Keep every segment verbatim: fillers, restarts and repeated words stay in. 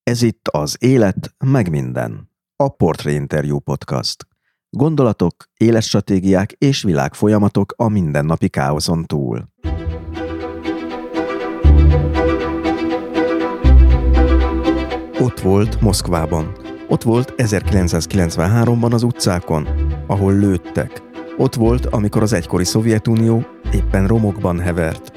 Ez itt az Élet meg minden, a Portré Interview Podcast. Gondolatok, életstratégiák és világfolyamatok a mindennapi káoszon túl. Ott volt Moszkvában. Ott volt ezerkilencszázkilencvenháromban az utcákon, ahol lőttek. Ott volt, amikor az egykori Szovjetunió éppen romokban hevert.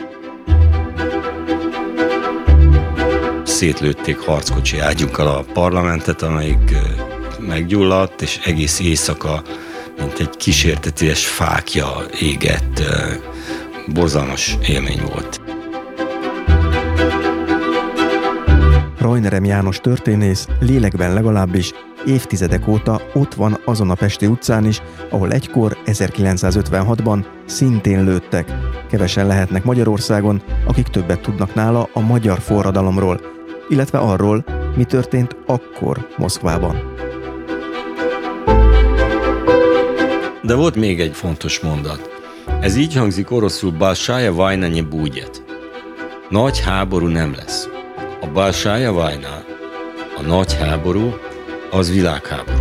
Szétlőtték harckocsi ágyukkal a parlamentet, amelyik meggyulladt, és egész éjszaka, mint egy kísérteties fákja égett. Borzalmas élmény volt. Rajnerem János történész lélekben legalábbis évtizedek óta ott van azon a pesti utcán is, ahol egykor ezerkilencszázötvenhatban szintén lőttek. Kevesen lehetnek Magyarországon, akik többet tudnak nála a magyar forradalomról, illetve arról, mi történt akkor Moszkvában. De volt még egy fontos mondat. Ez így hangzik oroszul: Balshaja vajna ne будет. Nagy háború nem lesz. A Balshaja vajna, a nagy háború, az világháború.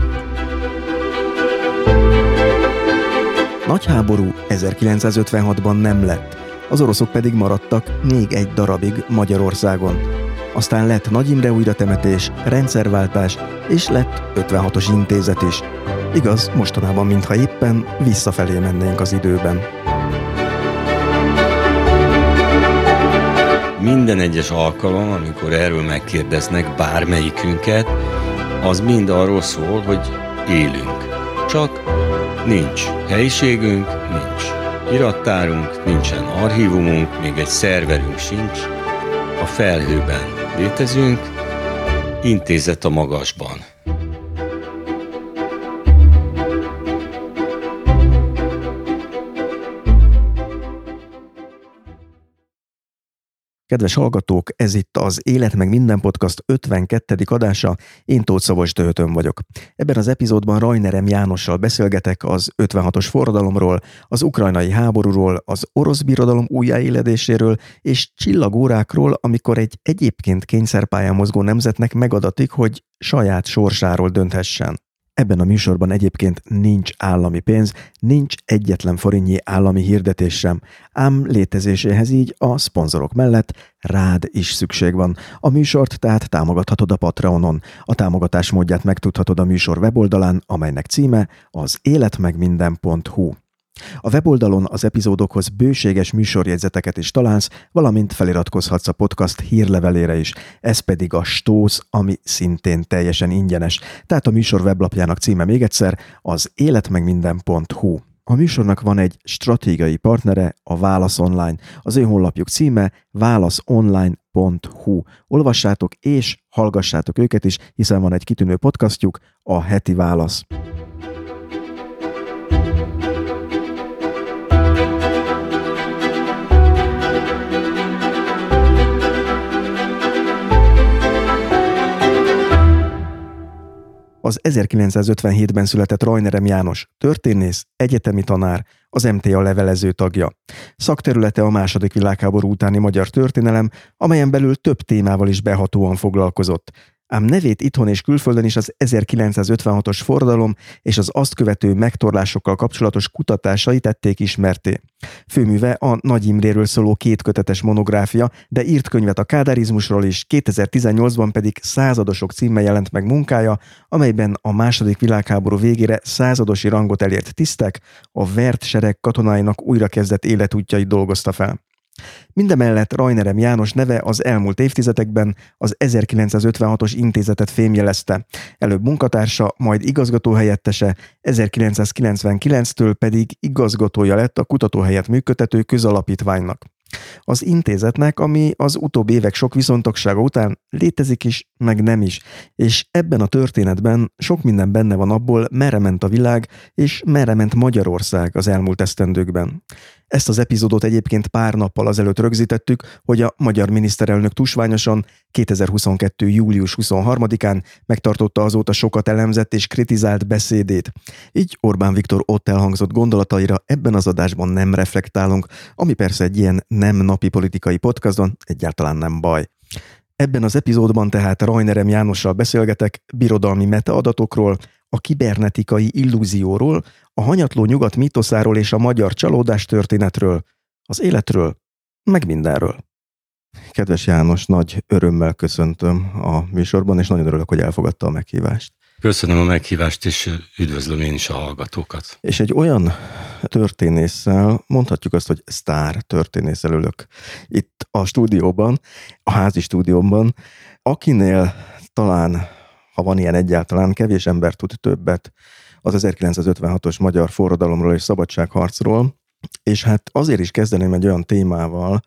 Nagy háború ezerkilencszázötvenhatban nem lett, az oroszok pedig maradtak még egy darabig Magyarországon. Aztán lett Nagy Imre újratemetés, rendszerváltás, és lett ötvenhatos intézet is. Igaz, mostanában mintha éppen visszafelé mennénk az időben. Minden egyes alkalom, amikor erről megkérdeznek bármelyikünket, az mind arról szól, hogy élünk. Csak nincs helyiségünk, nincs irattárunk, nincsen archívumunk, még egy szerverünk sincs. A felhőben létezünk, intézet a magasban. Kedves hallgatók, ez itt az Élet meg minden podcast ötvenkettedik adása, én Tóth Szabolcs Töhötön vagyok. Ebben az epizódban Rajnerem Jánossal beszélgetek az ötvenhatos forradalomról, az ukrajnai háborúról, az orosz birodalom újjáéledéséről és csillagórákról, amikor egy egyébként kényszerpályán mozgó nemzetnek megadatik, hogy saját sorsáról dönthessen. Ebben a műsorban egyébként nincs állami pénz, nincs egyetlen forintnyi állami hirdetés sem, ám létezéséhez így a szponzorok mellett rád is szükség van. A műsort tehát támogathatod a Patreonon. A támogatás módját megtudhatod a műsor weboldalán, amelynek címe az életmegminden pont hu. A weboldalon az epizódokhoz bőséges műsorjegyzeteket is találsz, valamint feliratkozhatsz a podcast hírlevelére is. Ez pedig a Stósz, ami szintén teljesen ingyenes. Tehát a műsor weblapjának címe még egyszer az életmegminden pont hu. A műsornak van egy stratégiai partnere, a Válasz Online. Az ő honlapjuk címe válaszonline pont hu. Olvassátok és hallgassátok őket is, hiszen van egy kitűnő podcastjuk, a Heti Válasz. Az ezerkilencszázötvenhétben született Rajnerem János, történész, egyetemi tanár, az em té á levelező tagja. Szakterülete a második világháború utáni magyar történelem, amelyen belül több témával is behatóan foglalkozott. Ám nevét itthon és külföldön is az ezerkilencszázötvenhatos forradalom és az azt követő megtorlásokkal kapcsolatos kutatásai tették ismertté. Főműve a Nagy Imréről szóló kétkötetes monográfia, de írt könyvet a kádárizmusról is, kétezer-tizennyolcban pedig Századosok címmel jelent meg munkája, amelyben a második világháború végére századosi rangot elért tisztek, a vert sereg katonáinak újrakezdett életútjait dolgozta fel. Mindemellett Rajnerem János neve az elmúlt évtizedekben az ezerkilencszázötvenhatos intézetet fémjelezte, előbb munkatársa, majd igazgatóhelyettese, ezerkilencszázkilencvenkilenctől pedig igazgatója lett a kutatóhelyet működtető közalapítványnak. Az intézetnek, ami az utóbbi évek sok viszontagsága után létezik is, meg nem is, és ebben a történetben sok minden benne van abból, merre ment a világ, és merre ment Magyarország az elmúlt esztendőkben. Ezt az epizódot egyébként pár nappal azelőtt rögzítettük, hogy a magyar miniszterelnök tusványosan kétezer-huszonkettő. július huszonharmadikán megtartotta azóta sokat elemzett és kritizált beszédét. Így Orbán Viktor ott elhangzott gondolataira ebben az adásban nem reflektálunk, ami persze egy ilyen nem napi politikai podcaston egyáltalán nem baj. Ebben az epizódban tehát Rajnerem Jánossal beszélgetek birodalmi metaadatokról, a kibernetikai illúzióról, a hanyatló nyugat mítoszáról és a magyar csalódás történetről, az életről, meg mindenről. Kedves János, nagy örömmel köszöntöm a műsorban, és nagyon örülök, hogy elfogadta a meghívást. Köszönöm a meghívást, és üdvözlöm én is a hallgatókat. És egy olyan történésszel, mondhatjuk azt, hogy sztár történésszel ülök itt a stúdióban, a házi stúdióban, akinél talán, ha van ilyen egyáltalán, kevés ember tud többet az ezerkilencszázötvenhatos magyar forradalomról és szabadságharcról, és hát azért is kezdeném egy olyan témával,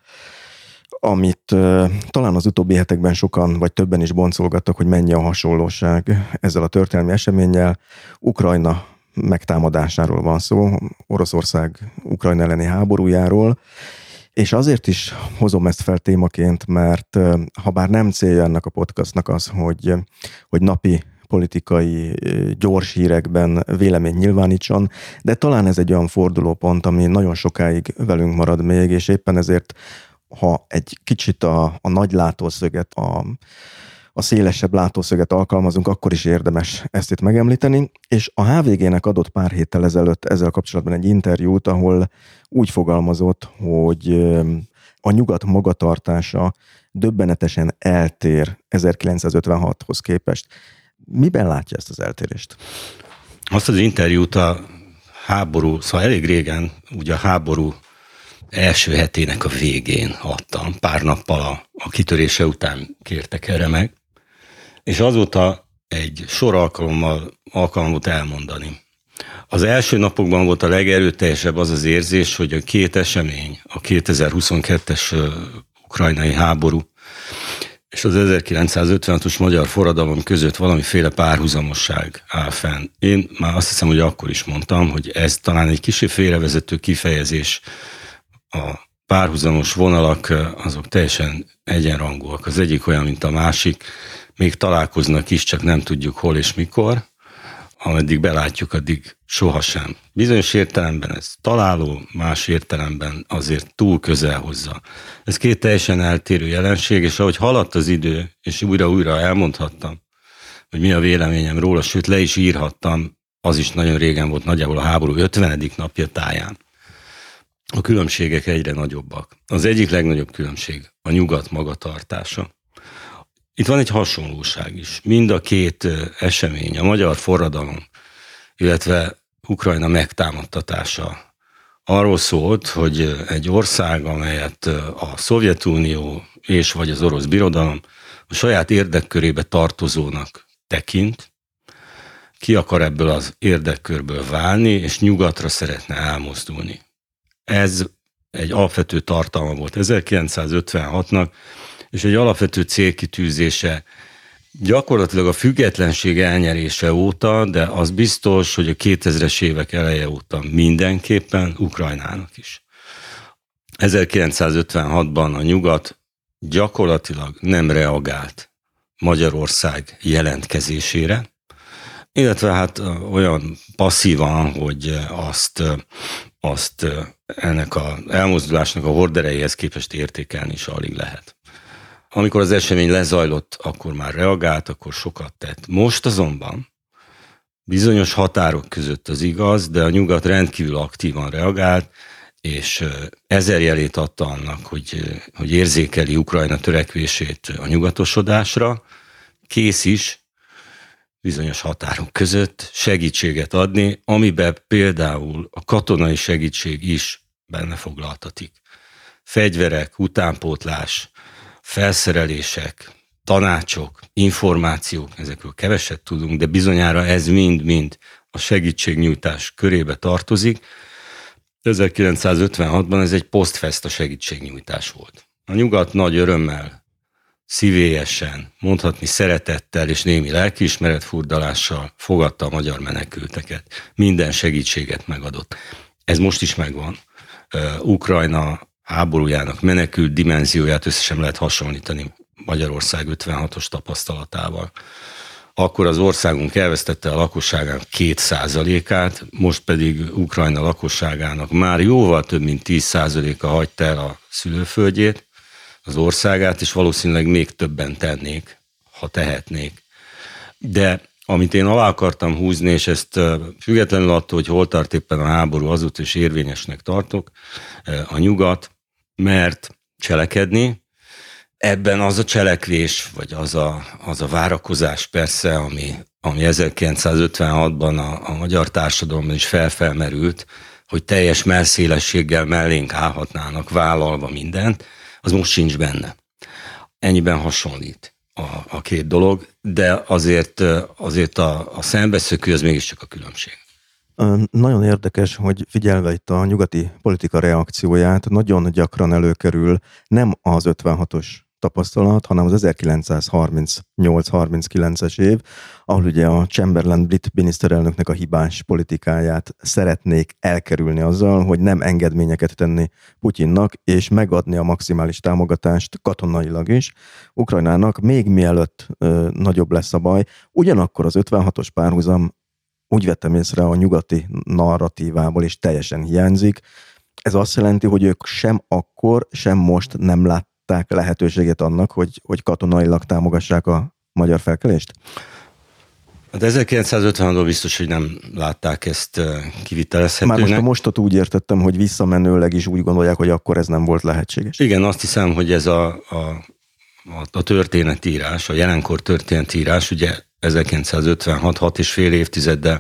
amit uh, talán az utóbbi hetekben sokan, vagy többen is boncolgattak, hogy mennyi a hasonlóság ezzel a történelmi eseménnyel. Ukrajna megtámadásáról van szó, Oroszország Ukrajna elleni háborújáról, és azért is hozom ezt fel témaként, mert uh, ha bár nem célja ennek a podcastnak az, hogy, hogy napi politikai gyors hírekben véleményt nyilvánítson, de talán ez egy olyan fordulópont, ami nagyon sokáig velünk marad még, és éppen ezért ha egy kicsit a, a nagy látószöget, a, a szélesebb látószöget alkalmazunk, akkor is érdemes ezt itt megemlíteni. És a há vé gének adott pár héttel ezelőtt ezzel kapcsolatban egy interjút, ahol úgy fogalmazott, hogy a nyugat magatartása döbbenetesen eltér ezerkilencszázötvenhathoz képest. Miben látja ezt az eltérést? Azt az interjút a háború, szóval elég régen, ugye a háború első hetének a végén adtam, pár nappal a, a kitörése után kértek erre meg, és azóta egy sor alkalommal alkalom volt elmondani. Az első napokban volt a legerőteljesebb az az érzés, hogy a két esemény, a kétezer-huszonkettes ukrajnai háború és az ezerkilencszázötvenhatos magyar forradalom között valamiféle párhuzamosság áll fenn. Én már azt hiszem, hogy akkor is mondtam, hogy ez talán egy kicsit félrevezető kifejezés. A párhuzamos vonalak azok teljesen egyenrangúak. Az egyik olyan, mint a másik. Még találkoznak is, csak nem tudjuk hol és mikor. Ameddig belátjuk, addig sohasem. Bizonyos értelemben ez találó, más értelemben azért túl közel hozza. Ez két teljesen eltérő jelenség, és ahogy haladt az idő, és újra-újra elmondhattam, hogy mi a véleményem róla, sőt le is írhattam, az is nagyon régen volt, nagyjából a háború ötvenedik napja táján. A különbségek egyre nagyobbak. Az egyik legnagyobb különbség a nyugat magatartása. Itt van egy hasonlóság is. Mind a két esemény, a magyar forradalom, illetve Ukrajna megtámadtatása arról szólt, hogy egy ország, amelyet a Szovjetunió és vagy az orosz birodalom a saját érdekkörébe tartozónak tekint, ki akar ebből az érdekkörből válni, és nyugatra szeretne elmozdulni. Ez egy alapvető tartalma volt ezerkilencszázötvenhatnak, és egy alapvető célkitűzése gyakorlatilag a függetlenség elnyerése óta, de az biztos, hogy a kétezres évek eleje óta mindenképpen Ukrajnának is. ezerkilencszázötvenhatban a nyugat gyakorlatilag nem reagált Magyarország jelentkezésére, illetve hát olyan passzívan, hogy azt, azt ennek az elmozdulásnak a horderejéhez képest értékelni is alig lehet. Amikor az esemény lezajlott, akkor már reagált, akkor sokat tett. Most azonban bizonyos határok között az igaz, de a nyugat rendkívül aktívan reagált, és ezer jelét adta annak, hogy, hogy érzékeli Ukrajna törekvését a nyugatosodásra, kész is bizonyos határok között segítséget adni, amiben például a katonai segítség is benne foglaltatik. Fegyverek, utánpótlás, felszerelések, tanácsok, információk, ezekről keveset tudunk, de bizonyára ez mind-mind a segítségnyújtás körébe tartozik. ezerkilencszázötvenhatban ez egy posztfest a segítségnyújtás volt. A nyugat nagy örömmel, szívélyesen, mondhatni szeretettel és némi lelkiismeretfurdalással fogadta a magyar menekülteket. Minden segítséget megadott. Ez most is megvan. Uh, Ukrajna háborújának menekült dimenzióját összesen lehet hasonlítani Magyarország ötvenhatos tapasztalatával. Akkor az országunk elvesztette a lakosságának két százalékát, most pedig Ukrajna lakosságának már jóval több mint tíz százaléka hagyta el a szülőföldjét, az országát, és valószínűleg még többen tennék, ha tehetnék. De amit én alá akartam húzni, és ezt függetlenül attól, hogy hol tart éppen a háború, azóta is érvényesnek tartok, a nyugat, mert cselekedni, ebben az a cselekvés, vagy az a, az a várakozás persze, ami, ami ezerkilencszázötvenhatban a, a magyar társadalomban is felfelmerült, hogy teljes mellszélességgel mellénk állhatnának, vállalva mindent, az most sincs benne. Ennyiben hasonlít a, a két dolog, de azért, azért a, a szembeszökő az mégiscsak a különbség. Nagyon érdekes, hogy figyelve itt a nyugati politika reakcióját, nagyon gyakran előkerül nem az ötvenhatos tapasztalat, hanem az ezerkilencszázharmincnyolc harminckilences év, ahol ugye a Chamberlain brit miniszterelnöknek a hibás politikáját szeretnék elkerülni azzal, hogy nem engedményeket tenni Putyinnak, és megadni a maximális támogatást katonailag is Ukrajnának, még mielőtt ö, nagyobb lesz a baj. Ugyanakkor az ötvenhatos párhuzam úgy vettem észre a nyugati narratívából is teljesen hiányzik. Ez azt jelenti, hogy ők sem akkor, sem most nem látták lehetőséget annak, hogy, hogy katonailag támogassák a magyar felkelést? Hát ezerkilencszázötvenhatban biztos, hogy nem látták ezt kivitelezhetőnek. Már most a mostot úgy értettem, hogy visszamenőleg is úgy gondolják, hogy akkor ez nem volt lehetséges. Igen, azt hiszem, hogy ez a, a, a történetírás, a jelenkor történetírás, ugye ezerkilencszázötvenhat, hat és fél évtizeddel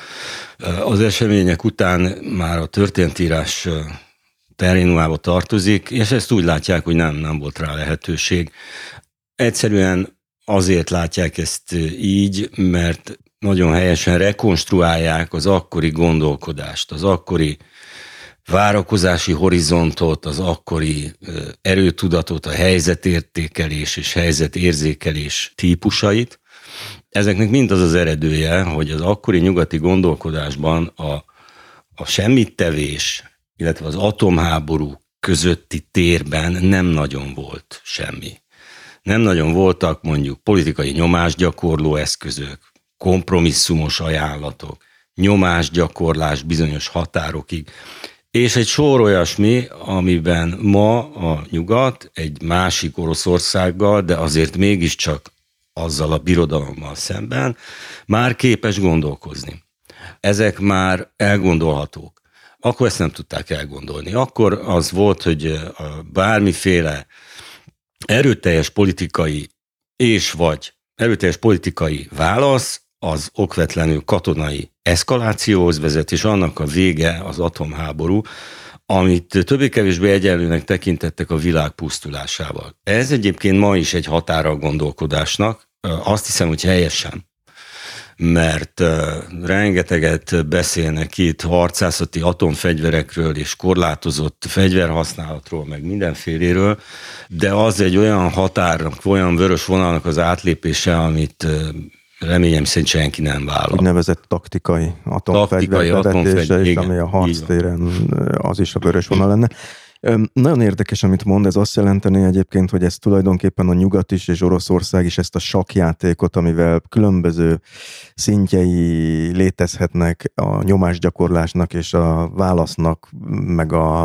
az események után már a történetírás terénumába tartozik, és ezt úgy látják, hogy nem, nem volt rá lehetőség. Egyszerűen azért látják ezt így, mert nagyon helyesen rekonstruálják az akkori gondolkodást, az akkori várakozási horizontot, az akkori erőtudatot, a helyzetértékelés és helyzetérzékelés típusait. Ezeknek mind az az eredője, hogy az akkori nyugati gondolkodásban a, a semmittevés, illetve az atomháború közötti térben nem nagyon volt semmi. Nem nagyon voltak mondjuk politikai nyomásgyakorló eszközök, kompromisszumos ajánlatok, nyomásgyakorlás bizonyos határokig, és egy sor olyasmi, amiben ma a nyugat egy másik Oroszországgal, de azért mégiscsak azzal a birodalommal szemben már képes gondolkozni. Ezek már elgondolhatók. Akkor ezt nem tudták elgondolni. Akkor az volt, hogy bármiféle erőteljes politikai és vagy erőteljes politikai válasz az okvetlenül katonai eszkalációhoz vezet, és annak a vége az atomháború, amit többé-kevésbé egyenlőnek tekintettek a világ pusztulásával. Ez egyébként ma is egy határa a gondolkodásnak, azt hiszem, hogy helyesen, mert rengeteget beszélnek itt harcászati atomfegyverekről és korlátozott fegyverhasználatról, meg mindenféléről, de az egy olyan határnak, olyan vörös vonalnak az átlépése, amit reményem szerint senki nem vállal. Úgynevezett taktikai atomfegyver bevetése, és ami a harctéren az is a vörös vonal lenne. Nagyon érdekes, amit mond, ez azt jelenteni egyébként, hogy ez tulajdonképpen a nyugat is és Oroszország is ezt a sakkjátékot, amivel különböző szintjei létezhetnek a nyomásgyakorlásnak és a válasznak, meg a,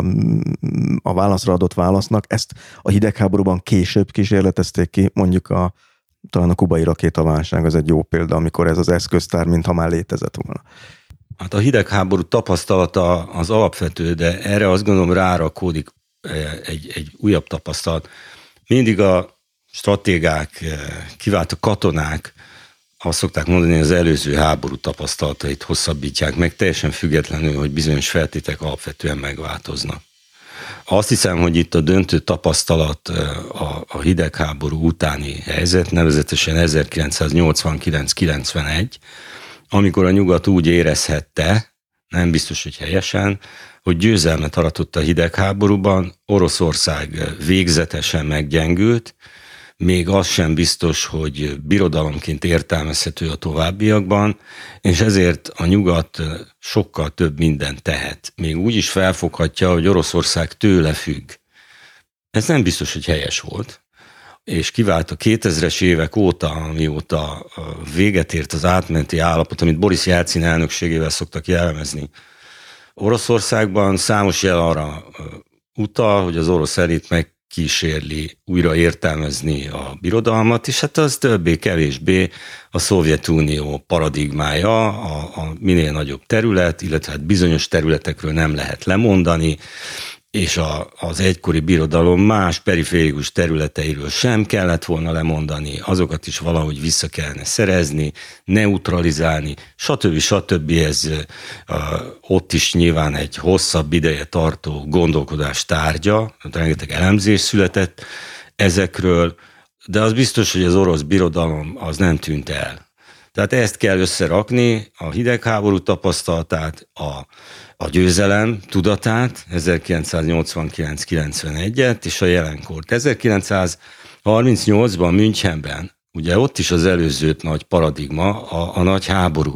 a válaszra adott válasznak, ezt a hidegháborúban később kísérletezték ki, mondjuk a talán a kubai rakétaválság az egy jó példa, amikor ez az eszköztár, mintha már létezett volna. Hát a hidegháború tapasztalata az alapvető, de erre azt gondolom rárakódik egy, egy újabb tapasztalat. Mindig a stratégák, kiváltó katonák, azt szokták mondani, az előző háború tapasztalatait hosszabbítják meg, teljesen függetlenül, hogy bizonyos feltételek alapvetően megváltoznak. Azt hiszem, hogy itt a döntő tapasztalat a, a hidegháború utáni helyzet, nevezetesen ezerkilencszáznyolcvankilenc kilencvenegy, amikor a nyugat úgy érezhette, nem biztos, hogy helyesen, hogy győzelmet aratott a hidegháborúban, Oroszország végzetesen meggyengült, még az sem biztos, hogy birodalomként értelmezhető a továbbiakban, és ezért a nyugat sokkal több mindent tehet. Még úgy is felfoghatja, hogy Oroszország tőle függ. Ez nem biztos, hogy helyes volt, és kivált a kétezres évek óta, amióta véget ért az átmeneti állapot, amit Boris Jelcin elnökségével szoktak jellemezni. Oroszországban számos jel arra utal, hogy az orosz elit meg kísérli újra értelmezni a birodalmat, és hát az többé-kevésbé a Szovjetunió paradigmája, a, a minél nagyobb terület, illetve hát bizonyos területekről nem lehet lemondani, és a, az egykori birodalom más periférikus területeiről sem kellett volna lemondani, azokat is valahogy vissza kellene szerezni, neutralizálni, stb. stb. Ez uh, ott is nyilván egy hosszabb ideje tartó gondolkodás tárgya, rengeteg elemzés született ezekről, de az biztos, hogy az orosz birodalom az nem tűnt el. Tehát ezt kell összerakni, a hidegháború tapasztalatát, a a győzelem tudatát, ezerkilencszáznyolcvankilenc kilencvenegyet, és a jelenkort. ezerkilencszázharmincnyolcban Münchenben, ugye ott is az előző nagy paradigma, a, a nagy háború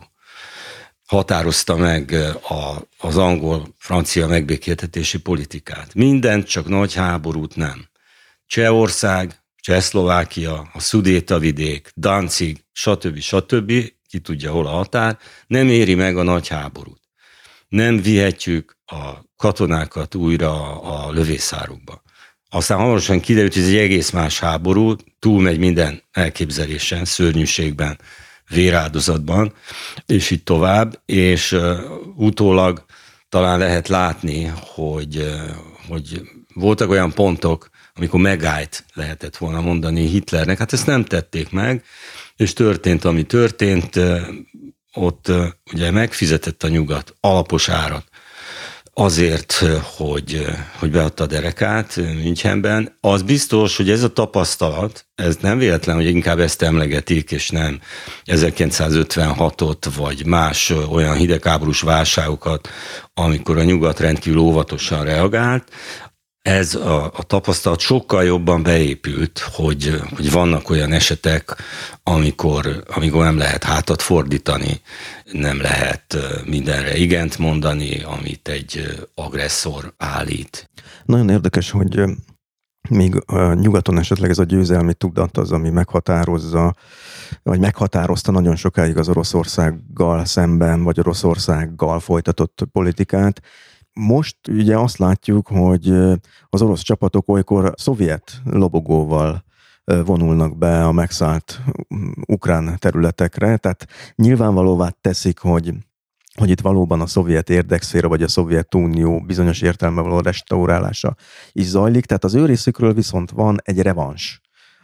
határozta meg a, az angol-francia megbékéltetési politikát. Mindent, csak nagy háborút nem. Csehország, Csehszlovákia, a Szudétavidék, Danzig, stb. stb., ki tudja hol a határ, nem éri meg a nagy háborút. Nem vihetjük a katonákat újra a lövészárokba. Aztán hamarosan kiderült, hogy ez egy egész más háború, túlmegy minden elképzelésen, szörnyűségben, véráldozatban, és így tovább, és uh, utólag talán lehet látni, hogy, uh, hogy voltak olyan pontok, amikor megállt lehetett volna mondani Hitlernek, hát ezt nem tették meg, és történt, ami történt, uh, ott ugye megfizetett a nyugat alapos árat azért, hogy, hogy beadta a derekát Münchenben. Az biztos, hogy ez a tapasztalat, ez nem véletlen, hogy inkább ezt emlegetik, és nem ezerkilencszázötvenhatot, vagy más olyan hidegháborús válságokat, amikor a nyugat rendkívül óvatosan reagált. Ez a, a tapasztalat sokkal jobban beépült, hogy, hogy vannak olyan esetek, amikor, amikor nem lehet hátat fordítani, nem lehet mindenre igent mondani, amit egy agresszor állít. Nagyon érdekes, hogy még nyugaton esetleg ez a győzelmi tudat az, ami meghatározza, vagy meghatározta nagyon sokáig az Oroszországgal szemben, vagy Oroszországgal folytatott politikát. Most ugye azt látjuk, hogy az orosz csapatok olykor szovjet lobogóval vonulnak be a megszállt ukrán területekre, tehát nyilvánvalóvá teszik, hogy, hogy itt valóban a szovjet érdekszféra, vagy a Szovjetunió bizonyos értelemben való restaurálása is zajlik, tehát az ő részükről viszont van egy revans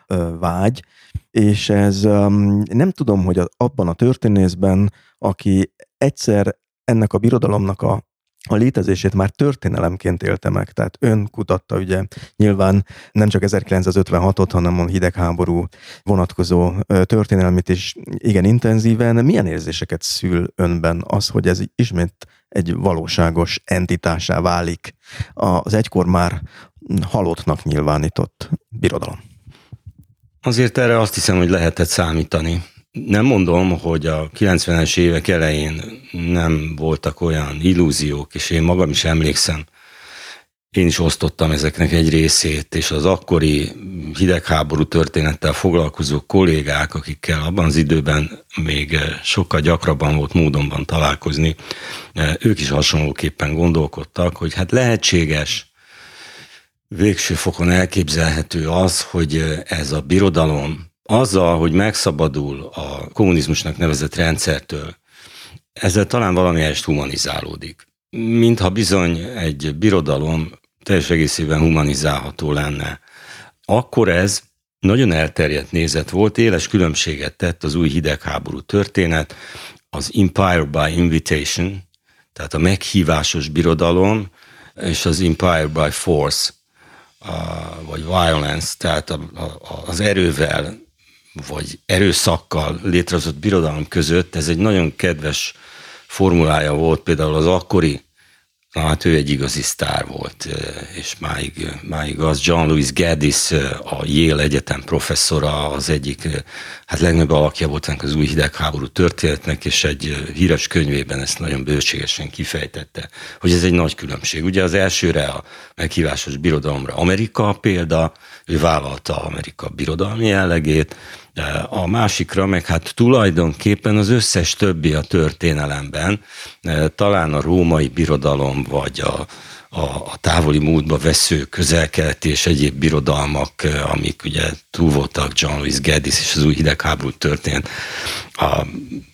vágy, és ez nem tudom, hogy abban a történészben, aki egyszer ennek a birodalomnak a a létezését már történelemként élte meg, tehát ön kutatta ugye nyilván nem csak ezerkilencszázötvenhatot, hanem a hidegháború vonatkozó történelmét is igen intenzíven. Milyen érzéseket szül önben az, hogy ez ismét egy valóságos entitásá válik az egykor már halottnak nyilvánított birodalom? Azért erre azt hiszem, hogy lehetett számítani. Nem mondom, hogy a kilencvenes évek elején nem voltak olyan illúziók, és én magam is emlékszem, én is osztottam ezeknek egy részét, és az akkori hidegháború történettel foglalkozó kollégák, akikkel abban az időben még sokkal gyakrabban volt módonban találkozni, ők is hasonlóképpen gondolkodtak, hogy hát lehetséges, végső fokon elképzelhető az, hogy ez a birodalom azzal, hogy megszabadul a kommunizmusnak nevezett rendszertől, ezzel talán valamelyest humanizálódik. Mintha bizony egy birodalom teljes egészében humanizálható lenne. Akkor ez nagyon elterjedt nézet volt, éles különbséget tett az új hidegháború történet, az Empire by Invitation, tehát a meghívásos birodalom, és az Empire by Force, vagy Violence, tehát az erővel, vagy erőszakkal létrehozott birodalom között. Ez egy nagyon kedves formulája volt például az akkori, na hát ő egy igazi sztár volt, és máig, máig az John-Louis Gaddis, a Yale Egyetem professzora, az egyik, hát legnagyobb alakja volt ennek az új hidegháború történetnek, és egy híres könyvében ezt nagyon bőségesen kifejtette, hogy ez egy nagy különbség. Ugye az elsőre, a meghívásos birodalomra Amerika példa, ő vállalta Amerika birodalmi jellegét, a másikra meg hát tulajdonképpen az összes többi a történelemben, talán a római birodalom, vagy a, a, a távoli múltba vesző közel-keleti és egyéb birodalmak, amik ugye túl voltak John Lewis Gaddis és az új hidegháború történt, a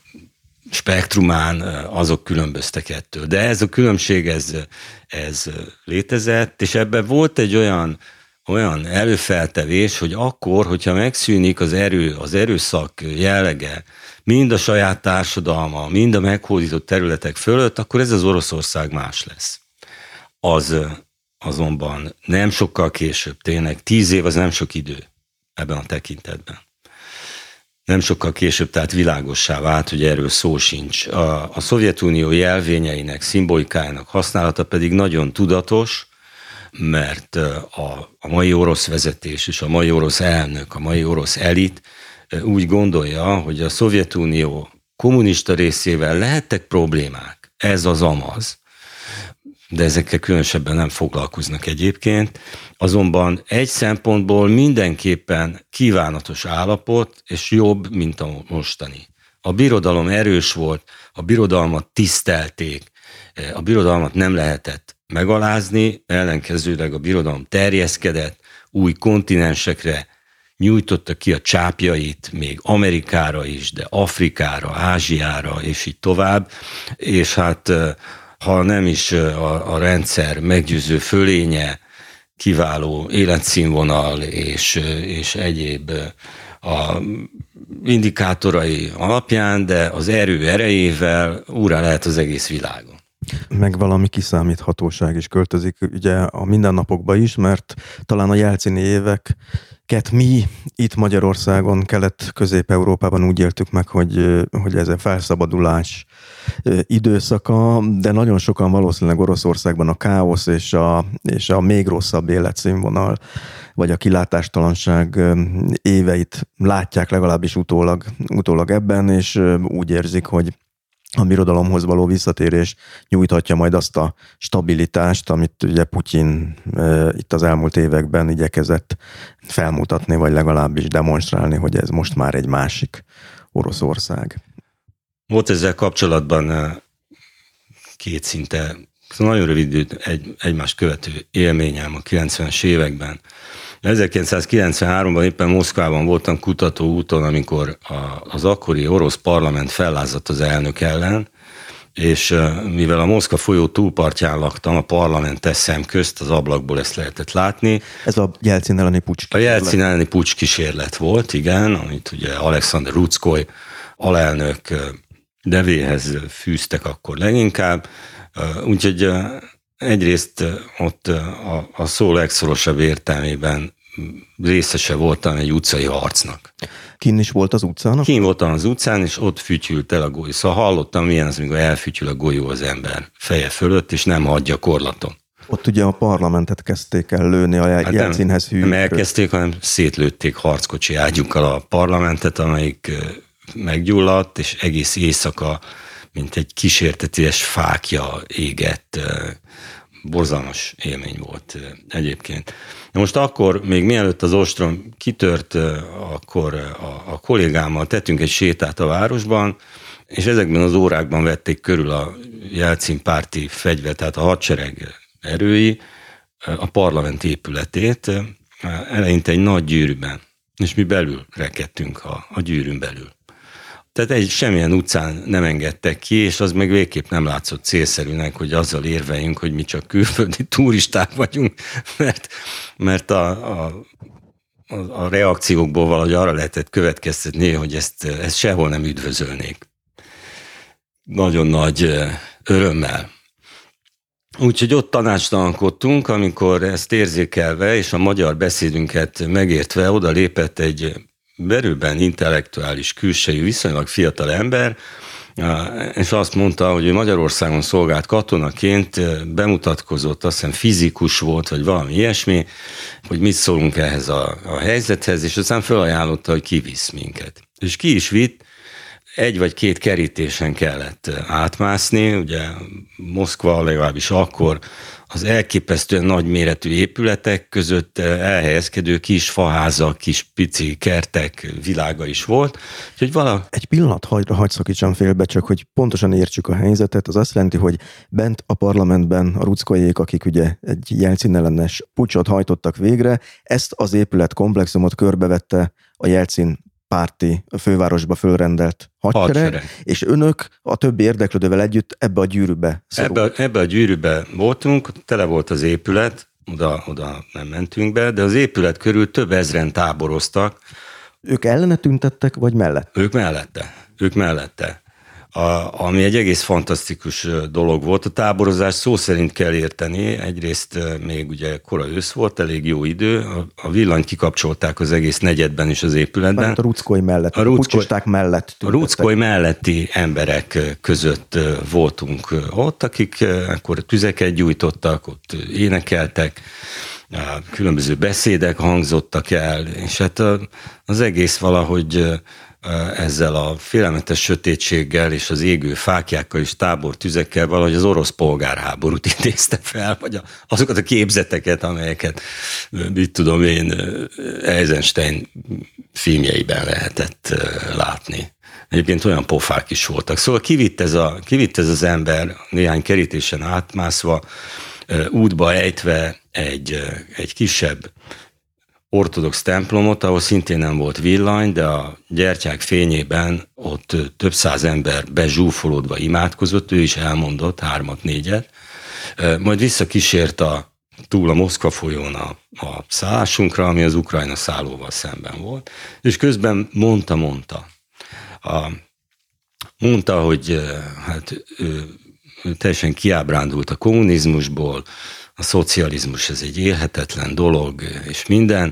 spektrumán, azok különböztek ettől. De ez a különbség, ez, ez létezett, és ebben volt egy olyan, olyan előfeltevés, hogy akkor, hogyha megszűnik az erő, az erőszak jellege, mind a saját társadalma, mind a meghódított területek fölött, akkor ez az Oroszország más lesz. Az azonban nem sokkal később, tényleg tíz év az nem sok idő ebben a tekintetben. Nem sokkal később, tehát világossá vált, hogy erről szó sincs. A, a Szovjetunió jelvényeinek, szimbolikájának használata pedig nagyon tudatos, mert a, a mai orosz vezetés és a mai orosz elnök, a mai orosz elit úgy gondolja, hogy a Szovjetunió kommunista részével lehettek problémák, ez az amaz, de ezekkel különösebben nem foglalkoznak egyébként, azonban egy szempontból mindenképpen kívánatos állapot, és jobb, mint a mostani. A birodalom erős volt, a birodalmat tisztelték, a birodalmat nem lehetett megalázni, ellenkezőleg a birodalom terjeszkedett, új kontinensekre nyújtotta ki a csápjait, még Amerikára is, de Afrikára, Ázsiára, és így tovább, és hát ha nem is a, a rendszer meggyőző fölénye, kiváló életszínvonal és, és egyéb a indikátorai alapján, de az erő erejével úrá lehet az egész világon. Meg valami kiszámíthatóság is költözik ugye a mindennapokba is, mert talán a jelcini éveket mi itt Magyarországon, Kelet-Közép-Európában úgy éltük meg, hogy, hogy ez a felszabadulás időszaka, de nagyon sokan valószínűleg Oroszországban a káosz és a, és a még rosszabb életszínvonal, vagy a kilátástalanság éveit látják legalábbis utólag, utólag ebben, és úgy érzik, hogy a birodalomhoz való visszatérés nyújthatja majd azt a stabilitást, amit ugye Putyin e, itt az elmúlt években igyekezett felmutatni, vagy legalábbis demonstrálni, hogy ez most már egy másik Oroszország. Volt ezzel kapcsolatban két szinte nagyon rövid egy, egymást követő élményem a kilencvenes években. ezerkilencszázkilencvenháromban éppen Moszkvában voltam kutatóúton, amikor a, az akkori orosz parlament fellázadt az elnök ellen, és mivel a Moszkva folyó túlpartján laktam, a parlament szem közt, az ablakból ezt lehetett látni. Ez a Jelcin elleni puccs kísérlet. A Jelcin elleni puccs kísérlet volt, igen, amit ugye Alexander Rutszkoj alelnök devéhez fűztek akkor leginkább. Úgyhogy egyrészt ott a, a szó legszorosabb értelmében részese voltam egy utcai harcnak. Kinn is volt az utcán? Kinn voltam az utcán, és ott fütyült el a golyó. Szóval hallottam, milyen az, amikor elfütyül a golyó az ember feje fölött, és nem hagy gyakorlaton. Ott ugye a parlamentet kezdték el lőni a hát Jelcinhez hű. Nem elkezdték, hanem szétlőtték harckocsi ágyukkal a parlamentet, amelyik meggyulladt, és egész éjszaka, mint egy kísérteties fákja égett. Borzalmas élmény volt egyébként. Most akkor, még mielőtt az ostrom kitört, akkor a, a kollégámmal tettünk egy sétát a városban, és ezekben az órákban vették körül a Jelcin párti fegyver, tehát a hadsereg erői, a parlament épületét, eleinte egy nagy gyűrűben, és mi belül rekedtünk a, a gyűrűn belül. Tehát egy semmilyen utcán nem engedtek ki, és az meg végképp nem látszott célszerűnek, hogy azzal érveljünk, hogy mi csak külföldi turisták vagyunk, mert, mert a, a, a reakciókból valahogy arra lehetett következtetni, hogy ezt, ezt sehol nem üdvözölnék. Nagyon nagy örömmel. Úgyhogy ott tanácstalankodtunk, amikor ezt érzékelve, és a magyar beszédünket megértve oda lépett egy belülben intellektuális, külsejű, viszonylag fiatal ember, és azt mondta, hogy ő Magyarországon szolgált katonaként, bemutatkozott, azt hiszem fizikus volt, vagy valami ilyesmi, hogy mit szólunk ehhez a, a helyzethez, és aztán felajánlotta, hogy kivisz minket. És ki is vitt, egy vagy két kerítésen kellett átmászni, ugye Moszkva legalábbis akkor az elképesztően nagyméretű épületek között elhelyezkedő kis faházak, kis pici kertek világa is volt. Úgyhogy vala... Egy pillanat, hagy, hagy szakítsam félbe, csak hogy pontosan értsük a helyzetet, az azt jelenti, hogy bent a parlamentben a ruckojék, akik ugye egy Jelcin ellenes puccsot hajtottak végre, ezt az épületkomplexumot körbevette a Jelcin párti fővárosba fölrendelt hadsereg, hadsereg, és önök a többi érdeklődővel együtt ebbe a gyűrűbe szorult. Ebbe, ebbe a gyűrűbe voltunk, tele volt az épület, oda, oda nem mentünk be, de az épület körül több ezren táboroztak. Ők ellene tüntettek, vagy mellett? Ők mellette. Ők mellette. A, ami egy egész fantasztikus dolog volt. A táborozás szó szerint kell érteni. Egyrészt még ugye kora ősz volt, elég jó idő. A, a villanyt kikapcsolták az egész negyedben is az épületben. Mert a Ruckoj mellett, a, a puccsisták mellett tüntettek. A Ruckoj melletti emberek között voltunk ott, akik akkor tüzeket gyújtottak, ott énekeltek, különböző beszédek hangzottak el, és hát az egész valahogy ezzel a félelmetes sötétséggel és az égő fáklyákkal és tábortüzekkel valahogy az orosz polgárháborút idézte fel, vagy azokat a képzeteket, amelyeket, mit tudom én, Eisenstein filmjeiben lehetett látni. Egyébként olyan pofák is voltak. Szóval kivitt ez, a, kivitt ez az ember néhány kerítésen átmászva, útba ejtve egy, egy kisebb ortodox templomot, ahol szintén nem volt villany, de a gyertyák fényében ott több száz ember bezsúfolódva imádkozott, ő is elmondott hármat, négyet. Majd visszakísért a, túl a Moszkva folyón a, a szállásunkra, ami az Ukrajna szállóval szemben volt, és közben mondta, mondta. A, mondta, hogy hát ő, ő teljesen kiábrándult a kommunizmusból, a szocializmus ez egy élhetetlen dolog, és minden,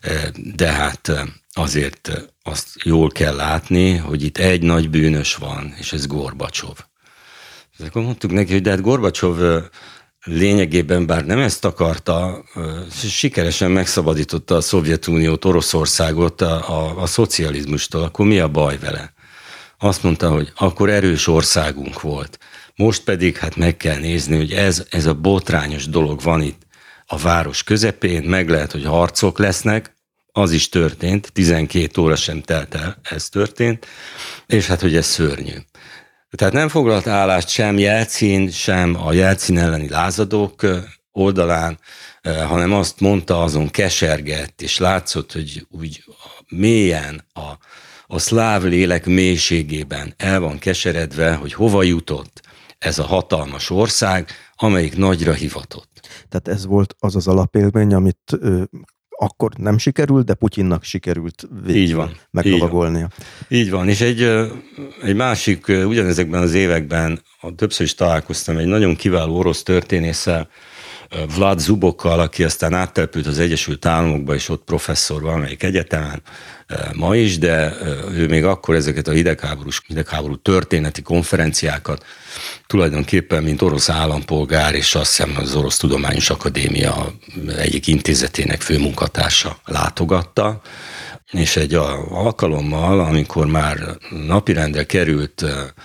de hát azért azt jól kell látni, hogy itt egy nagy bűnös van, és ez Gorbacsov. Akkor mondtuk neki, hogy de hát Gorbacsov lényegében bár nem ezt akarta, sikeresen megszabadította a Szovjetuniót, Oroszországot a, a, a szocializmustól, akkor mi a baj vele? Azt mondta, hogy akkor erős országunk volt. Most pedig hát meg kell nézni, hogy ez, ez a botrányos dolog van itt a város közepén, meg lehet, hogy harcok lesznek, az is történt, tizenkét óra sem telt el, ez történt, és hát, hogy ez szörnyű. Tehát nem foglalt állást sem Jelcin, sem a Jelcin elleni lázadók oldalán, hanem azt mondta, azon kesergett, és látszott, hogy úgy mélyen a, a szláv lélek mélységében el van keseredve, hogy hova jutott ez a hatalmas ország, amelyik nagyra hivatott. Tehát ez volt az az alapélmény, amit ö, akkor nem sikerült, de Putyinnak sikerült végül meglovagolnia. Így van, és egy, egy másik, ugyanezekben az években többször is találkoztam egy nagyon kiváló orosz történésszel, Vlad Zubokkal, aki aztán áttelepült az Egyesült Államokba, és ott professzor valamelyik egyetemen ma is, de ő még akkor ezeket a hidegháborús, hidegháború történeti konferenciákat tulajdonképpen, mint orosz állampolgár, és azt hiszem az Orosz Tudományos Akadémia egyik intézetének főmunkatársa látogatta, és egy alkalommal, amikor már napirendre került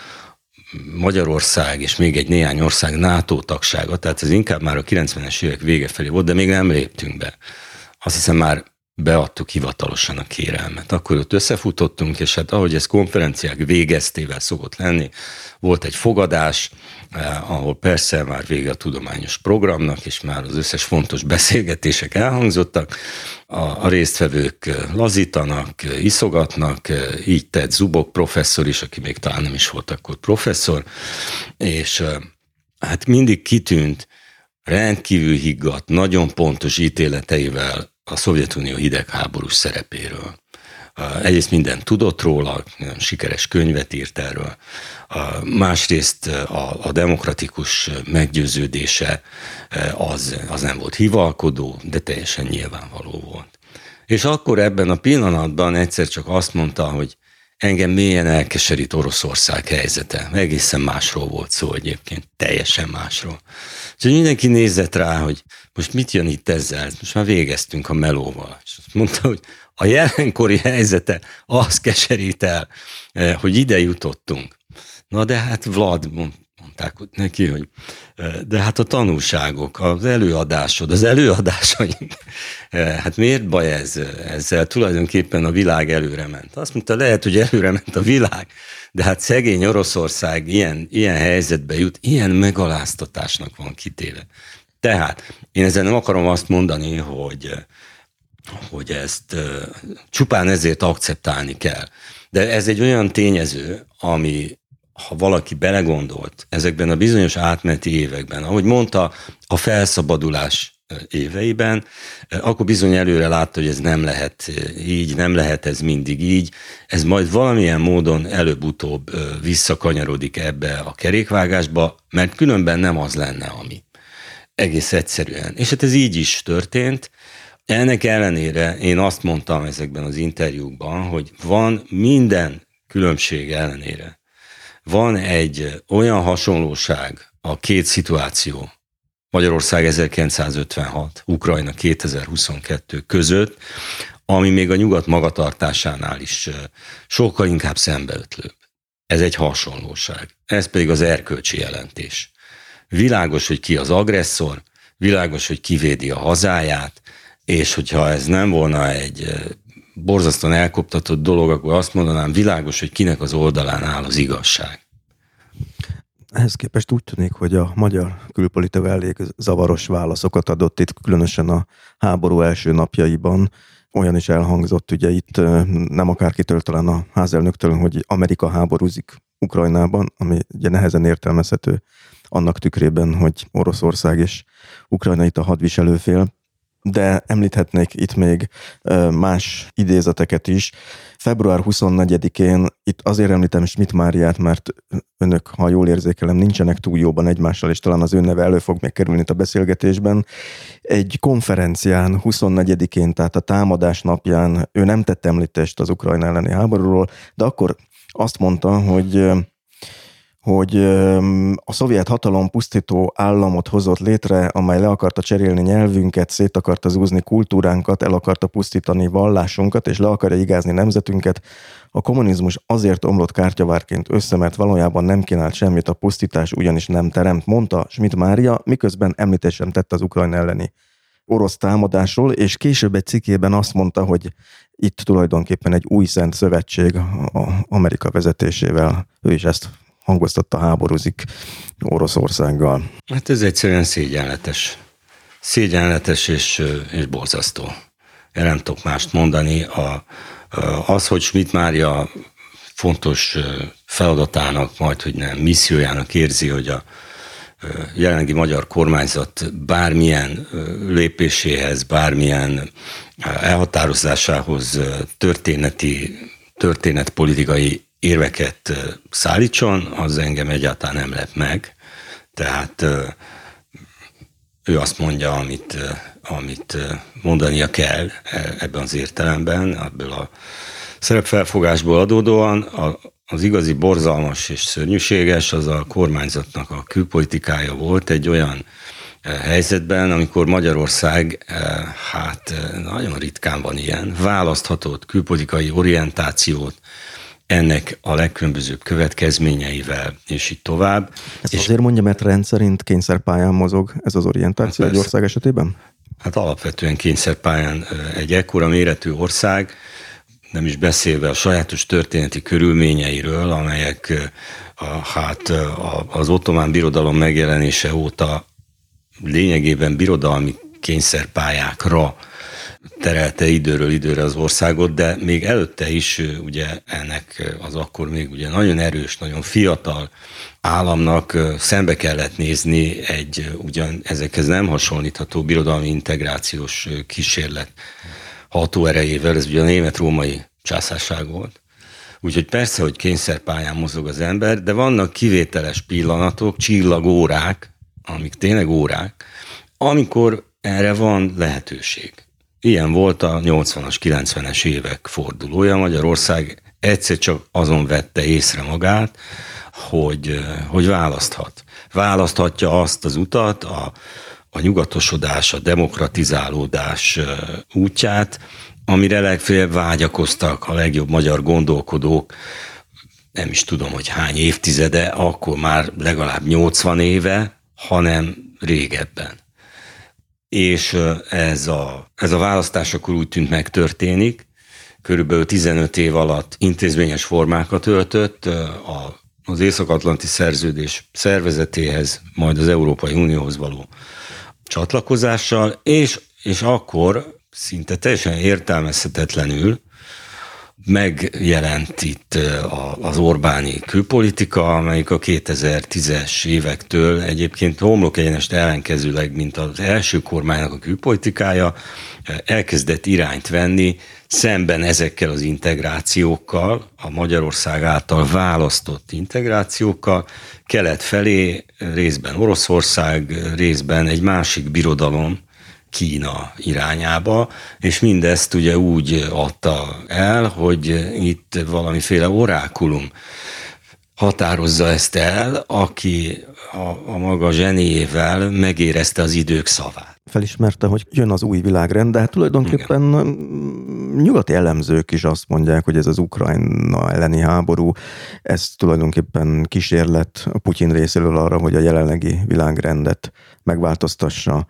Magyarország és még egy néhány ország NATO tagsága, tehát ez inkább már a kilencvenes évek vége felé volt, de még nem léptünk be. Azt hiszem már beadtuk hivatalosan a kérelmet. Akkor ott összefutottunk, és hát ahogy ez konferenciák végeztével szokott lenni, volt egy fogadás, eh, ahol persze már vége a tudományos programnak, és már az összes fontos beszélgetések elhangzottak. A, a résztvevők lazítanak, iszogatnak, így tett Zubok professzor is, aki még talán nem is volt akkor professzor, és eh, hát mindig kitűnt rendkívül higgadt, nagyon pontos ítéleteivel a Szovjetunió hidegháborús szerepéről. Egyrészt minden tudott róla, sikeres könyvet írt erről, másrészt a, a demokratikus meggyőződése az, az nem volt hivalkodó, de teljesen nyilvánvaló volt. És akkor ebben a pillanatban egyszer csak azt mondta, hogy engem mélyen elkeserít Oroszország helyzete. Egészen másról volt szó egyébként, teljesen másról. Úgyhogy mindenki nézett rá, hogy most mit jön itt ezzel, most már végeztünk a melóval. És azt mondta, hogy a jelenkori helyzete az keserít el, hogy ide jutottunk. Na de hát Vlad, mondták neki, hogy de hát a tanulságok, az előadásod, az előadásaink, hát miért baj ez? Ezzel tulajdonképpen a világ előre ment. Azt mondta, lehet, hogy előre ment a világ, de hát szegény Oroszország ilyen, ilyen helyzetbe jut, ilyen megaláztatásnak van kitéve. Tehát én ezzel nem akarom azt mondani, hogy, hogy ezt csupán ezért akceptálni kell. De ez egy olyan tényező, ami, ha valaki belegondolt ezekben a bizonyos átmeneti években, ahogy mondta, a felszabadulás éveiben, akkor bizony előre látta, hogy ez nem lehet így, nem lehet ez mindig így, ez majd valamilyen módon előbb-utóbb visszakanyarodik ebbe a kerékvágásba, mert különben nem az lenne, ami. Egész egyszerűen. És hát ez így is történt. Ennek ellenére én azt mondtam ezekben az interjúkban, hogy van minden különbség ellenére. Van egy olyan hasonlóság a két szituáció, Magyarország ezerkilencszázötvenhat, Ukrajna kétezer-huszonkettő között, ami még a nyugat magatartásánál is sokkal inkább szembeötlőbb. Ez egy hasonlóság. Ez pedig az erkölcsi jelentés. Világos, hogy ki az agresszor, világos, hogy ki védi a hazáját, és hogyha ez nem volna egy borzasztóan elkoptatott dolog, akkor azt mondanám, világos, hogy kinek az oldalán áll az igazság. Ehhez képest úgy tűnik, hogy a magyar külpolitika elég zavaros válaszokat adott itt, különösen a háború első napjaiban. Olyan is elhangzott, ugye itt nem akárkitől, talán a házelnöktől, hogy Amerika háborúzik Ukrajnában, ami ugye nehezen értelmezhető annak tükrében, hogy Oroszország és Ukrajna itt a hadviselőfél. De említhetnék itt még más idézeteket is. február huszonnegyedikén itt azért említem Schmidt Máriát, mert önök, ha jól érzékelem, nincsenek túl jóban egymással, és talán az ön neve elő fog még kerülni itt a beszélgetésben. Egy konferencián huszonnegyedikén, tehát a támadás napján ő nem tett említést az Ukrajna elleni háborúról, de akkor azt mondta, hogy hogy a szovjet hatalom pusztító államot hozott létre, amely le akarta cserélni nyelvünket, szét akarta zúzni kultúránkat, el akarta pusztítani vallásunkat, és le akarja igázni nemzetünket. A kommunizmus azért omlott kártyavárként össze, mert valójában nem kínált semmit, a pusztítás ugyanis nem teremt, mondta Schmidt Mária, miközben említést sem tett az Ukrajna elleni orosz támadásról, és később egy cikkében azt mondta, hogy itt tulajdonképpen egy új szent szövetség az Amerika vezetésével, ő is ezt hangoztatta, háborúzik Oroszországgal. Hát ez egyszerűen szégyenletes. Szégyenletes és, és borzasztó. Én nem tudok mást mondani. A, az, hogy Schmidt Mária fontos feladatának, majd hogy nem missziójának érzi, hogy a jelenlegi magyar kormányzat bármilyen lépéséhez, bármilyen elhatározásához történeti, történetpolitikai érveket szállítson, az engem egyáltalán nem lep meg. Tehát ő azt mondja, amit, amit mondania kell ebben az értelemben, ebből a szerepfelfogásból adódóan. Az igazi borzalmas és szörnyűséges az a kormányzatnak a külpolitikája volt egy olyan helyzetben, amikor Magyarország, hát nagyon ritkán van ilyen, választhatott külpolitikai orientációt, ennek a legkülönbözőbb következményeivel, és így tovább. Ezt és azért mondja, mert rendszerint kényszerpályán mozog ez az orientáció hát egy ország esetében? Hát alapvetően kényszerpályán egy ekkora méretű ország, nem is beszélve a sajátos történeti körülményeiről, amelyek hát az ottomán birodalom megjelenése óta lényegében birodalmi kényszerpályákra terelte időről időre az országot, de még előtte is ugye ennek az akkor még ugye nagyon erős, nagyon fiatal államnak szembe kellett nézni egy ugyan ezekhez nem hasonlítható birodalmi integrációs kísérlet hatóerejével, ez ugye a német-római császárság volt. Úgyhogy persze, hogy kényszerpályán mozog az ember, de vannak kivételes pillanatok, csillagórák, amik tényleg órák, amikor erre van lehetőség. Ilyen volt a nyolcvanas, kilencvenes évek fordulója. Magyarország egyszer csak azon vette észre magát, hogy, hogy választhat. Választhatja azt az utat, a, a nyugatosodás, a demokratizálódás útját, amire legfeljebb vágyakoztak a legjobb magyar gondolkodók, nem is tudom, hogy hány évtizede, akkor már legalább nyolcvan éve, hanem régebben. És ez a, ez a választás akkor úgy tűnt megtörténik, körülbelül tizenöt év alatt intézményes formákat öltött, a, az Észak-Atlanti Szerződés szervezetéhez, majd az Európai Unióhoz való csatlakozással, és, és akkor szinte teljesen értelmezhetetlenül megjelent itt az Orbáni külpolitika, amelyik a kétezer-tízes évektől egyébként homlokegyenest ellenkezőleg, mint az első kormánynak a külpolitikája, elkezdett irányt venni szemben ezekkel az integrációkkal, a Magyarország által választott integrációkkal, kelet felé, részben Oroszország, részben egy másik birodalom, Kína irányába, és mindezt ugye úgy adta el, hogy itt valamiféle orákulum határozza ezt el, aki a, a maga zseniével megérezte az idők szavát. Felismerte, hogy jön az új világrend, de hát tulajdonképpen igen, nyugati elemzők is azt mondják, hogy ez az Ukrajna elleni háború, ez tulajdonképpen kísérlet a Putyin részéről arra, hogy a jelenlegi világrendet megváltoztassa,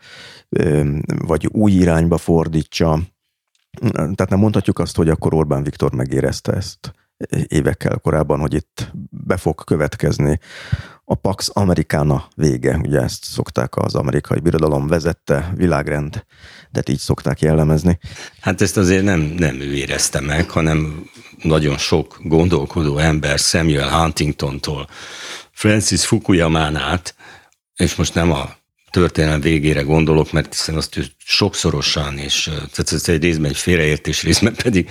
vagy új irányba fordítsa. Tehát nem mondhatjuk azt, hogy akkor Orbán Viktor megérezte ezt évekkel korábban, hogy itt be fog következni a Pax Americana vége. Ugye ezt szokták az amerikai birodalom vezette világrend, de így szokták jellemezni. Hát ezt azért nem, nem ő érezte meg, hanem nagyon sok gondolkodó ember, Samuel Huntingtontól Francis Fukuyamán át, és most nem a történelem végére gondolok, mert hiszen azt ő sokszorosan, és tehát egy részben egy félreértés, részben pedig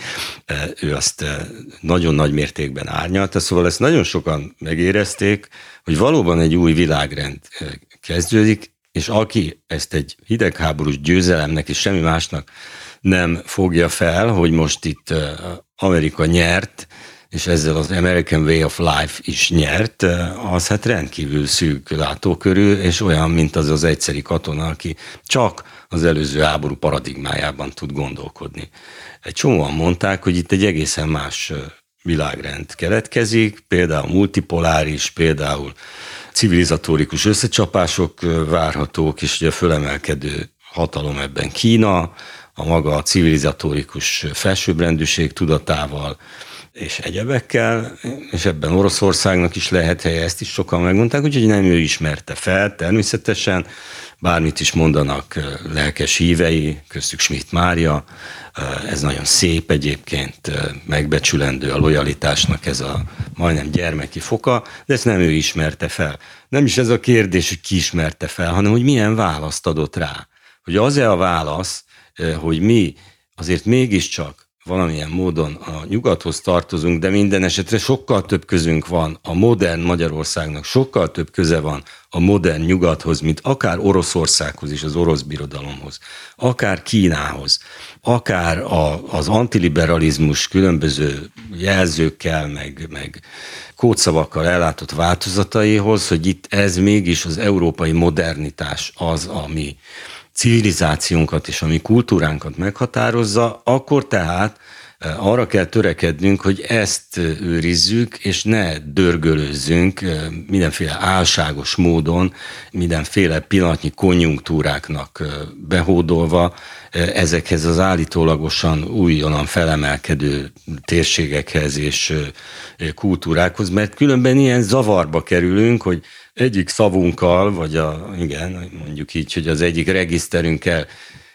ő azt nagyon nagy mértékben árnyalta, szóval ezt nagyon sokan megérezték, hogy valóban egy új világrend kezdődik, és aki ezt egy hidegháborús győzelemnek és semmi másnak nem fogja fel, hogy most itt Amerika nyert, és ezzel az American Way of Life is nyert, az hát rendkívül szűk látókörű, és olyan, mint az az egyszeri katona, aki csak az előző háború paradigmájában tud gondolkodni. Egy csomóan mondták, hogy itt egy egészen más világrend keletkezik, például multipoláris, például civilizatórikus összecsapások várhatók, és ugye a fölemelkedő hatalom ebben Kína, a maga civilizatórikus felsőbbrendűség tudatával, és egyebekkel, és ebben Oroszországnak is lehet helye, ezt is sokan megmondták, úgyhogy nem ő ismerte fel, természetesen, bármit is mondanak lelkes hívei, köztük Schmidt Mária, ez nagyon szép egyébként, megbecsülendő a lojalitásnak ez a majdnem gyermeki foka, de ezt nem ő ismerte fel. Nem is ez a kérdés, hogy ki ismerte fel, hanem hogy milyen választ adott rá. Hogy az-e a válasz, hogy mi azért mégiscsak valamilyen módon a nyugathoz tartozunk, de minden esetre sokkal több közünk van a modern Magyarországnak, sokkal több köze van a modern nyugathoz, mint akár Oroszországhoz és az orosz birodalomhoz, akár Kínához, akár a, az antiliberalizmus különböző jelzőkkel, meg, meg kódszavakkal ellátott változataihoz, hogy itt ez mégis az európai modernitás az, ami civilizációnkat és a mi kultúránkat meghatározza, akkor tehát arra kell törekednünk, hogy ezt őrizzük, és ne dörgölőzzünk mindenféle álságos módon, mindenféle pillanatnyi konjunktúráknak behódolva ezekhez az állítólagosan újonnan felemelkedő térségekhez és kultúrákhoz, mert különben ilyen zavarba kerülünk, hogy egyik szavunkkal, vagy a, igen, mondjuk így, hogy az egyik regiszterünkkel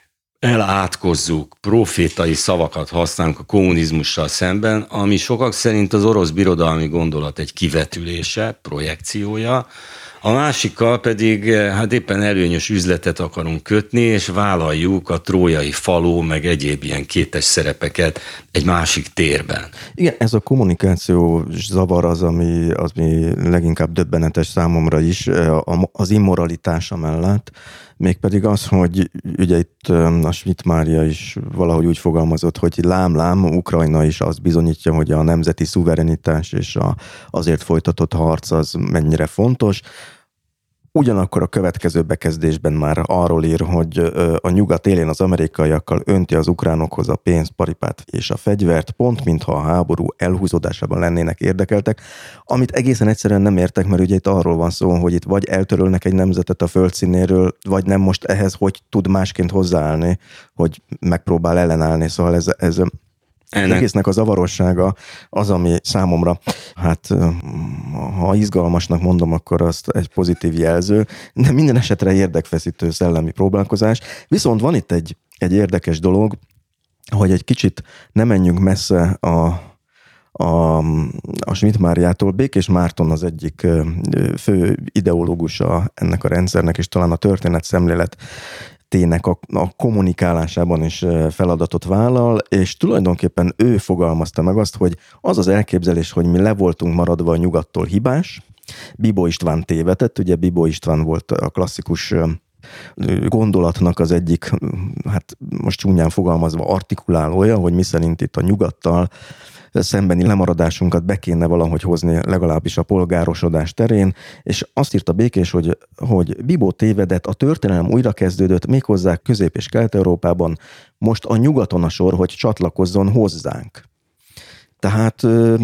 elátkozzuk, profétai szavakat használunk a kommunizmussal szemben, ami sokak szerint az orosz birodalmi gondolat egy kivetülése, projekciója, A másikkal pedig hát éppen előnyös üzletet akarunk kötni, és vállaljuk a trójai faló, meg egyéb ilyen kétes szerepeket egy másik térben. Igen, ez a kommunikációs zavar az, ami, az, ami leginkább döbbenetes számomra is, az immoralitása mellett, mégpedig az, hogy ugye itt a Schmidt Mária is valahogy úgy fogalmazott, hogy lám-lám, Ukrajna is azt bizonyítja, hogy a nemzeti szuverenitás és a, azért folytatott harc az mennyire fontos. Ugyanakkor a következő bekezdésben már arról ír, hogy a nyugat élén az amerikaiakkal önti az ukránokhoz a pénzt, paripát és a fegyvert, pont mintha a háború elhúzódásában lennének érdekeltek, amit egészen egyszerűen nem értek, mert ugye itt arról van szó, hogy itt vagy eltörölnek egy nemzetet a földszínéről, vagy nem, most ehhez hogy tud másként hozzáállni, hogy megpróbál ellenállni, szóval ez... ez Ennek... Az egésznek a zavarossága az, ami számomra, hát ha izgalmasnak mondom, akkor azt egy pozitív jelző, de minden esetre érdekfeszítő szellemi próbálkozás. Viszont van itt egy, egy érdekes dolog, hogy egy kicsit nem menjünk messze a, a, a Schmidt Máriától. Békés Márton az egyik fő ideológusa ennek a rendszernek, és talán a történetszemlélet tének a, a kommunikálásában is feladatot vállal, és tulajdonképpen ő fogalmazta meg azt, hogy az az elképzelés, hogy mi le voltunk maradva a nyugattól hibás. Bibó István tévedett, ugye Bibó István volt a klasszikus gondolatnak az egyik, hát most csúnyán fogalmazva artikulálója, hogy miszerint itt a nyugattal szembeni lemaradásunkat be kéne valahogy hozni legalábbis a polgárosodás terén, és azt írta Békés, hogy, hogy Bibó tévedett, a történelem újra kezdődött méghozzá Közép- és Kelet-Európában, most a nyugaton a sor, hogy csatlakozzon hozzánk. Tehát uh,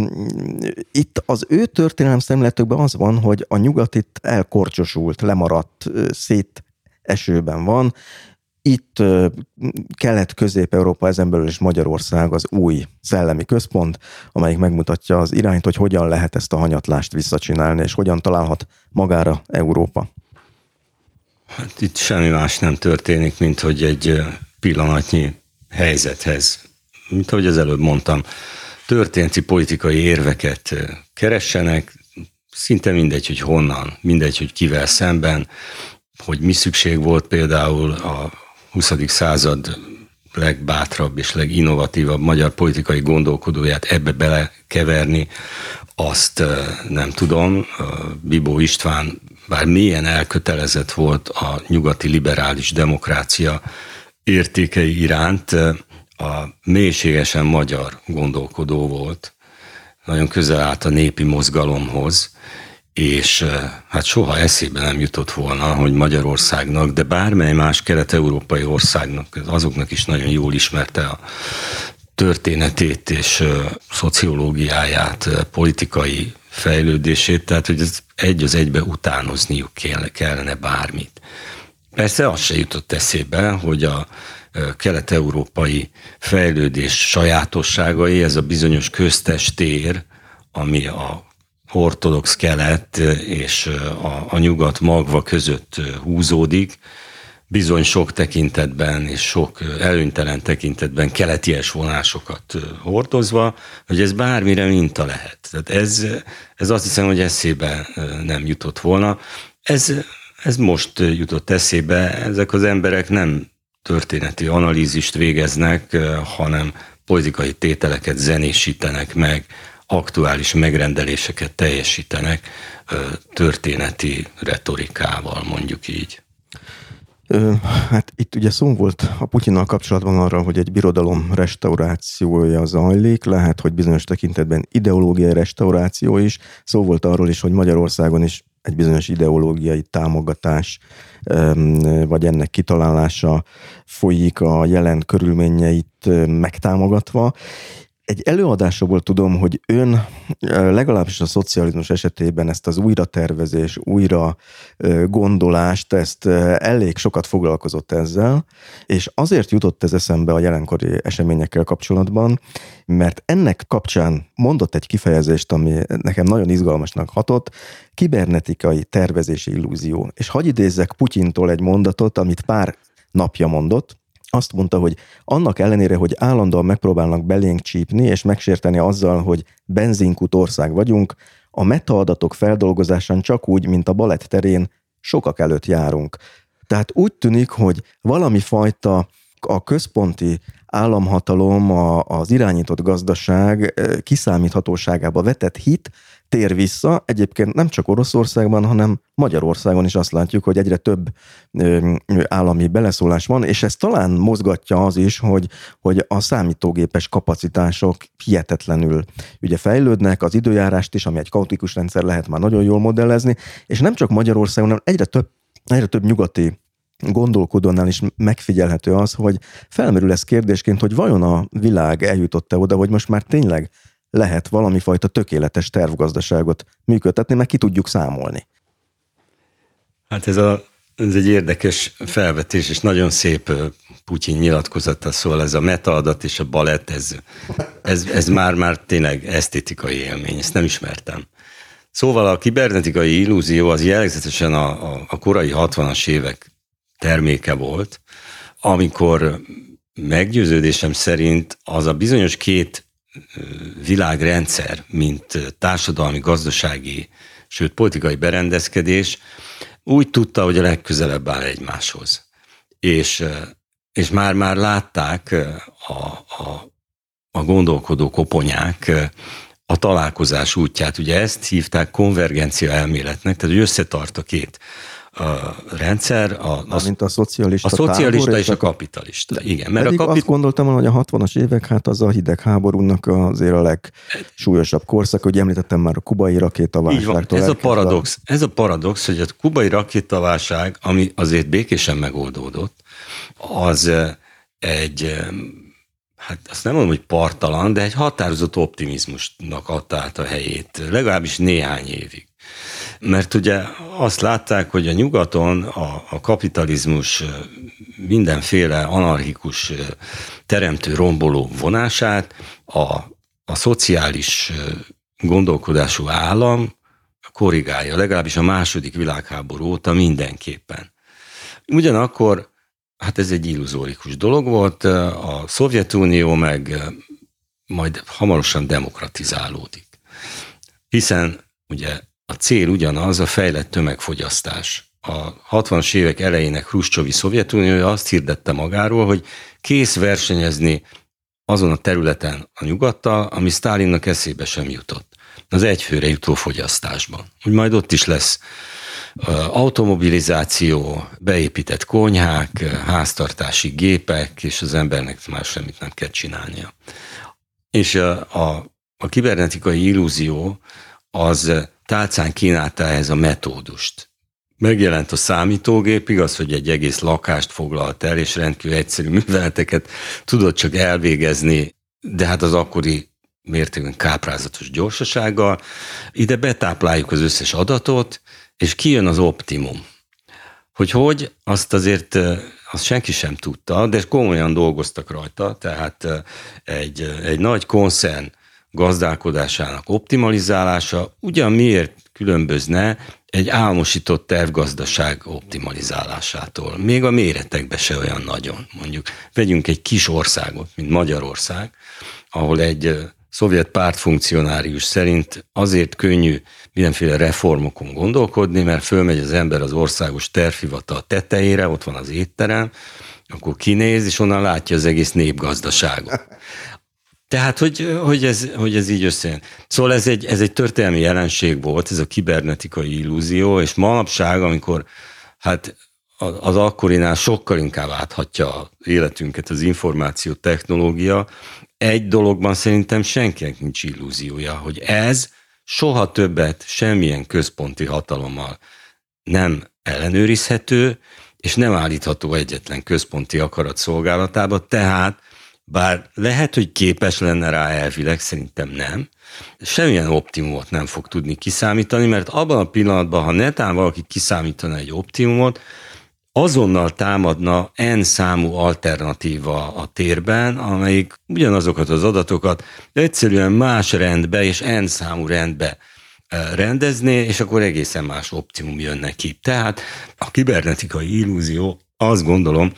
itt az ő történelem szemléletükben az van, hogy a nyugat itt elkorcsosult, lemaradt, szétesőben van. Itt Kelet-Közép-Európa, ezen belül is Magyarország az új szellemi központ, amelyik megmutatja az irányt, hogy hogyan lehet ezt a hanyatlást visszacsinálni, és hogyan találhat magára Európa. Hát itt semmi más nem történik, mint hogy egy pillanatnyi helyzethez, mint ahogy az előbb mondtam, történeti politikai érveket keressenek, szinte mindegy, hogy honnan, mindegy, hogy kivel szemben, hogy mi szükség volt például a huszadik század legbátrabb és leginnovatívabb magyar politikai gondolkodóját ebbe belekeverni, azt nem tudom. Bibó István bár milyen elkötelezett volt a nyugati liberális demokrácia értékei iránt, a mélységesen magyar gondolkodó volt, nagyon közel állt a népi mozgalomhoz, és hát soha eszébe nem jutott volna, hogy Magyarországnak, de bármely más kelet-európai országnak, azoknak is nagyon jól ismerte a történetét és szociológiáját, politikai fejlődését, tehát hogy ez egy az egybe utánozniuk kellene bármit. Persze az se jutott eszébe, hogy a kelet-európai fejlődés sajátosságai, ez a bizonyos köztes tér, ami a ortodox kelet és a, a nyugat magva között húzódik, bizony sok tekintetben és sok előnytelen tekintetben keleties vonásokat hordozva, hogy ez bármire minta lehet. Tehát ez, ez azt hiszem, hogy eszébe nem jutott volna. Ez, ez most jutott eszébe, ezek az emberek nem történeti analízist végeznek, hanem politikai tételeket zenésítenek meg, aktuális megrendeléseket teljesítenek történeti retorikával, mondjuk így. Hát itt ugye szó volt a Putyinnal kapcsolatban arra, hogy egy birodalom restaurációja zajlik, lehet, hogy bizonyos tekintetben ideológiai restauráció is. Szó volt arról is, hogy Magyarországon is egy bizonyos ideológiai támogatás, vagy ennek kitalálása folyik a jelen körülményeit megtámogatva. Egy előadásokból tudom, hogy ön legalábbis a szocializmus esetében ezt az újratervezés, újra gondolást, ezt elég sokat foglalkozott ezzel, és azért jutott ez eszembe a jelenkori eseményekkel kapcsolatban, mert ennek kapcsán mondott egy kifejezést, ami nekem nagyon izgalmasnak hatott, kibernetikai tervezési illúzió. És hadd idézzek Putyintól egy mondatot, amit pár napja mondott. Azt mondta, hogy annak ellenére, hogy állandóan megpróbálnak belénk csípni és megsérteni azzal, hogy benzinkút ország vagyunk, a metaadatok feldolgozásán csak úgy, mint a balett terén sokak előtt járunk. Tehát úgy tűnik, hogy valami fajta a központi államhatalom, a, az irányított gazdaság kiszámíthatóságába vetett hit tér vissza. Egyébként nem csak Oroszországban, hanem Magyarországon is azt látjuk, hogy egyre több ö, állami beleszólás van, és ez talán mozgatja az is, hogy, hogy a számítógépes kapacitások hihetetlenül ugye fejlődnek, az időjárást is, ami egy kaotikus rendszer lehet már nagyon jól modellezni, és nem csak Magyarországon, hanem egyre több, egyre több nyugati gondolkodónál is megfigyelhető az, hogy felmerül ez kérdésként, hogy vajon a világ eljutott-e oda, hogy most már tényleg lehet valami fajta tökéletes tervgazdaságot működtetni, meg ki tudjuk számolni. Hát ez, a, ez egy érdekes felvetés, és nagyon szép Putyin nyilatkozata szól, ez a metaadat és a balett, ez, ez, ez már-már tényleg esztétikai élmény, ezt nem ismertem. Szóval a kibernetikai illúzió az jellegzetesen a, a, a korai hatvanas évek terméke volt, amikor meggyőződésem szerint az a bizonyos két világrendszer, mint társadalmi, gazdasági, sőt politikai berendezkedés úgy tudta, hogy a legközelebb áll egymáshoz. És, és már-már látták a, a, a gondolkodó koponyák a találkozás útját. Ugye ezt hívták konvergencia elméletnek, tehát hogy összetart a két a rendszer, a, a, mint a szocialista, a szocialista tábor, és a kapitalista. Igen, mert a kapit... azt gondoltam, hogy a hatvanas évek, hát az a hidegháborúnak azért a legsúlyosabb korszak, hogy említettem már a kubai rakétaválságtól. Ez a paradox, ez a paradox, hogy a kubai rakétaválság, ami azért békésen megoldódott, az egy, hát azt nem mondom, hogy parttalan, de egy határozott optimizmusnak adta át a helyét, legalábbis néhány évig. Mert ugye azt látták, hogy a nyugaton a, a kapitalizmus mindenféle anarchikus teremtő romboló vonását a, a szociális gondolkodású állam korrigálja, legalábbis a második világháború óta mindenképpen. Ugyanakkor, hát ez egy illuzórikus dolog volt, a Szovjetunió meg majd hamarosan demokratizálódik. Hiszen ugye a cél ugyanaz, a fejlett tömegfogyasztás. A hatvanas évek elejének Hruscsovi Szovjetuniója azt hirdette magáról, hogy kész versenyezni azon a területen a nyugattal, ami Sztálinnak eszébe sem jutott. Az egyfőre jutó fogyasztásban. Úgy majd ott is lesz automobilizáció, beépített konyhák, háztartási gépek, és az embernek már semmit nem kell csinálnia. És a, a, a kibernetikai illúzió az tálcán kínálta ehhez a metódust. Megjelent a számítógép, igaz, hogy egy egész lakást foglalt el, és rendkívül egyszerű műveleteket tudott csak elvégezni, de hát az akkori mértékben káprázatos gyorsasággal. Ide betápláljuk az összes adatot, és kijön az optimum. Hogy hogy, azt azért azt senki sem tudta, de komolyan dolgoztak rajta, tehát egy, egy nagy koncern gazdálkodásának optimalizálása ugyan miért különbözne egy álmosított tervgazdaság optimalizálásától. Még a méretekben se olyan nagyon. Mondjuk vegyünk egy kis országot, mint Magyarország, ahol egy szovjet pártfunkcionárius szerint azért könnyű mindenféle reformokon gondolkodni, mert fölmegy az ember az országos tervhivatal tetejére, ott van az étterem, akkor kinéz, és onnan látja az egész népgazdaságot. Tehát, hogy, hogy, ez, hogy ez így összejön. Szóval ez egy, ez egy történelmi jelenség volt, ez a kibernetikai illúzió, és manapság, amikor hát az akkorinál sokkal inkább áthatja az életünket az információ technológia, egy dologban szerintem senkinek nincs illúziója, hogy ez soha többet semmilyen központi hatalommal nem ellenőrizhető, és nem állítható egyetlen központi akarat szolgálatába, tehát bár lehet, hogy képes lenne rá elvileg, szerintem nem, semmilyen optimumot nem fog tudni kiszámítani, mert abban a pillanatban, ha netán valaki kiszámítana egy optimumot, azonnal támadna n számú alternatíva a térben, amelyik ugyanazokat az adatokat egyszerűen más rendbe és n számú rendbe rendezné, és akkor egészen más optimum jönne ki. Tehát a kibernetikai illúzió, azt gondolom,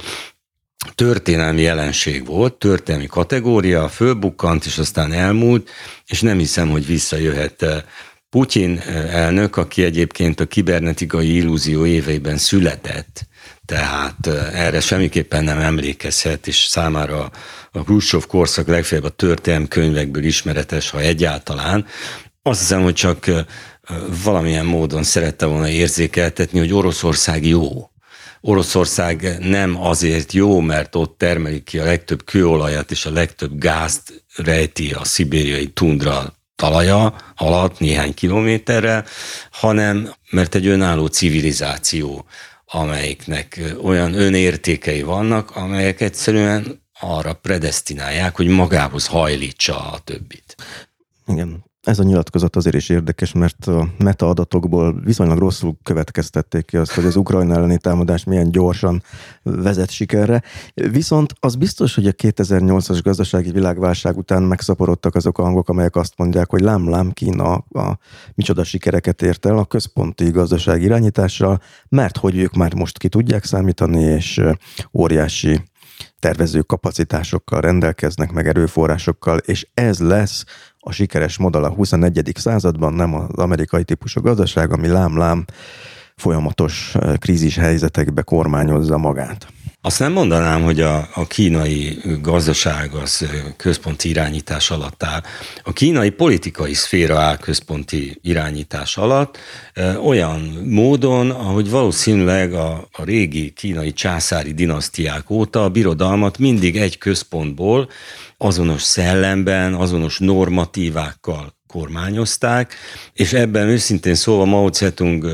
történelmi jelenség volt, történelmi kategória, fölbukkant, és aztán elmúlt, és nem hiszem, hogy visszajöhet Putyin elnök, aki egyébként a kibernetikai illúzió éveiben született, tehát erre semmiképpen nem emlékezhet, és számára a Hruscsov korszak legfeljebb a történelmi könyvekből ismeretes, ha egyáltalán. Azt hiszem, hogy csak valamilyen módon szerette volna érzékeltetni, hogy Oroszország jó. Oroszország nem azért jó, mert ott termelik ki a legtöbb kőolajat és a legtöbb gázt rejti a szibériai tundra talaja alatt néhány kilométerrel, hanem mert egy önálló civilizáció, amelyiknek olyan önértékei vannak, amelyek egyszerűen arra predesztinálják, hogy magához hajlítsa a többit. Igen. Ez a nyilatkozat azért is érdekes, mert a metaadatokból viszonylag rosszul következtették ki azt, hogy az Ukrajna elleni támadás milyen gyorsan vezet sikerre. Viszont az biztos, hogy a kétezer-nyolcas gazdasági világválság után megszaporodtak azok a hangok, amelyek azt mondják, hogy lám-lám Kína a micsoda sikereket ért el a központi gazdasági irányítással, mert hogy ők már most ki tudják számítani, és óriási tervező kapacitásokkal rendelkeznek, meg erőforrásokkal, és ez lesz a sikeres modell a huszonegyedik században, nem az amerikai típusú gazdaság, ami lám-lám folyamatos krízis helyzetekbe kormányozza magát. Azt nem mondanám, hogy a, a kínai gazdaság az központi irányítás alatt áll. A kínai politikai szféra áll központi irányítás alatt, olyan módon, ahogy valószínűleg a, a régi kínai császári dinasztiák óta a birodalmat mindig egy központból, azonos szellemben, azonos normatívákkal kormányozták, és ebben őszintén szólva Mao Zedong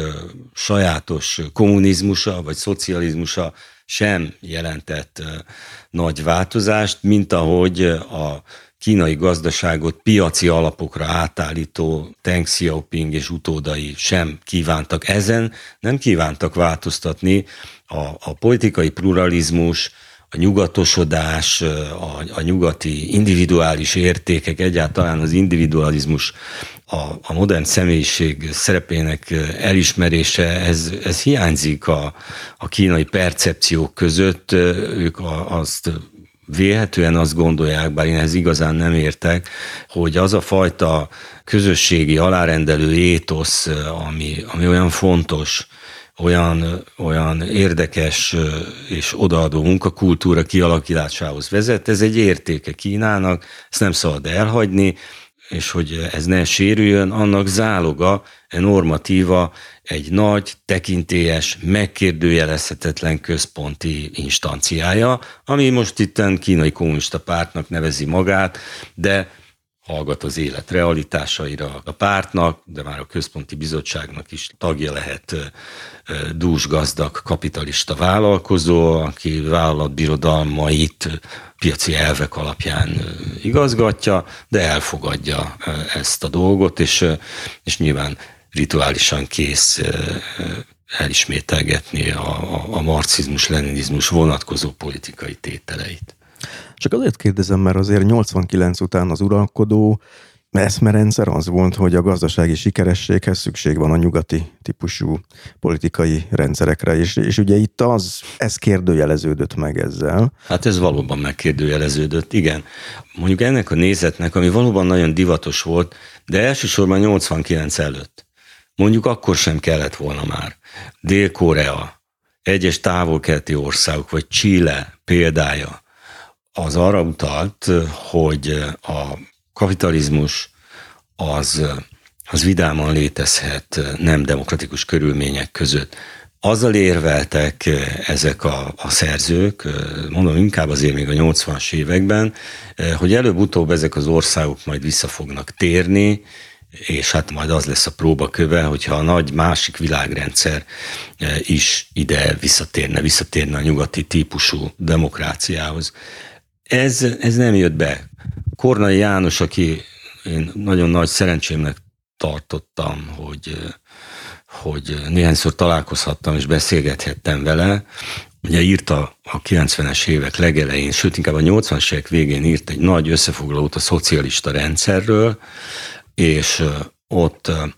sajátos kommunizmusa vagy szocializmusa sem jelentett nagy változást, mint ahogy a kínai gazdaságot piaci alapokra átállító Deng Xiaoping és utódai sem kívántak ezen, nem kívántak változtatni. A, a politikai pluralizmus, a nyugatosodás, a, a nyugati individuális értékek, egyáltalán az individualizmus, a, a modern személyiség szerepének elismerése, ez, ez hiányzik a, a kínai percepciók között. Ők a, azt vélhetően azt gondolják, bár én ez igazán nem értek, hogy az a fajta közösségi alárendelő étosz, ami, ami olyan fontos, olyan, olyan érdekes és odaadó munkakultúra kialakításához vezet. Ez egy értéke Kínának, ezt nem szabad elhagyni, és hogy ez ne sérüljön, annak záloga, e normatíva egy nagy, tekintélyes, megkérdőjelezhetetlen központi instanciája, ami most itten Kínai Kommunista Pártnak nevezi magát, de hallgat az élet realitásaira a pártnak, de már a központi bizottságnak is tagja lehet dúsgazdag kapitalista vállalkozó, aki vállalatbirodalmait piaci elvek alapján igazgatja, de elfogadja ezt a dolgot, és, és nyilván rituálisan kész elismételgetni a, a, a marxizmus-leninizmus vonatkozó politikai tételeit. Csak azért kérdezem, mert azért nyolcvankilenc után az uralkodó eszmerendszer az volt, hogy a gazdasági sikerességhez szükség van a nyugati típusú politikai rendszerekre, és, és ugye itt az, ez kérdőjeleződött meg ezzel. Hát ez valóban megkérdőjeleződött, igen. Mondjuk ennek a nézetnek, ami valóban nagyon divatos volt, de elsősorban nyolcvankilenc előtt. Mondjuk akkor sem kellett volna már. Dél-Korea, egyes távol-keleti országok, vagy Chile példája, az arra utalt, hogy a kapitalizmus az, az vidáman létezhet nem demokratikus körülmények között. Azzal érveltek ezek a, a szerzők, mondom inkább azért még a nyolcvanas években, hogy előbb-utóbb ezek az országok majd vissza fognak térni, és hát majd az lesz a próbaköve, hogyha a nagy másik világrendszer is ide visszatérne, visszatérne a nyugati típusú demokráciához. Ez, ez nem jött be. Kornai János, aki én nagyon nagy szerencsémnek tartottam, hogy, hogy néhányszor találkozhattam és beszélgethettem vele, ugye írta a kilencvenes évek legelején, sőt inkább a nyolcvanas évek végén írt egy nagy összefoglalót a szocialista rendszerről, és ott a,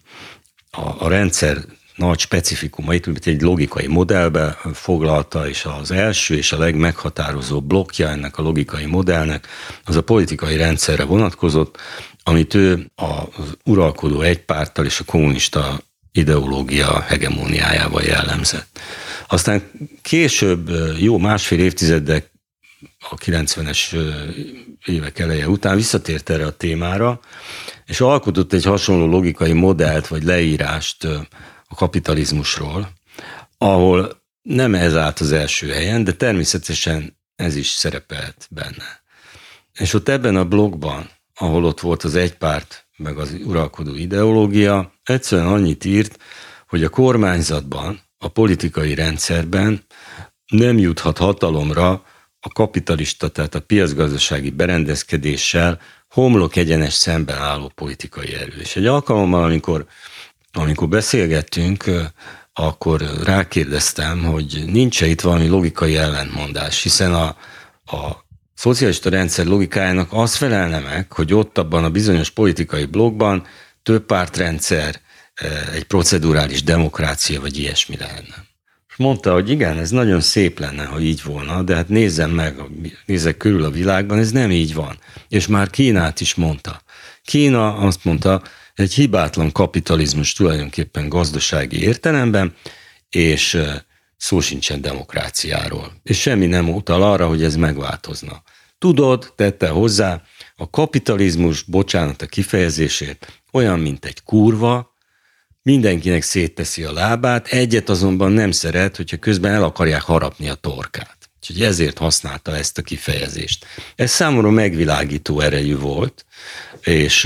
a rendszer nagy specifikumait, mint egy logikai modellbe foglalta, és az első és a legmeghatározóbb blokkja ennek a logikai modellnek az a politikai rendszerre vonatkozott, amit ő az uralkodó egypárttal és a kommunista ideológia hegemóniájával jellemzett. Aztán később, jó másfél évtizeddel a kilencvenes évek eleje után visszatért erre a témára, és alkotott egy hasonló logikai modellt vagy leírást a kapitalizmusról, ahol nem ez állt az első helyen, de természetesen ez is szerepelt benne. És ott ebben a blogban, ahol ott volt az egypárt, meg az uralkodó ideológia, egyszerűen annyit írt, hogy a kormányzatban, a politikai rendszerben nem juthat hatalomra a kapitalista, tehát a piacgazdasági berendezkedéssel homlok egyenes szemben álló politikai erő. És egy alkalommal, amikor, amikor beszélgettünk, akkor rákérdeztem, hogy nincs-e itt valami logikai ellentmondás, hiszen a, a szocialista rendszer logikájának az felelne meg, hogy ott abban a bizonyos politikai blokkban több pártrendszer, egy procedurális demokrácia, vagy ilyesmi lenne. És mondta, hogy igen, ez nagyon szép lenne, ha így volna, de hát nézzem meg, nézzek körül a világban, ez nem így van. És már Kínát is mondta. Kína azt mondta, egy hibátlan kapitalizmus tulajdonképpen gazdasági értelemben, és szó sincsen demokráciáról. És semmi nem utal arra, hogy ez megváltozna. Tudod, tette hozzá, a kapitalizmus, bocsánat a kifejezésért, olyan, mint egy kurva, mindenkinek szétteszi a lábát, egyet azonban nem szeret, hogyha közben el akarják harapni a torkát. Úgyhogy ezért használta ezt a kifejezést. Ez számomra megvilágító erejű volt, és,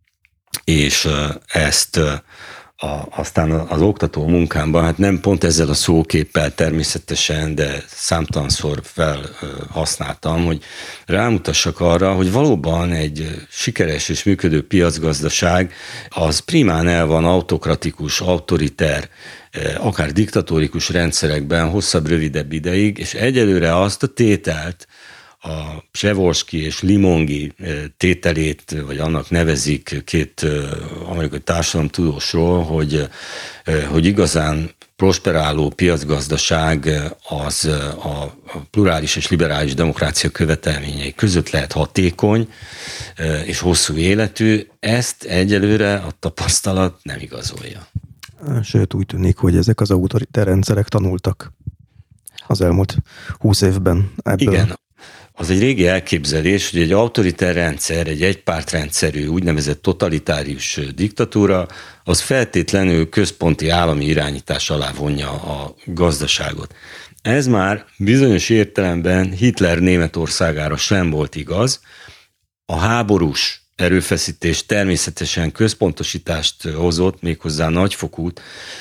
és ezt a, aztán az oktató munkámban, hát nem pont ezzel a szóképpel természetesen, de számtalanszor felhasználtam, hogy rámutassak arra, hogy valóban egy sikeres és működő piacgazdaság az primán el van autokratikus, autoriter, akár diktatórikus rendszerekben hosszabb, rövidebb ideig, és egyelőre azt a tételt, a Przeworski és Limongi tételét, vagy annak nevezik két amerikai társadalomtudósról, hogy, hogy igazán prosperáló piacgazdaság az a plurális és liberális demokrácia követelményei között lehet hatékony és hosszú életű. Ezt egyelőre a tapasztalat nem igazolja. Sőt, úgy tűnik, hogy ezek az autoriter rendszerek tanultak az elmúlt húsz évben ebből. Igen. Az egy régi elképzelés, hogy egy autoriter rendszer, egy egypártrendszerű, úgynevezett totalitárius diktatúra, az feltétlenül központi állami irányítás alá vonja a gazdaságot. Ez már bizonyos értelemben Hitler Németországára sem volt igaz. A háborús erőfeszítés természetesen központosítást hozott, méghozzá nagyfokút,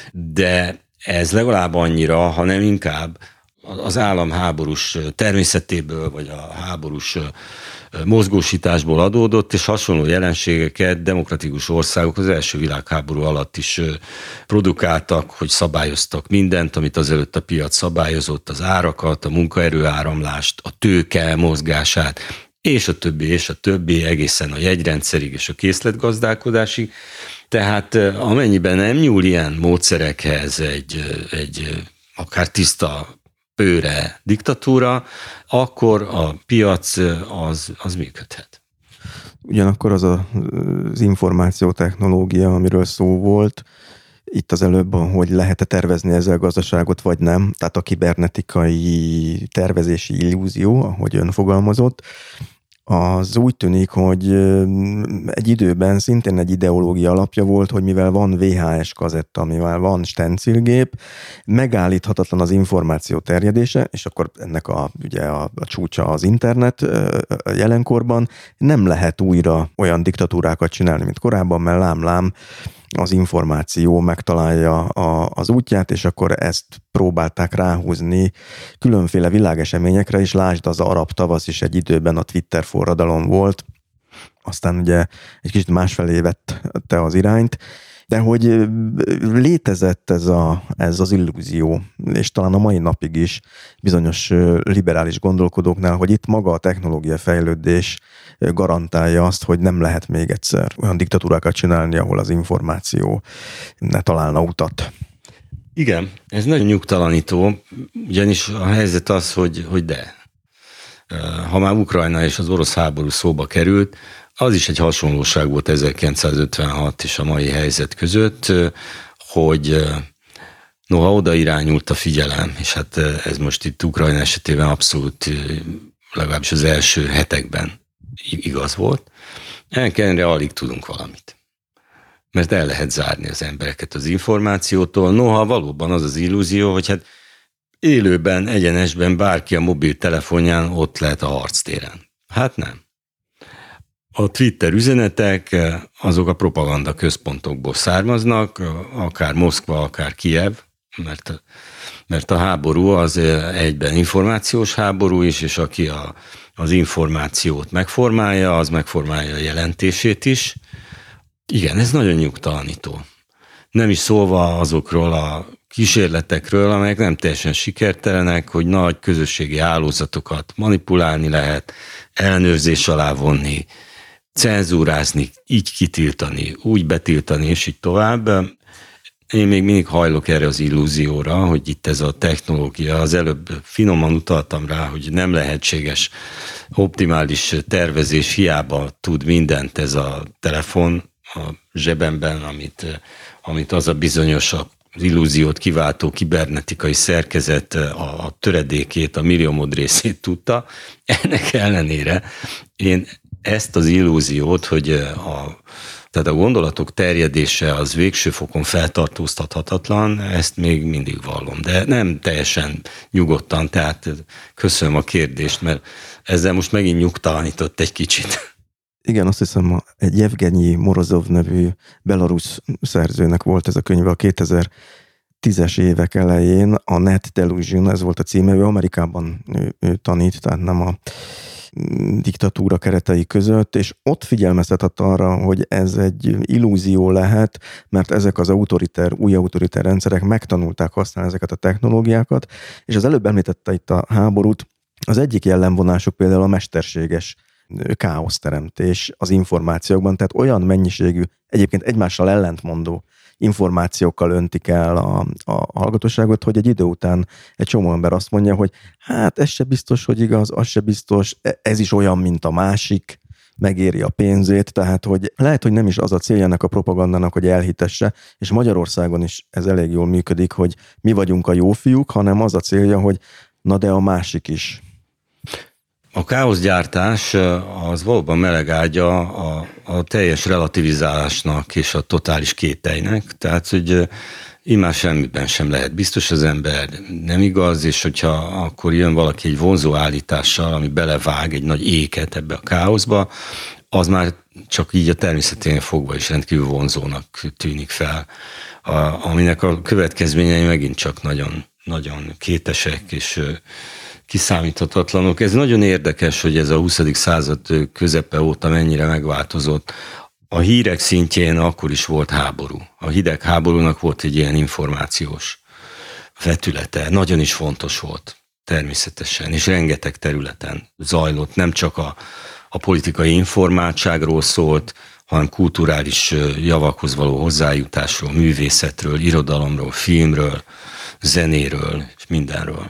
de ez legalább annyira, hanem inkább az állam háborús természetéből, vagy a háborús mozgósításból adódott, és hasonló jelenségeket demokratikus országok az első világháború alatt is produkáltak, hogy szabályoztak mindent, amit azelőtt a piac szabályozott, az árakat, a munkaerő áramlást, a tőke mozgását, és a többi, és a többi, egészen a jegyrendszerig és a készletgazdálkodásig. Tehát amennyiben nem nyúl ilyen módszerekhez egy, egy akár tiszta pőre diktatúra, akkor a piac az, az működhet. Ugyanakkor az a, az információtechnológia, amiről szó volt, itt az előbb, hogy lehet-e tervezni ezzel a gazdaságot, vagy nem, tehát a kibernetikai tervezési illúzió, ahogy ön fogalmazott, az úgy tűnik, hogy egy időben szintén egy ideológia alapja volt, hogy mivel van vé há es kazetta, mivel van stencilgép, megállíthatatlan az információ terjedése, és akkor ennek a, ugye a, a csúcsa az internet jelenkorban, nem lehet újra olyan diktatúrákat csinálni, mint korábban, mert lám-lám az információ megtalálja a, az útját, és akkor ezt próbálták ráhúzni különféle világeseményekre, és lásd, az arab tavasz is egy időben a Twitter forradalom volt, aztán ugye egy kicsit másfelé vette az irányt, de hogy létezett ez, a, ez az illúzió, és talán a mai napig is bizonyos liberális gondolkodóknál, hogy itt maga a technológia fejlődés garantálja azt, hogy nem lehet még egyszer olyan diktatúrákat csinálni, ahol az információ ne találna utat. Igen, ez nagyon nyugtalanító, ugyanis a helyzet az, hogy, hogy de. Ha már Ukrajna és az orosz háború szóba került, Az is egy hasonlóság volt ezerkilencszázötvenhat és a mai helyzet között, hogy noha oda irányult a figyelem, és hát ez most itt Ukrajna esetében abszolút, legalábbis az első hetekben igaz volt, ennek alig tudunk valamit. Mert el lehet zárni az embereket az információtól, noha valóban az az illúzió, hogy hát élőben, egyenesben bárki a mobiltelefonján ott lehet a harctéren. Hát nem. A Twitter üzenetek azok a propaganda központokból származnak, akár Moszkva, akár Kijev, mert, mert a háború az egyben információs háború is, és aki a, az információt megformálja, az megformálja a jelentését is. Igen, ez nagyon nyugtalanító. Nem is szólva azokról a kísérletekről, amelyek nem teljesen sikertelenek, hogy nagy közösségi hálózatokat manipulálni lehet, ellenőrzés alá vonni, cenzúrázni, így kitiltani, úgy betiltani, és így tovább. Én még mindig hajlok erre az illúzióra, hogy itt ez a technológia, az előbb finoman utaltam rá, hogy nem lehetséges optimális tervezés, hiába tud mindent ez a telefon a zsebemben, amit, amit az a bizonyos az illúziót kiváltó kibernetikai szerkezet a, a töredékét, a milliómod részét tudta. Ennek ellenére én ezt az illúziót, hogy a, tehát a gondolatok terjedése az végső fokon feltartóztathatatlan, ezt még mindig vallom. De nem teljesen nyugodtan, tehát köszönöm a kérdést, mert ezzel most megint nyugtalanított egy kicsit. Igen, azt hiszem, egy Jevgenyi Morozov nevű belarusz szerzőnek volt ez a könyve a kétezer-tízes évek elején, a Net Delusion, ez volt a címe, ő Amerikában ő, ő tanít, tehát nem a diktatúra keretei között, és ott figyelmeztetett arra, hogy ez egy illúzió lehet, mert ezek az autoriter, új autoriter rendszerek megtanulták használni ezeket a technológiákat, és az előbb említette itt a háborút, az egyik jellemvonásuk például a mesterséges káoszteremtés az információkban, tehát olyan mennyiségű, egyébként egymással ellentmondó információkkal öntik el a, a hallgatóságot, hogy egy idő után egy csomó ember azt mondja, hogy hát ez se biztos, hogy igaz, az se biztos, ez is olyan, mint a másik, megéri a pénzét, tehát hogy lehet, hogy nem is az a célja ennek a propagandának, hogy elhitesse, és Magyarországon is ez elég jól működik, hogy mi vagyunk a jó fiúk, hanem az a célja, hogy na de a másik is. A káoszgyártás az valóban melegágya a, a teljes relativizálásnak és a totális kételynek, tehát hogy immár semmiben sem lehet biztos az ember, nem igaz, és hogyha akkor jön valaki egy vonzó állítással, ami belevág egy nagy éket ebbe a káoszba, az már csak így a természeténél fogva is rendkívül vonzónak tűnik fel, a, aminek a következményei megint csak nagyon, nagyon kétesek és kiszámíthatatlanok. Ez nagyon érdekes, hogy ez a huszadik század közepe óta mennyire megváltozott. A hírek szintjén akkor is volt háború. A hidegháborúnak volt egy ilyen információs vetülete. Nagyon is fontos volt, természetesen, és rengeteg területen zajlott. Nem csak a, a politikai informáltságról szólt, hanem kulturális javakhoz való hozzájutásról, művészetről, irodalomról, filmről, zenéről és mindenről.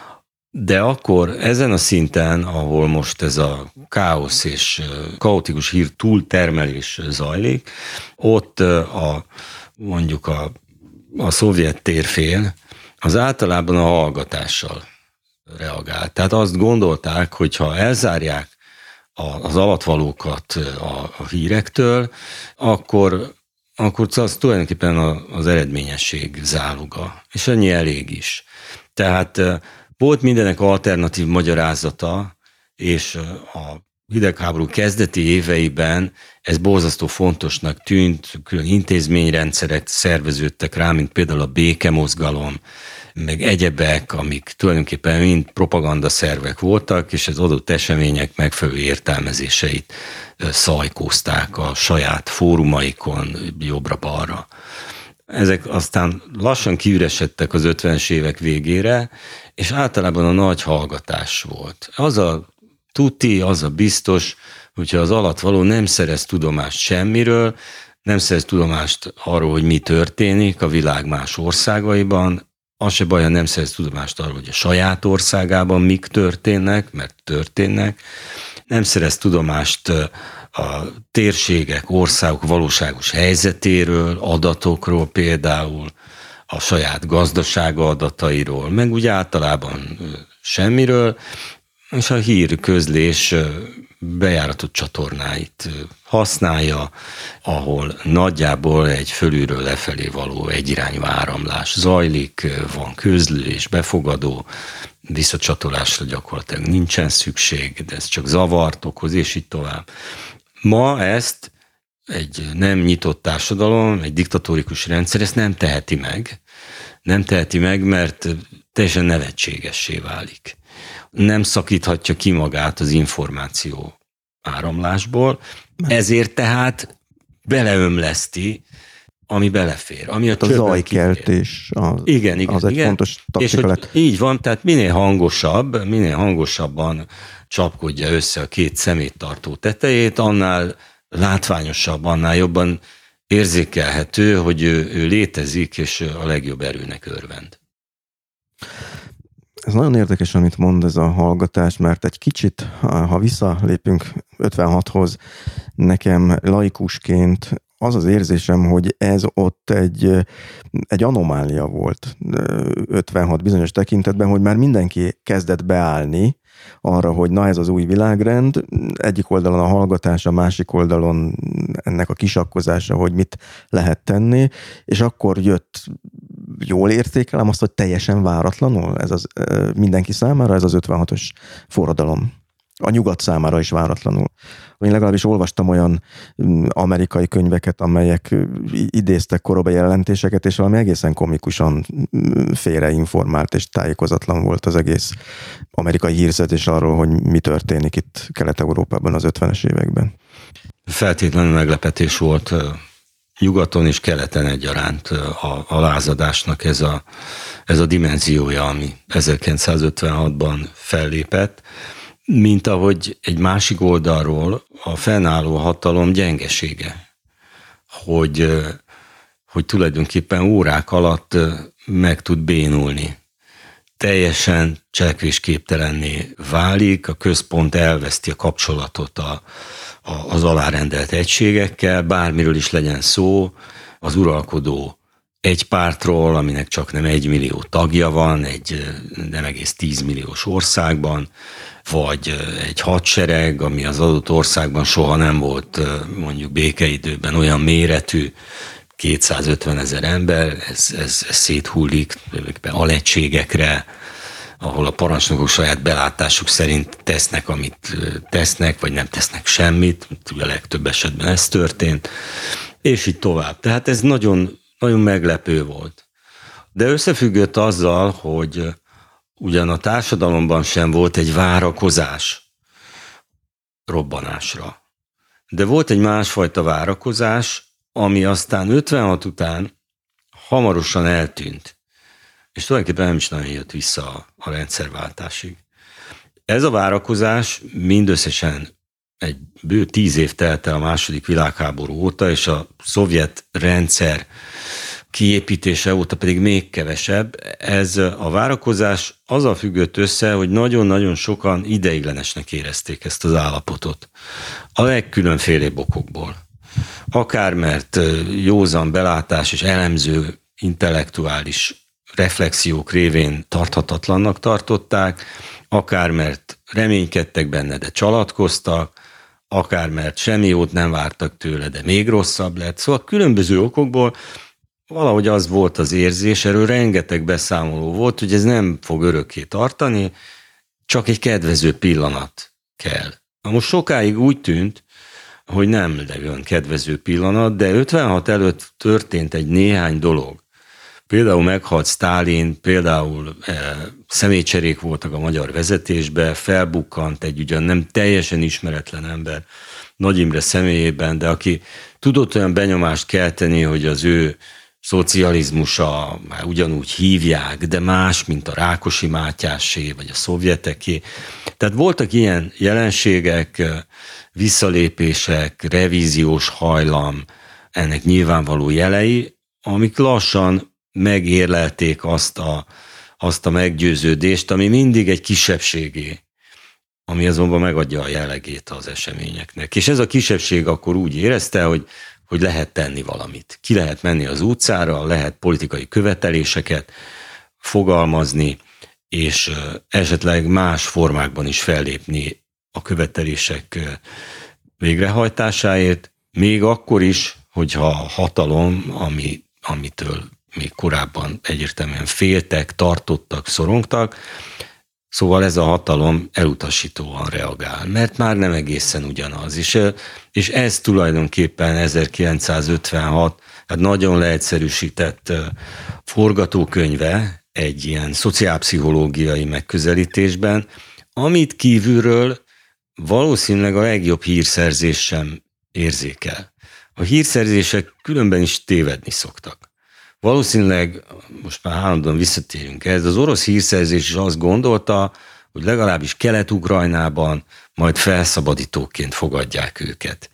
De akkor ezen a szinten, ahol most ez a káosz és kaotikus hír túltermelés zajlik, ott a, mondjuk a, a szovjet térfél az általában a hallgatással reagál. Tehát azt gondolták, hogy ha elzárják az alatvalókat a, a hírektől, akkor, akkor az tulajdonképpen az eredményesség záloga. És ennyi elég is. Tehát volt mindenek alternatív magyarázata, és a hidegháború kezdeti éveiben ez borzasztó fontosnak tűnt, külön intézményrendszerek szerveződtek rá, mint például a békemozgalom, meg egyebek, amik tulajdonképpen mind propagandaszervek voltak, és az adott események megfelelő értelmezéseit szajkózták a saját fórumaikon jobbra-balra. Ezek aztán lassan kiüresedtek az ötvenes évek végére, és általában a nagy hallgatás volt. Az a tuti, az a biztos, hogyha az alattvaló nem szerez tudomást semmiről, nem szerez tudomást arról, hogy mi történik a világ más országaiban, az se baj, ha nem szerez tudomást arról, hogy a saját országában mik történnek, mert történnek, nem szerez tudomást a térségek, országok valóságos helyzetéről, adatokról például, a saját gazdasága adatairól, meg úgy általában semmiről, és a hír közlés bejáratott csatornáit használja, ahol nagyjából egy fölülről lefelé való egyirányú áramlás zajlik, van közlés, befogadó, visszacsatolásra gyakorlatilag nincsen szükség, de ez csak zavart okoz, és így tovább. Ma ezt egy nem nyitott társadalom, egy diktatórikus rendszer ezt nem teheti meg. Nem teheti meg, mert teljesen nevetségessé válik. Nem szakíthatja ki magát az információ áramlásból, ezért tehát beleömleszti, ami belefér. Ami a, a zajkeltés az, igen, igen, az egy igen. fontos taktika és lett. Így van, tehát minél hangosabb, minél hangosabban csapkodja össze a két szeméttartó tetejét, annál látványosabb, annál jobban érzékelhető, hogy ő, ő létezik, és a legjobb erőnek örvend. Ez nagyon érdekes, amit mond ez a hallgatás, mert egy kicsit, ha visszalépünk ötvenhathoz, nekem laikusként az az érzésem, hogy ez ott egy, egy anomália volt ötvenhat bizonyos tekintetben, hogy már mindenki kezdett beállni arra, hogy na ez az új világrend, egyik oldalon a hallgatás, a másik oldalon ennek a kisakkozása, hogy mit lehet tenni, és akkor jött, jól értékelem azt, hogy teljesen váratlanul ez az mindenki számára, ez az ötvenhatos forradalom. A nyugat számára is váratlanul. Én legalábbis olvastam olyan amerikai könyveket, amelyek idéztek korabeli jelentéseket, és valami egészen komikusan félreinformált és tájékozatlan volt az egész amerikai hírszerzés arról, hogy mi történik itt Kelet-Európában az ötvenes években. Feltétlenül meglepetés volt nyugaton és keleten egyaránt a, a lázadásnak ez a, ez a dimenziója, ami ezerkilencszázötvenhatban fellépett, mint ahogy egy másik oldalról a fennálló hatalom gyengesége, hogy, hogy tulajdonképpen órák alatt meg tud bénulni. Teljesen cselekvésképtelenné válik, a központ elveszti a kapcsolatot a, a, az alárendelt egységekkel, bármiről is legyen szó, az uralkodó egy pártról, aminek csak nem egy millió tagja van, egy nem egész tízmilliós országban, vagy egy hadsereg, ami az adott országban soha nem volt mondjuk békeidőben olyan méretű, kétszázötven ezer ember, ez, ez, ez széthullik alegységekre, ahol a parancsnokok saját belátásuk szerint tesznek, amit tesznek, vagy nem tesznek semmit, ugye a legtöbb esetben ez történt, és így tovább. Tehát ez nagyon, nagyon meglepő volt. De összefüggött azzal, hogy ugyan a társadalomban sem volt egy várakozás robbanásra. De volt egy másfajta várakozás, ami aztán ötvenhat után hamarosan eltűnt, és tulajdonképpen nem is nagyon jött vissza a rendszerváltásig. Ez a várakozás mindösszesen egy bő tíz év telt el a második világháború óta, és a szovjet rendszer kiépítése óta pedig még kevesebb. Ez a várakozás azzal függött össze, hogy nagyon-nagyon sokan ideiglenesnek érezték ezt az állapotot. A legkülönfélébb okokból. Akár mert józan belátás és elemző intellektuális reflexiók révén tarthatatlannak tartották, akár mert reménykedtek benne, de csalatkoztak, akár mert semmi jót nem vártak tőle, de még rosszabb lett. Szóval különböző okokból valahogy az volt az érzés, erről rengeteg beszámoló volt, hogy ez nem fog örökké tartani, csak egy kedvező pillanat kell. Na most sokáig úgy tűnt, hogy nem olyan kedvező pillanat, de ötvenhat előtt történt egy néhány dolog. Például meghalt Sztálin, például e, személycserék voltak a magyar vezetésben, felbukkant egy ugyan nem teljesen ismeretlen ember Nagy Imre személyében, de aki tudott olyan benyomást kelteni, hogy az ő szocializmusa már ugyanúgy hívják, de más, mint a Rákosi Mátyásé, vagy a szovjeteké. Tehát voltak ilyen jelenségek, visszalépések, revíziós hajlam, ennek nyilvánvaló jelei, amik lassan megérlelték azt a, azt a meggyőződést, ami mindig egy kisebbségé ami azonban megadja a jellegét az eseményeknek. És ez a kisebbség akkor úgy érezte, hogy, hogy lehet tenni valamit. Ki lehet menni az utcára, lehet politikai követeléseket fogalmazni, és esetleg más formákban is fellépni a követelések végrehajtásáért, még akkor is, hogyha a hatalom, ami, amitől még korábban egyértelműen féltek, tartottak, szorongtak, szóval ez a hatalom elutasítóan reagál, mert már nem egészen ugyanaz. És, és ez tulajdonképpen ezerkilencszázötvenhat, hát nagyon leegyszerűsített forgatókönyve egy ilyen szociálpszichológiai megközelítésben, amit kívülről valószínűleg a legjobb hírszerzés sem érzékel. A hírszerzések különben is tévedni szoktak. Valószínűleg, most már állandóan visszatérünk ehhez, az orosz hírszerzés is azt gondolta, hogy legalábbis Kelet-Ukrajnában majd felszabadítóként fogadják őket.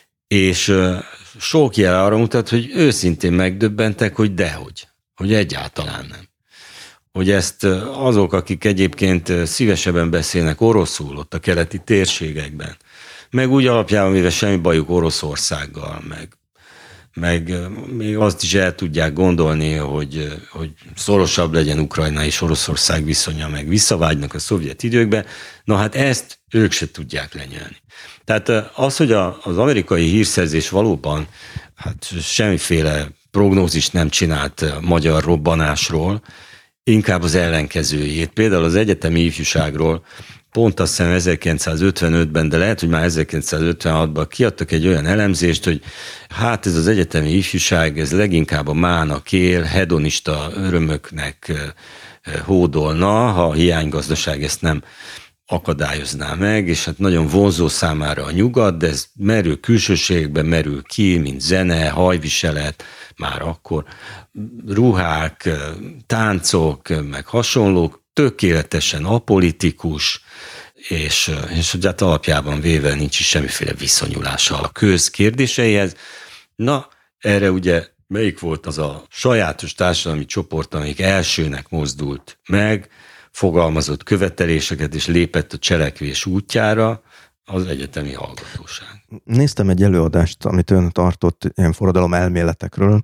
És sok jel arra mutat, hogy őszintén megdöbbentek, hogy dehogy, hogy egyáltalán nem. Hogy ezt azok, akik egyébként szívesebben beszélnek oroszul ott a keleti térségekben, meg úgy alapjában véve semmi bajuk Oroszországgal, meg, meg még azt is el tudják gondolni, hogy, hogy szorosabb legyen Ukrajna és Oroszország viszonya, meg visszavágynak a szovjet időkbe, na hát ezt ők se tudják lenyelni. Tehát az, hogy az amerikai hírszerzés valóban hát semmiféle prognózist nem csinált magyar robbanásról, inkább az ellenkezőjét. Például az egyetemi ifjúságról pont azt hiszem ezerkilencszázötvenötben, de lehet, hogy már ezerkilencszázötvenhatban kiadtak egy olyan elemzést, hogy hát ez az egyetemi ifjúság, ez leginkább a mának él, hedonista örömöknek hódolna, ha a hiánygazdaság ezt nem akadályozná meg, és hát nagyon vonzó számára a nyugat, de ez merül külsőségben, merül ki, mint zene, hajviselet, már akkor ruhák, táncok, meg hasonlók, tökéletesen apolitikus, és, és hát alapjában véve nincs is semmiféle viszonyulása a köz kérdéseihez. Na, erre ugye melyik volt az a sajátos társadalmi csoport, amelyik elsőnek mozdult meg, fogalmazott követeléseket és lépett a cselekvés útjára? Az egyetemi hallgatóság. Néztem egy előadást, amit ön tartott ilyen forradalom elméletekről,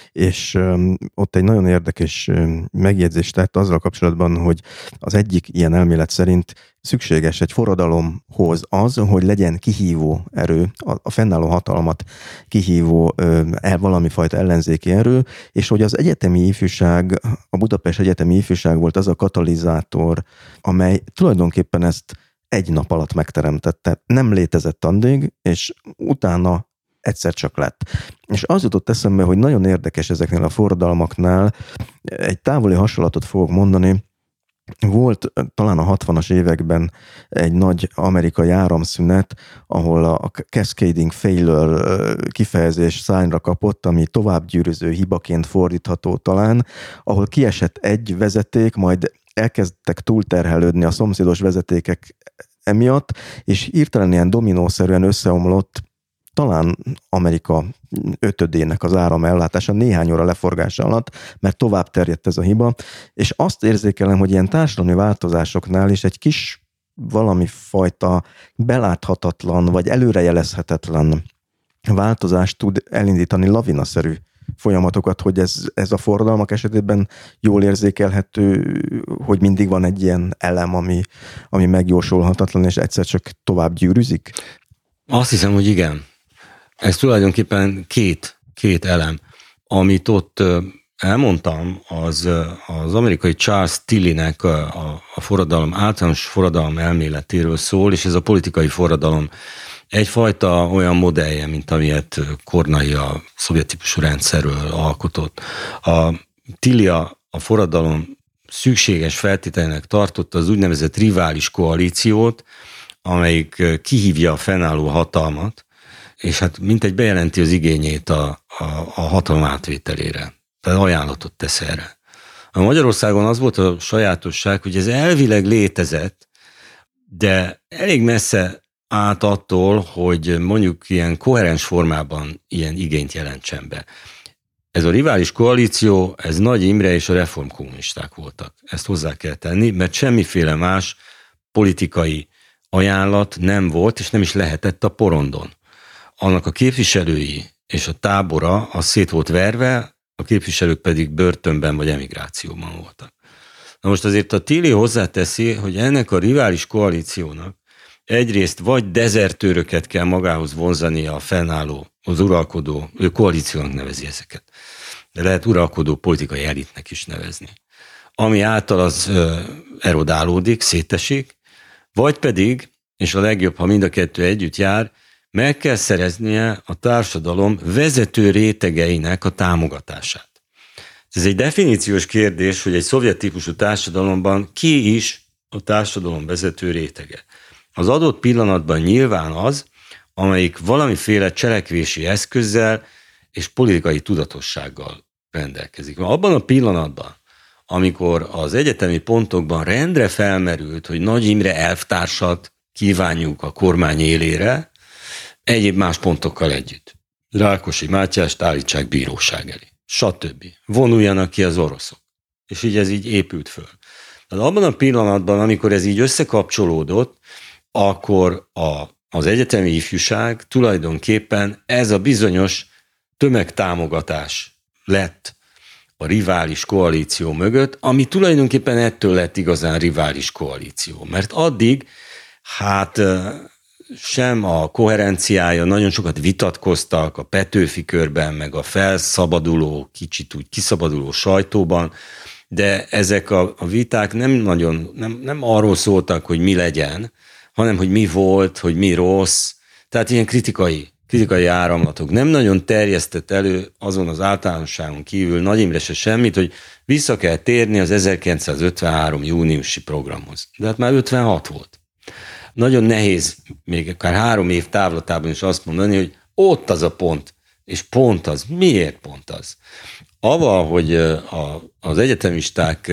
és ott egy nagyon érdekes megjegyzést tett azzal kapcsolatban, hogy az egyik ilyen elmélet szerint szükséges egy forradalomhoz az, hogy legyen kihívó erő, a fennálló hatalmat kihívó el valami fajta ellenzéki erő, és hogy az egyetemi ifjúság, a Budapest Egyetemi Ifjúság volt az a katalizátor, amely tulajdonképpen ezt egy nap alatt megteremtette. Nem létezett addig, és utána egyszer csak lett. És az jutott eszembe, hogy nagyon érdekes ezeknél a forradalmaknál, egy távoli hasonlatot fogok mondani, volt talán a hatvanas években egy nagy amerikai áramszünet, ahol a cascading failure kifejezés szányra kapott, ami továbbgyűrűző hibaként fordítható talán, ahol kiesett egy vezeték, majd elkezdtek túlterhelődni a szomszédos vezetékek emiatt, és hirtelen ilyen dominószerűen összeomlott talán Amerika ötödének az áramellátása néhány óra leforgása alatt, mert tovább terjedt ez a hiba, és azt érzékelem, hogy ilyen társadalmi változásoknál is egy kis valami fajta beláthatatlan, vagy előrejelezhetetlen változást tud elindítani lavinaszerű folyamatokat, hogy ez, ez a forradalmak esetében jól érzékelhető, hogy mindig van egy ilyen elem, ami, ami megjósolhatatlan, és egyszer csak tovább gyűrűzik? Azt hiszem, hogy igen. Ez tulajdonképpen két, két elem. Amit ott elmondtam, az az amerikai Charles Tillynek a, a forradalom, általános forradalom elméletéről szól, és ez a politikai forradalom egyfajta olyan modellje, mint amilyet Kornai a szovjet típusú rendszerről alkotott. A Tilly a, a forradalom szükséges feltételének tartotta az úgynevezett rivális koalíciót, amelyik kihívja a fennálló hatalmat, és hát mintegy bejelenti az igényét a, a, a hatalom átvételére. Tehát ajánlatot tesz erre. A Magyarországon az volt a sajátosság, hogy ez elvileg létezett, de elég messze át attól, hogy mondjuk ilyen koherens formában ilyen igényt jelentsen be. Ez a rivális koalíció, ez Nagy Imre és a reformkommunisták voltak. Ezt hozzá kell tenni, mert semmiféle más politikai ajánlat nem volt, és nem is lehetett a porondon. Annak a képviselői és a tábora az szét volt verve, a képviselők pedig börtönben vagy emigrációban voltak. Na most azért a Tilly hozzáteszi, hogy ennek a rivális koalíciónak egyrészt vagy dezertőröket kell magához vonzania a fennálló, az uralkodó, ő koalíciónak nevezi ezeket, de lehet uralkodó politikai elitnek is nevezni, ami által az ö, erodálódik, szétesik, vagy pedig, és a legjobb, ha mind a kettő együtt jár, meg kell szereznie a társadalom vezető rétegeinek a támogatását. Ez egy definíciós kérdés, hogy egy szovjet típusú társadalomban ki is a társadalom vezető rétege. Az adott pillanatban nyilván az, amelyik valamiféle cselekvési eszközzel és politikai tudatossággal rendelkezik. Abban a pillanatban, amikor az egyetemi pontokban rendre felmerült, hogy Nagy Imre elvtársat kívánjuk a kormány élére, egyéb más pontokkal együtt. Rákosi Mátyást állítsák bíróság elé, stb. Vonuljanak ki az oroszok. És így ez így épült föl. Tehát abban a pillanatban, amikor ez így összekapcsolódott, akkor a, az egyetemi ifjúság tulajdonképpen ez a bizonyos tömegtámogatás lett a rivális koalíció mögött, ami tulajdonképpen ettől lett igazán rivális koalíció. Mert addig, hát sem a koherenciája, nagyon sokat vitatkoztak a Petőfi körben, meg a felszabaduló, kicsit úgy kiszabaduló sajtóban, de ezek a, a viták nem nagyon, nem, nem arról szóltak, hogy mi legyen, hanem hogy mi volt, hogy mi rossz, tehát ilyen kritikai, kritikai áramlatok. Nem nagyon terjesztett elő azon az általánosságon kívül Nagy Imre se semmit, hogy vissza kell térni az ezerkilencszázötvenhárom júniusi programhoz. De hát már ötvenhat volt. Nagyon nehéz még akár három év távlatában is azt mondani, hogy ott az a pont, és pont az. Miért pont az? Aval, hogy a, az egyetemisták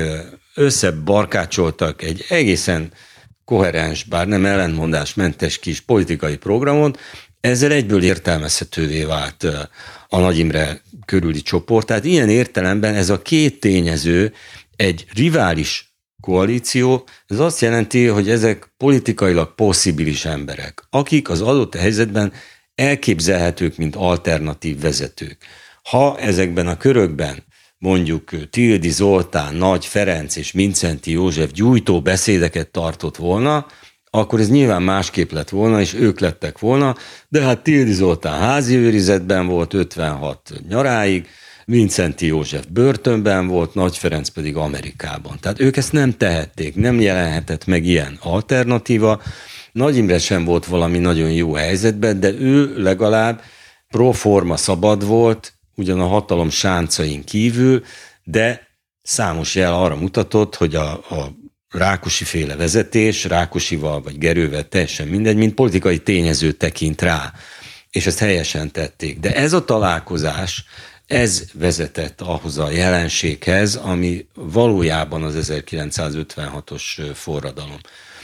összebarkácsoltak egy egészen koherens, bár nem ellentmondásmentes kis politikai programon, ezzel egyből értelmezhetővé vált a Nagy Imre körüli csoport. Tehát ilyen értelemben ez a két tényező egy rivális koalíció, ez azt jelenti, hogy ezek politikailag possibilis emberek, akik az adott helyzetben elképzelhetők, mint alternatív vezetők. Ha ezekben a körökben mondjuk Tildy Zoltán, Nagy Ferenc és Mindszenty József gyújtó beszédeket tartott volna, akkor ez nyilván másképp lett volna, és ők lettek volna, de hát Tildy Zoltán házi őrizetben volt ötvenhat nyaráig, Mindszenty József börtönben volt, Nagy Ferenc pedig Amerikában. Tehát ők ezt nem tehették, nem jelenhetett meg ilyen alternatíva. Nagy Imre sem volt valami nagyon jó helyzetben, de ő legalább pro forma szabad volt, ugyan a hatalom sáncain kívül, de számos jel arra mutatott, hogy a, a Rákosi féle vezetés, Rákosival vagy Gerővel teljesen mindegy, mint politikai tényező tekint rá, és ezt helyesen tették. De ez a találkozás, ez vezetett ahhoz a jelenséghez, ami valójában az ezerkilencszázötvenhatos forradalom.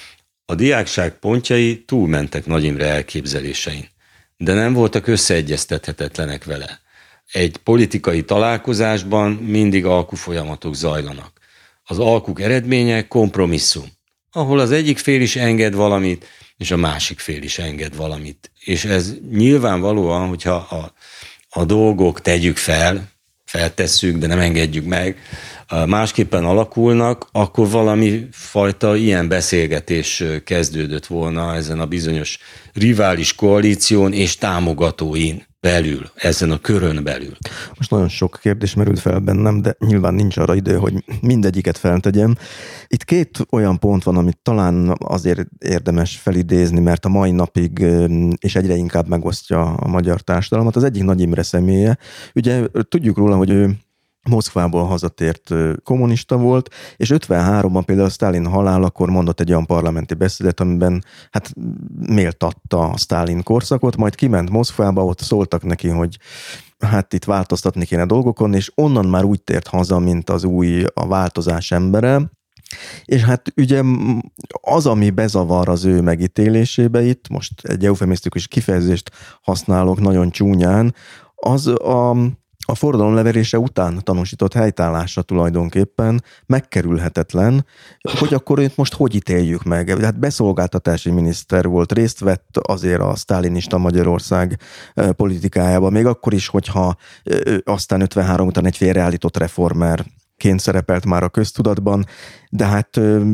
A diákság pontjai túlmentek Nagy Imre elképzelésein, de nem voltak összeegyeztethetetlenek vele. Egy politikai találkozásban mindig alkufolyamatok zajlanak. Az alkuk eredménye kompromisszum, ahol az egyik fél is enged valamit, és a másik fél is enged valamit. És ez nyilvánvalóan, hogyha a, a dolgok tegyük fel, feltesszük, de nem engedjük meg, másképpen alakulnak, akkor valami fajta ilyen beszélgetés kezdődött volna ezen a bizonyos rivális koalíción és támogatóin belül, ezen a körön belül. Most nagyon sok kérdés merült fel bennem, de nyilván nincs arra idő, hogy mindegyiket feltegyem. Itt két olyan pont van, amit talán azért érdemes felidézni, mert a mai napig és egyre inkább megosztja a magyar társadalmat. Az egyik Nagy Imre személye. Ugye tudjuk róla, hogy ő Moszkvából hazatért kommunista volt, és ötvenháromban például Sztálin halálakor mondott egy olyan parlamenti beszédet, amiben hát méltatta a Sztálin korszakot, majd kiment Moszkvába, ott szóltak neki, hogy hát itt változtatni kéne dolgokon, és onnan már úgy tért haza, mint az új, a változás embere. És hát ugye az, ami bezavar az ő megítélésébe itt, most egy eufemisztikus kifejezést használok nagyon csúnyán, az a A forradalom leverése után tanúsított helytállása tulajdonképpen megkerülhetetlen, hogy akkor őt most hogy ítéljük meg? Hát beszolgáltatási miniszter volt, részt vett azért a sztálinista Magyarország politikájában, még akkor is, hogyha aztán ötvenhárom után egy félreállított reformer ként szerepelt már a köztudatban, de hát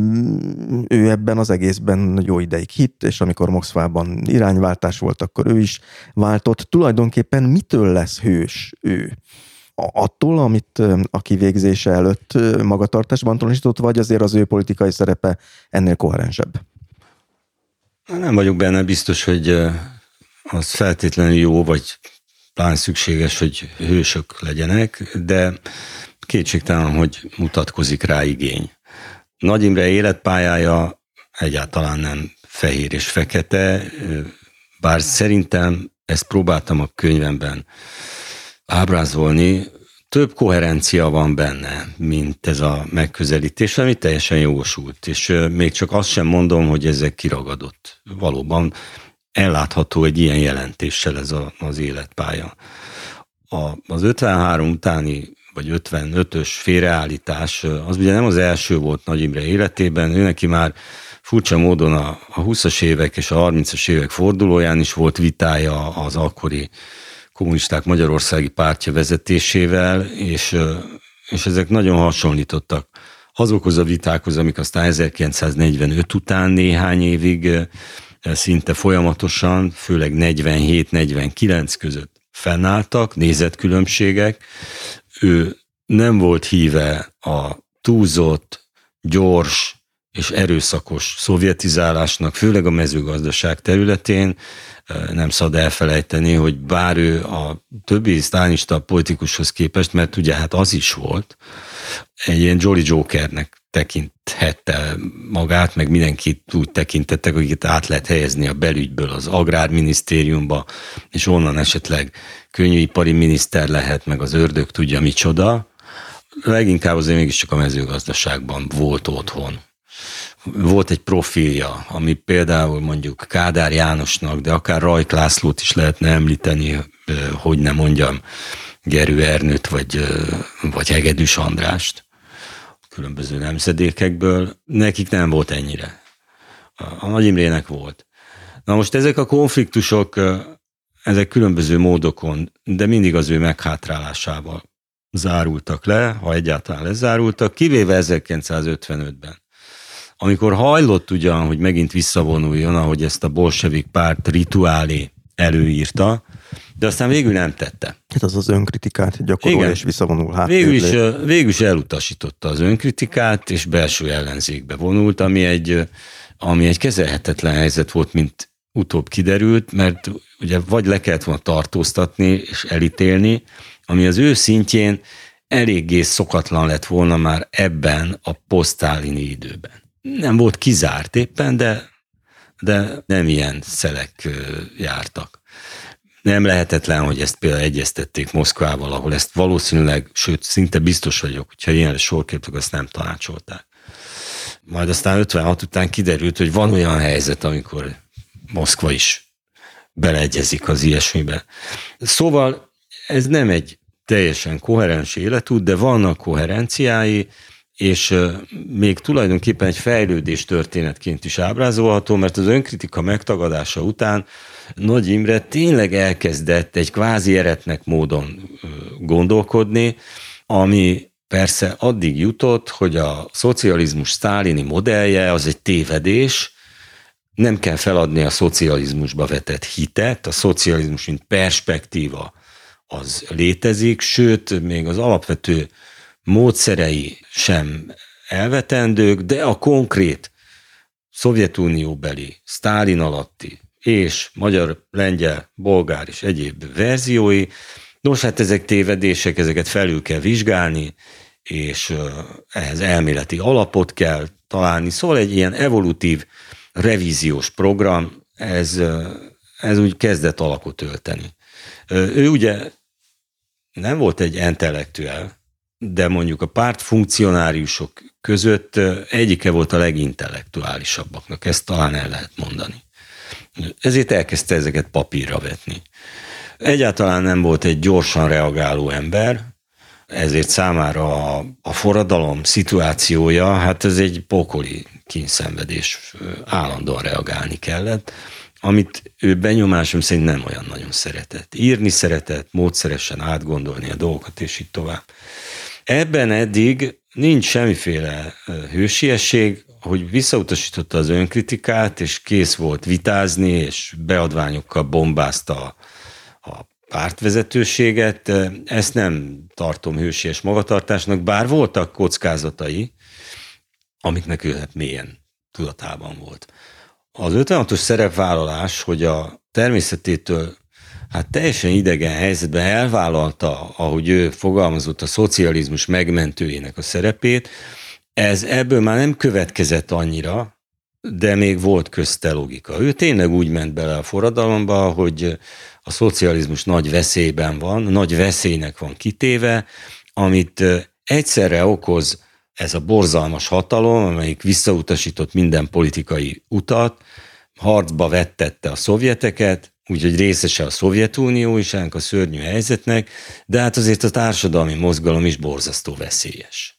ő ebben az egészben jó ideig hitt, és amikor Moszkvában irányváltás volt, akkor ő is váltott. Tulajdonképpen mitől lesz hős ő? Attól, amit a kivégzése előtt magatartásban tanúsított, vagy azért az ő politikai szerepe ennél koherensebb? Nem vagyok benne biztos, hogy az feltétlenül jó, vagy talán szükséges, hogy hősök legyenek, de kétségtelen, hogy mutatkozik rá igény. Nagy Imre életpályája egyáltalán nem fehér és fekete, bár szerintem ezt próbáltam a könyvemben ábrázolni, több koherencia van benne, mint ez a megközelítés, ami teljesen jogosult, és még csak azt sem mondom, hogy ezek kiragadott. Valóban ellátható egy ilyen jelentéssel ez a, az életpálya. A, az ötvenhárom utáni vagy ötvenötös félreállítás, az ugye nem az első volt Nagy Imre életében, ő neki már furcsa módon a, a húszas évek és a harmincas évek fordulóján is volt vitája az akkori kommunisták Magyarországi Pártja vezetésével, és, és ezek nagyon hasonlítottak azokhoz a vitákhoz, amik aztán ezerkilencszáznegyvenöt után néhány évig szinte folyamatosan, főleg negyvenhét negyvenkilenc között fennálltak, nézetkülönbségek. Ő nem volt híve a túlzott, gyors és erőszakos szovjetizálásnak, főleg a mezőgazdaság területén. Nem szabad elfelejteni, hogy bár ő a többi sztálinista politikushoz képest, mert ugye hát az is volt, egy ilyen Jolly Jokernek tekinthette magát, meg mindenkit úgy tekintettek, akiket át lehet helyezni a belügyből az agrárminisztériumba, és onnan esetleg könnyűipari miniszter lehet, meg az ördög tudja micsoda. Leginkább azért mégiscsak a mezőgazdaságban volt otthon. Volt egy profilja, ami például mondjuk Kádár Jánosnak, de akár Rajk Lászlót is lehetne említeni, hogy ne mondjam, Gerő Ernőt, vagy, vagy Hegedűs Andrást, különböző nemzedékekből. Nekik nem volt ennyire. A Nagy Imrének volt. Na most ezek a konfliktusok, ezek különböző módokon, de mindig az ő meghátrálásával zárultak le, ha egyáltalán lezárultak, kivéve ezerkilencszázötvenötben. Amikor hajlott ugyan, hogy megint visszavonuljon, ahogy ezt a bolsevik párt rituálé előírta, de aztán végül nem tette. Hát az az önkritikát gyakorol, igen, és visszavonul hát. Végül is, végül is elutasította az önkritikát, és belső ellenzékbe vonult, ami egy, ami egy kezelhetetlen helyzet volt, mint utóbb kiderült, mert ugye vagy le kellett volna tartóztatni és elítélni, ami az ő szintjén eléggé szokatlan lett volna már ebben a posztálini időben. Nem volt kizárt éppen, de, de nem ilyen szelek jártak. Nem lehetetlen, hogy ezt például egyeztették Moszkvával, ahol ezt valószínűleg, sőt, szinte biztos vagyok, hogyha ilyenre sor kerültek, azt nem tanácsolták. Majd aztán ötvenhat után kiderült, hogy van olyan helyzet, amikor Moszkva is beleegyezik az ilyesmibe. Szóval ez nem egy teljesen koherens életút, de vannak koherenciái, és még tulajdonképpen egy fejlődés történetként is ábrázolható, mert az önkritika megtagadása után Nagy Imre tényleg elkezdett egy kvázi eretnek módon gondolkodni, ami persze addig jutott, hogy a szocializmus sztálini modellje az egy tévedés, nem kell feladni a szocializmusba vetett hitet, a szocializmus mint perspektíva az létezik, sőt, még az alapvető módszerei sem elvetendők, de a konkrét Szovjetunióbeli, Sztálin alatti és magyar, lengyel, bolgár és egyéb verziói, nos, hát ezek tévedések, ezeket felül kell vizsgálni, és ehhez elméleti alapot kell találni. Szóval egy ilyen evolutív, revíziós program, ez, ez úgy kezdett alakot ölteni. Ő ugye nem volt egy intellektuál, de mondjuk a párt funkcionáriusok között egyike volt a legintellektuálisabbaknak, ezt talán el lehet mondani. Ezért elkezdte ezeket papírra vetni. Egyáltalán nem volt egy gyorsan reagáló ember, ezért számára a, a forradalom szituációja, hát ez egy pokoli kínszenvedés, állandóan reagálni kellett, amit ő benyomásom szerint nem olyan nagyon szeretett. Írni szeretett, módszeresen átgondolni a dolgokat, és így tovább. Ebben eddig nincs semmiféle hősiesség, hogy visszautasította az önkritikát, és kész volt vitázni, és beadványokkal bombázta a pártvezetőséget. Ezt nem tartom hősies magatartásnak, bár voltak kockázatai, amiknek ő hát mélyen tudatában volt. Az ötvenhatos szerepvállalás, hogy a természetétől hát teljesen idegen helyzetben elvállalta, ahogy ő fogalmazott, a szocializmus megmentőjének a szerepét, ez ebből már nem következett annyira, de még volt közte logika. Ő tényleg úgy ment bele a forradalomba, hogy a szocializmus nagy veszélyben van, nagy veszélynek van kitéve, amit egyszerre okoz ez a borzalmas hatalom, amelyik visszautasított minden politikai utat, harcba vettette a szovjeteket, úgyhogy részese a Szovjetunió is ennek a szörnyű helyzetnek, de hát azért a társadalmi mozgalom is borzasztó veszélyes.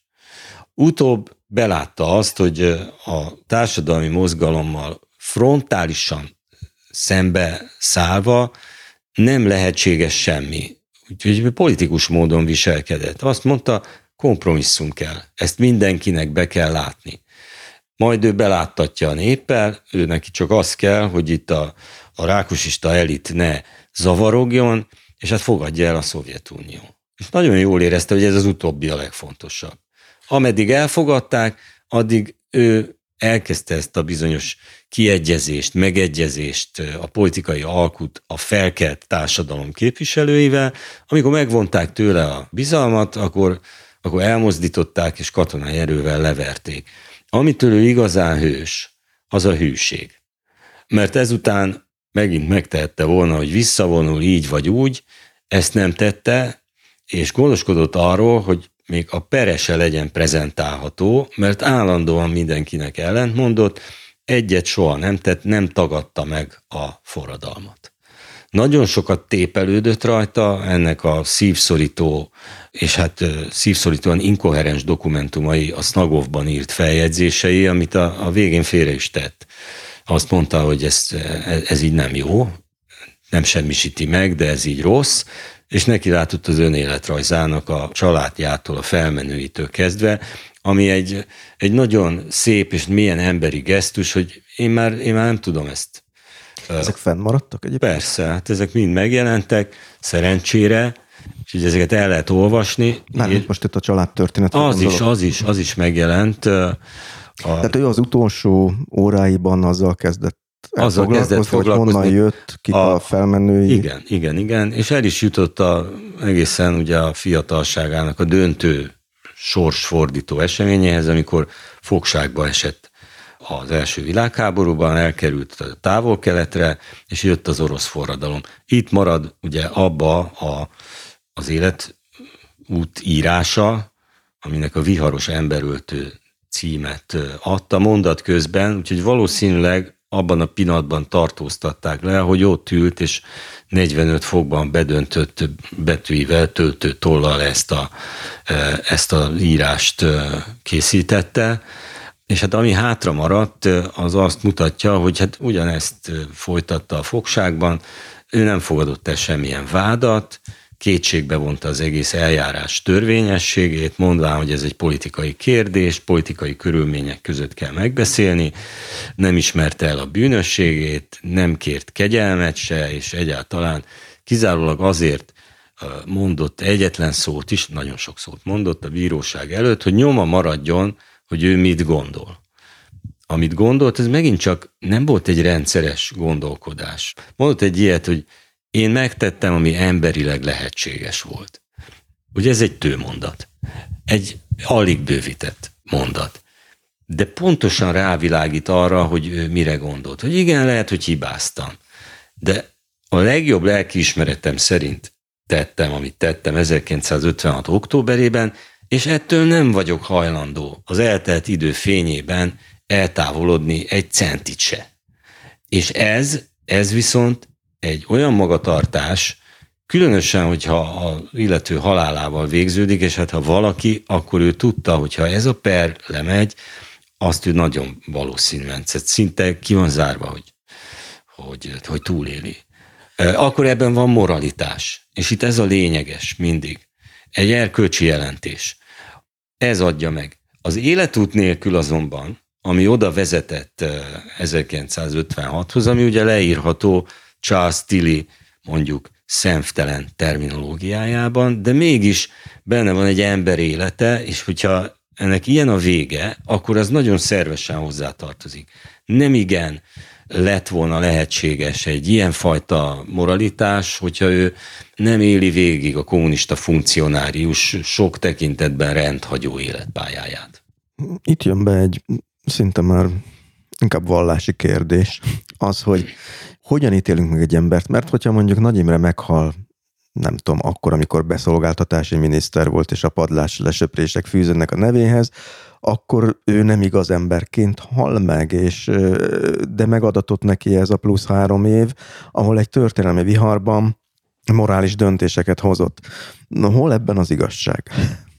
Utóbb belátta azt, hogy a társadalmi mozgalommal frontálisan szembe szállva nem lehetséges semmi. Úgyhogy politikus módon viselkedett. Azt mondta, kompromisszum kell, ezt mindenkinek be kell látni. Majd ő beláttatja a néppel, ő neki csak az kell, hogy itt a, a rákosista elit ne zavarogjon, és hát fogadja el a Szovjetunió. És nagyon jól érezte, hogy ez az utóbbi a legfontosabb. Ameddig elfogadták, addig ő elkezdte ezt a bizonyos kiegyezést, megegyezést, a politikai alkut a felkelt társadalom képviselőivel. Amikor megvonták tőle a bizalmat, akkor, akkor elmozdították, és katonai erővel leverték. Amitől ő igazán hős, az a hűség. Mert ezután megint megtehette volna, hogy visszavonul így vagy úgy, ezt nem tette, és gondoskodott arról, hogy még a pere se legyen prezentálható, mert állandóan mindenkinek ellentmondott, egyet soha nem tett, nem tagadta meg a forradalmat. Nagyon sokat tépelődött rajta, ennek a szívszorító, és hát szívszorítóan inkoherens dokumentumai, a Snagovban írt feljegyzései, amit a, a végén félre is tett. Azt mondta, hogy ez, ez így nem jó, nem semmisíti meg, de ez így rossz, és neki látott az önéletrajzának a családjától, a felmenőitől kezdve, ami egy, egy nagyon szép és milyen emberi gesztus, hogy én már, én már nem tudom ezt. Ezek fennmaradtak egyébként? Persze, hát ezek mind megjelentek, szerencsére, és így ezeket el lehet olvasni. Nem, most itt a családtörténet. Az is, az is, az is megjelent. A... Tehát ő az utolsó óráiban azzal kezdett azzal kezdett foglalkozni, hogy honnan jött, kik a, a felmenői. Igen, igen, igen, és el is jutott a, egészen ugye a fiatalságának a döntő sorsfordító eseményéhez, amikor fogságba esett az első világháborúban, elkerült a távol-keletre, és jött az orosz forradalom. Itt marad ugye abba a, az életút írása, aminek a Viharos emberöltő címet adta mondat közben, úgyhogy valószínűleg abban a pillanatban tartóztatták le, hogy ott ült, és negyvenöt fokban bedöntött betűivel, töltő tollal ezt a, ezt az írást készítette, és hát ami hátra maradt, az azt mutatja, hogy hát ugyanezt folytatta a fogságban, ő nem fogadott el semmilyen vádat, kétségbe vonta az egész eljárás törvényességét, mondván, hogy ez egy politikai kérdés, politikai körülmények között kell megbeszélni, nem ismerte el a bűnösségét, nem kért kegyelmet se, és egyáltalán kizárólag azért mondott egyetlen szót is, nagyon sok szót mondott a bíróság előtt, hogy nyoma maradjon, hogy ő mit gondol. Amit gondolt, ez megint csak nem volt egy rendszeres gondolkodás. Mondott egy ilyet, hogy én megtettem, ami emberileg lehetséges volt. Ugye ez egy tőmondat. Egy alig bővített mondat. De pontosan rávilágít arra, hogy ő mire gondolt. Hogy igen, lehet, hogy hibáztam. De a legjobb lelkiismeretem szerint tettem, amit tettem ezerkilencszázötvenhat októberében, és ettől nem vagyok hajlandó az eltelt idő fényében eltávolodni egy centit se. És ez, ez viszont egy olyan magatartás, Különösen, hogyha az illető halálával végződik, és hát ha valaki, akkor ő tudta, hogyha ez a per lemegy, azt ő nagyon valószínűen, szinte ki van zárva, hogy, hogy, hogy túléli. Akkor ebben van moralitás, és itt ez a lényeges mindig. Egy erkölcsi jelentés. Ez adja meg. Az életút nélkül azonban, ami oda vezetett ezerkilencszázötvenhathoz, ami ugye leírható Charles Tilly, mondjuk szemtelen terminológiájában, de mégis benne van egy ember élete, és hogyha ennek ilyen a vége, akkor az nagyon szervesen hozzátartozik. Nem igen lett volna lehetséges egy ilyenfajta moralitás, hogyha ő nem éli végig a kommunista funkcionárius sok tekintetben rendhagyó életpályáját. Itt jön be egy szinte már inkább vallási kérdés. Az, hogy hogyan ítélünk meg egy embert, mert hogyha mondjuk Nagy Imre meghal, nem tudom, akkor, amikor beszolgáltatási miniszter volt, és a padlás lesöprések fűződnek a nevéhez, akkor ő nem igaz emberként hal meg, és, de megadatott neki ez a plusz három év, ahol egy történelmi viharban morális döntéseket hozott. Na, hol ebben az igazság?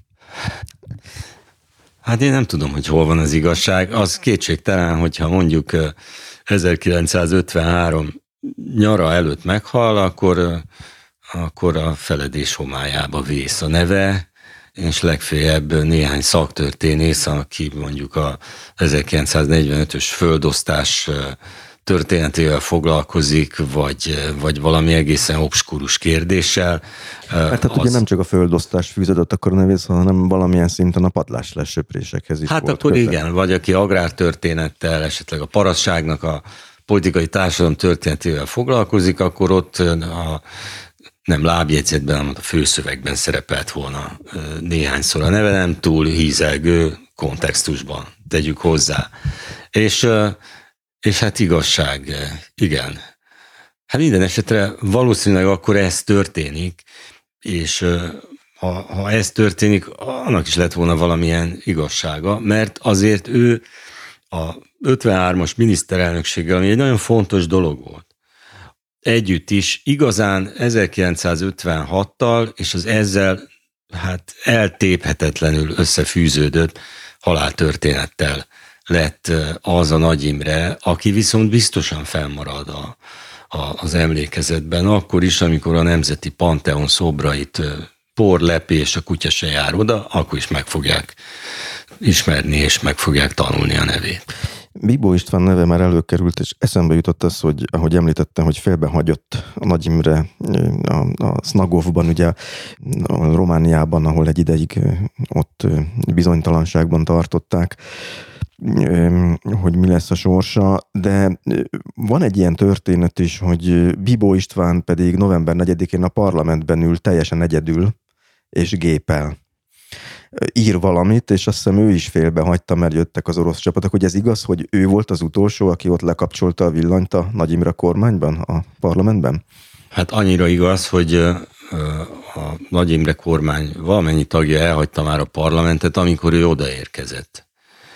Hát én nem tudom, hogy hol van az igazság. Az kétségtelen, hogyha mondjuk ezerkilencszázötvenhárom nyara előtt meghal, akkor, akkor a feledés homályába vész a neve, és legfeljebb néhány szaktörténész, aki mondjuk a ezerkilencszáznegyvenötös földosztás történetével foglalkozik, vagy, vagy valami egészen obskurus kérdéssel. Hát tehát az... ugye nem csak a földosztás fűződött akkor a nevész, hanem valamilyen szinten a padlás lesöprésekhez is hát volt akkor köze. Igen, vagy aki agrártörténettel, esetleg a parasságnak a politikai társadalom történetével foglalkozik, akkor ott a nem lábjegyzetben, hanem a főszövegben szerepelt volna néhányszor a neve, nem túl hízelgő kontextusban, tegyük hozzá. És, és hát igazság, igen. Hát minden esetre valószínűleg akkor ez történik, és ha, ha ez történik, annak is lett volna valamilyen igazsága, mert azért ő a ötvenhármas miniszterelnökséggel, ami egy nagyon fontos dolog volt, együtt is igazán ezerkilencszázötvenhattal és az ezzel hát eltéphetetlenül összefűződött haláltörténettel lett az a Nagy Imre, aki viszont biztosan fennmarad a, a, az emlékezetben, akkor is, amikor a Nemzeti Panteon szobrait por, lepé és a kutya se jár oda, akkor is meg fogják ismerni és meg fogják tanulni a nevét. Bibó István neve már előkerült, és eszembe jutott az, hogy ahogy említettem, hogy félbehagyott a Nagy Imre a, a Snagovban, ugye a Romániában, ahol egy ideig ott bizonytalanságban tartották, hogy mi lesz a sorsa, de van egy ilyen történet is, hogy Bibó István pedig november negyedikén a parlamentben ül teljesen egyedül, és gépel. Ír valamit, és azt hiszem ő is félbehagyta, mert jöttek az orosz csapatok, hogy ez igaz, hogy ő volt az utolsó, aki ott lekapcsolta a villanyt a Nagy Imre kormányban, a parlamentben? Hát annyira igaz, hogy a Nagy Imre kormány valamennyi tagja elhagyta már a parlamentet, amikor ő odaérkezett.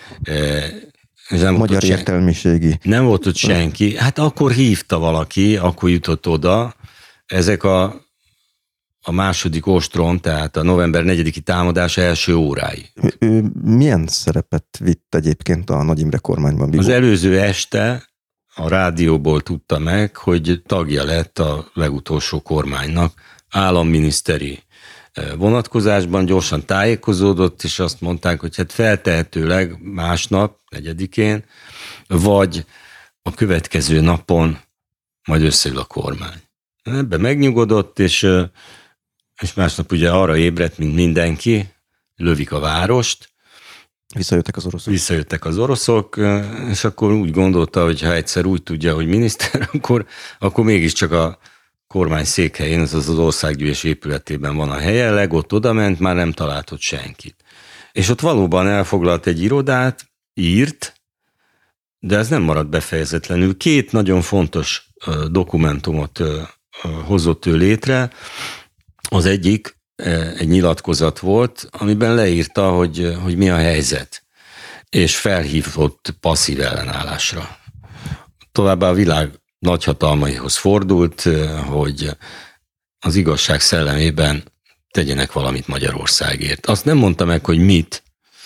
Nem magyar értelmiségi. Nem volt ott senki. Hát akkor hívta valaki, akkor jutott oda. Ezek a a második ostrom, tehát a november negyediki támadás első órái. Ő milyen szerepet vitt egyébként a Nagy Imre kormányban? Bibó? Az előző este a rádióból tudta meg, hogy tagja lett a legutolsó kormánynak, államminiszteri vonatkozásban, gyorsan tájékozódott, és azt mondták, hogy hát feltehetőleg másnap, negyedikén, vagy a következő napon majd összeül a kormány. Ebben megnyugodott, és és másnap ugye arra ébredt, mint mindenki, lövik a várost. Visszajöttek az oroszok. Visszajöttek az oroszok, és akkor úgy gondolta, hogy ha egyszer úgy tudja, hogy miniszter, akkor, akkor mégiscsak a kormány székhelyén, az az országgyűlés épületében van a helye, legott odament, már nem talált ott senkit. És ott valóban elfoglalt egy irodát, írt, de ez nem maradt befejezetlenül. Két nagyon fontos dokumentumot hozott ő létre. Az egyik egy nyilatkozat volt, amiben leírta, hogy, hogy mi a helyzet, és felhívott passzív ellenállásra. Továbbá a világ nagyhatalmaihoz fordult, hogy az igazság szellemében tegyenek valamit Magyarországért. Azt nem mondta meg, hogy mit.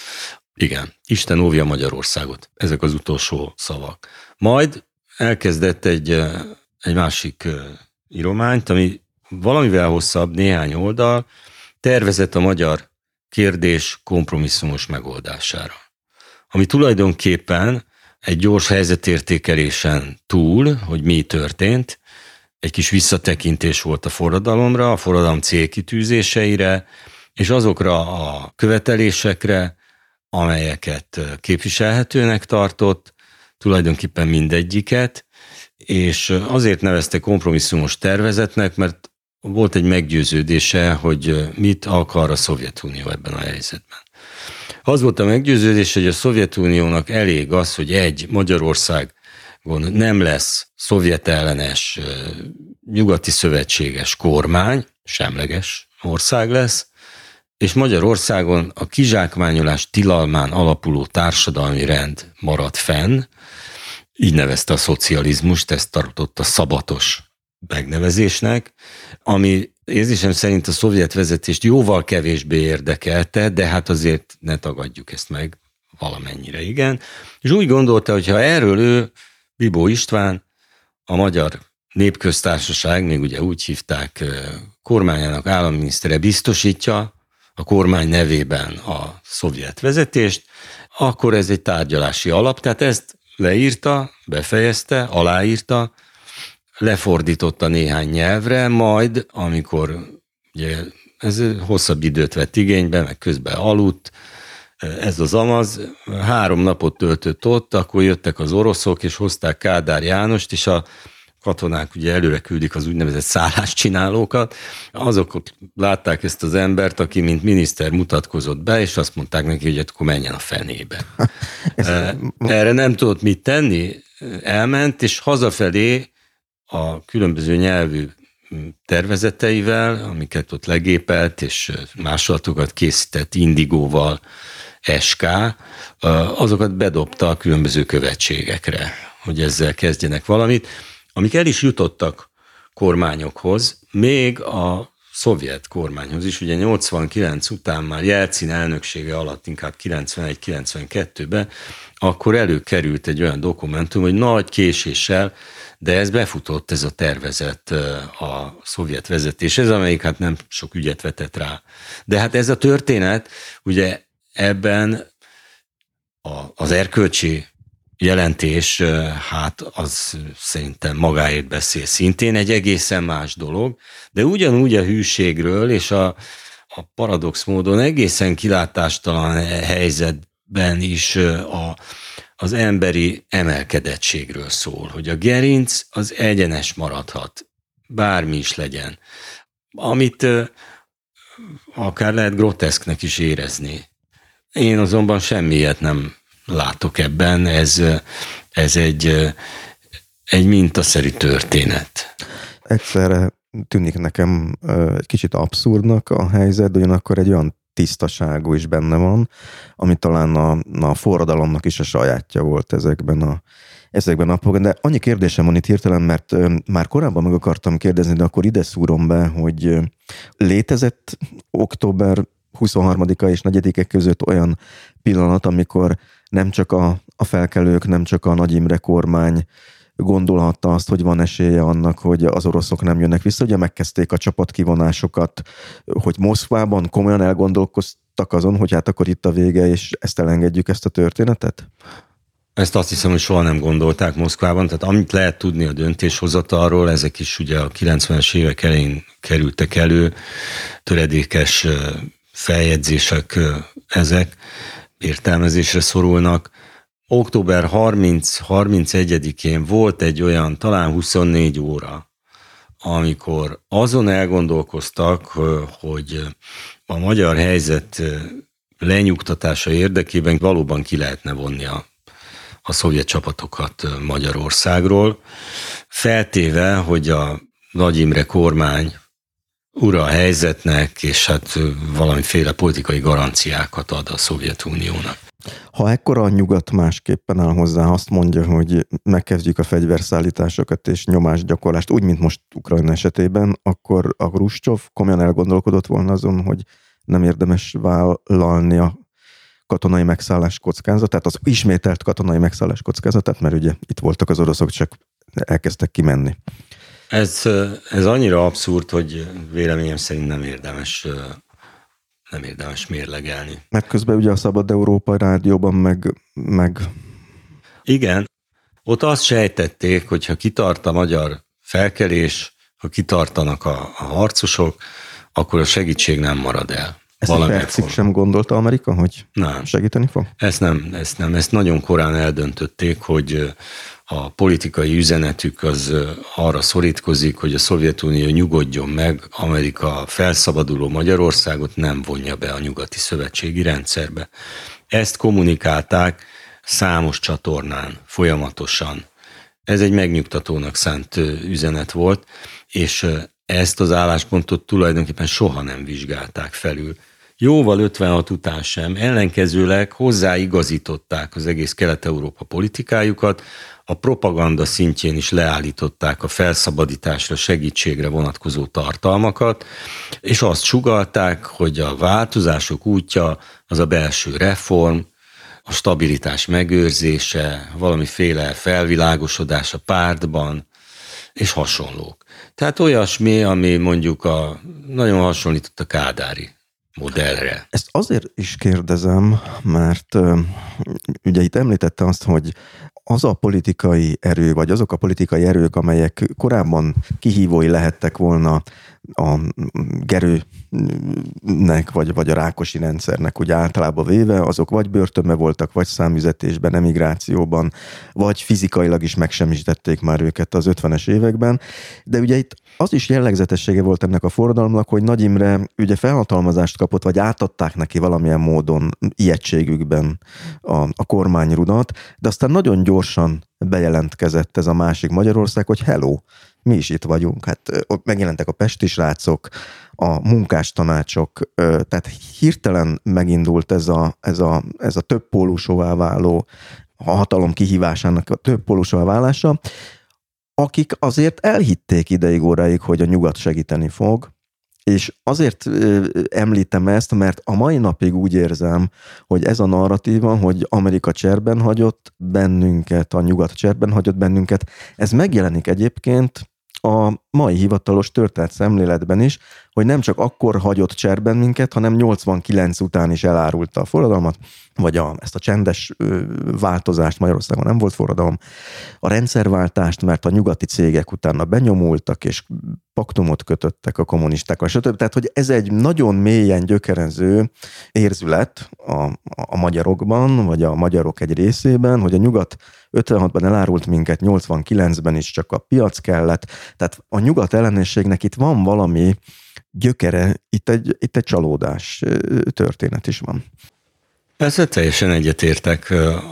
Igen, Isten óvja Magyarországot. Ezek az utolsó szavak. Majd elkezdett egy, egy másik írományt, ami valamivel hosszabb, néhány oldal, tervezett a magyar kérdés kompromisszumos megoldására. Ami tulajdonképpen egy gyors helyzetértékelésen túl, hogy mi történt, egy kis visszatekintés volt a forradalomra, a forradalom célkitűzéseire, és azokra a követelésekre, amelyeket képviselhetőnek tartott, tulajdonképpen mindegyiket, és azért nevezte kompromisszumos tervezetnek, mert volt egy meggyőződése, hogy mit akar a Szovjetunió ebben a helyzetben. Az volt a meggyőződés, hogy a Szovjetuniónak elég az, hogy egy Magyarországon nem lesz szovjetellenes nyugati szövetséges kormány, semleges ország lesz, és Magyarországon a kizsákmányolás tilalmán alapuló társadalmi rend marad fenn, így nevezte a szocializmust, ezt tartotta szabatos megnevezésnek, ami érzésem szerint a szovjet vezetést jóval kevésbé érdekelte, de hát azért ne tagadjuk ezt meg, valamennyire igen. És úgy gondolta, hogy ha erről ő, Bibó István, a Magyar Népköztársaság, még ugye úgy hívták, kormányának államminisztere biztosítja a kormány nevében a szovjet vezetést, akkor ez egy tárgyalási alap, tehát ezt leírta, befejezte, aláírta, lefordította néhány nyelvre, majd amikor ugye, ez hosszabb időt vett igénybe, meg közben aludt, ez az amaz, három napot töltött ott, akkor jöttek az oroszok, és hozták Kádár Jánost, és a katonák ugye előre küldik az úgynevezett szálláscsinálókat, azok látták ezt az embert, aki mint miniszter mutatkozott be, és azt mondták neki, hogy akkor menjen a fenébe. Erre nem tudott mit tenni, elment, és hazafelé a különböző nyelvű tervezeteivel, amiket ott legépelt, és másolatokat készített indigóval, es ká, azokat bedobta a különböző követségekre, hogy ezzel kezdjenek valamit, amik el is jutottak kormányokhoz, még a szovjet kormányhoz is, ugye nyolcvankilenc után már Jelcin elnöksége alatt, inkább kilencvenegy kilencvenkettőben, akkor előkerült egy olyan dokumentum, hogy nagy késéssel, de ez befutott, ez a tervezet a szovjet vezetéshez, amelyik hát nem sok ügyet vetett rá. De hát ez a történet, ugye ebben a, az erkölcsi jelentés, hát az szerintem magáért beszél, szintén egy egészen más dolog, de ugyanúgy a hűségről és a, a paradox módon egészen kilátástalan helyzetben is a, az emberi emelkedettségről szól, hogy a gerinc az egyenes maradhat, bármi is legyen, amit akár lehet groteszknek is érezni. Én azonban semmilyet nem látok ebben, ez, ez egy, egy mintaszerű történet. Egyszerre tűnik nekem egy kicsit abszurdnak a helyzet, de ugyanakkor egy olyan tisztaságú is benne van, ami talán a, a forradalomnak is a sajátja volt ezekben a, ezekben a napokban. De annyi kérdésem van itt hirtelen, mert már korábban meg akartam kérdezni, de akkor ide szúrom be, hogy létezett október huszonharmadika és negyedike között olyan pillanat, amikor nem csak a, a felkelők, nem csak a Nagy Imre kormány gondolhatta azt, hogy van esélye annak, hogy az oroszok nem jönnek vissza. Ugye megkezdték a csapatkivonásokat, hogy Moszkvában komolyan elgondolkoztak azon, hogy hát akkor itt a vége, és ezt elengedjük, ezt a történetet? Ezt azt hiszem, hogy soha nem gondolták Moszkvában, tehát amit lehet tudni a döntéshozatalról, ezek is ugye a kilencvenes évek elején kerültek elő, töredékes feljegyzések ezek, értelmezésre szorulnak. október harminc-harmincegyedikén volt egy olyan, talán huszonnégy óra, amikor azon elgondolkoztak, hogy a magyar helyzet lenyugtatása érdekében valóban ki lehetne vonni a, a szovjet csapatokat Magyarországról, feltéve, hogy a Nagy Imre kormány ura a helyzetnek, és hát valamiféle politikai garanciákat ad a Szovjetuniónak. Ha ekkora a nyugat másképpen áll hozzá, azt mondja, hogy megkezdjük a fegyverszállításokat és nyomásgyakorlást, úgy, mint most Ukrajna esetében, akkor a Hruscsov komolyan elgondolkodott volna azon, hogy nem érdemes vállalni a katonai megszállás kockázatát, az ismételt katonai megszállás kockázatát, mert ugye itt voltak az oroszok, csak elkezdtek kimenni. Ez, ez annyira abszurd, hogy véleményem szerint nem érdemes nem érdemes mérlegelni. Mert közben ugye a Szabad Európa rádióban meg, meg... Igen, ott azt sejtették, hogy ha kitart a magyar felkelés, ha kitartanak a, a harcosok, akkor a segítség nem marad el. Ezt egy percig sem gondolta Amerika, hogy nem. segíteni fog? Ezt nem, ezt nem. Ezt nagyon korán eldöntötték, hogy a politikai üzenetük az arra szorítkozik, hogy a Szovjetunió nyugodjon meg, Amerika felszabaduló Magyarországot nem vonja be a nyugati szövetségi rendszerbe. Ezt kommunikálták számos csatornán, folyamatosan. Ez egy megnyugtatónak szánt üzenet volt, és ezt az álláspontot tulajdonképpen soha nem vizsgálták felül. Jóval ötvenhat után sem, ellenkezőleg hozzáigazították az egész Kelet-Európa politikájukat, a propaganda szintjén is leállították a felszabadításra, segítségre vonatkozó tartalmakat, és azt sugallták, hogy a változások útja az a belső reform, a stabilitás megőrzése, valamiféle felvilágosodás a pártban, és hasonlók. Tehát olyasmi, ami mondjuk a, nagyon hasonlított a kádári modellre. Ezt azért is kérdezem, mert uh, ugye itt említette azt, hogy az a politikai erő, vagy azok a politikai erők, amelyek korábban kihívói lehettek volna a Gerőnek, vagy, vagy a Rákosi rendszernek, ugye általában véve, azok vagy börtönbe voltak, vagy számüzetésben, emigrációban, vagy fizikailag is megsemmisítették már őket az ötvenes években. De ugye itt az is jellegzetessége volt ennek a forradalomnak, hogy Nagy Imre ugye felhatalmazást kapott, vagy átadták neki valamilyen módon ijegységükben a, a kormányrudat, de aztán nagyon gyorsan bejelentkezett ez a másik Magyarország, hogy hello, mi is itt vagyunk. Hát ott megjelentek a pesti srácok, a munkástanácsok, tehát hirtelen megindult ez a, ez a, ez a több pólusúvá váló, a hatalom kihívásának a több pólusúvá válása, akik azért elhitték ideig óráig, hogy a nyugat segíteni fog, és azért említem ezt, mert a mai napig úgy érzem, hogy ez a narratíva, hogy Amerika cserben hagyott bennünket, a nyugat cserben hagyott bennünket, ez megjelenik egyébként a mai hivatalos történet szemléletben is, hogy nem csak akkor hagyott cserben minket, hanem nyolcvankilenc után is elárulta a forradalmat, vagy a, ezt a csendes ö, változást, Magyarországon nem volt forradalom, a rendszerváltást, mert a nyugati cégek utána benyomultak, és paktumot kötöttek a kommunistákkal, stb. Tehát, hogy ez egy nagyon mélyen gyökerező érzület a, a magyarokban, vagy a magyarok egy részében, hogy a nyugat ötvenhatban elárult minket, nyolcvankilencben is csak a piac kellett. Tehát a nyugat ellenességnek itt van valami gyökere, itt egy, itt egy csalódás történet is van. Ezzel teljesen egyetértek.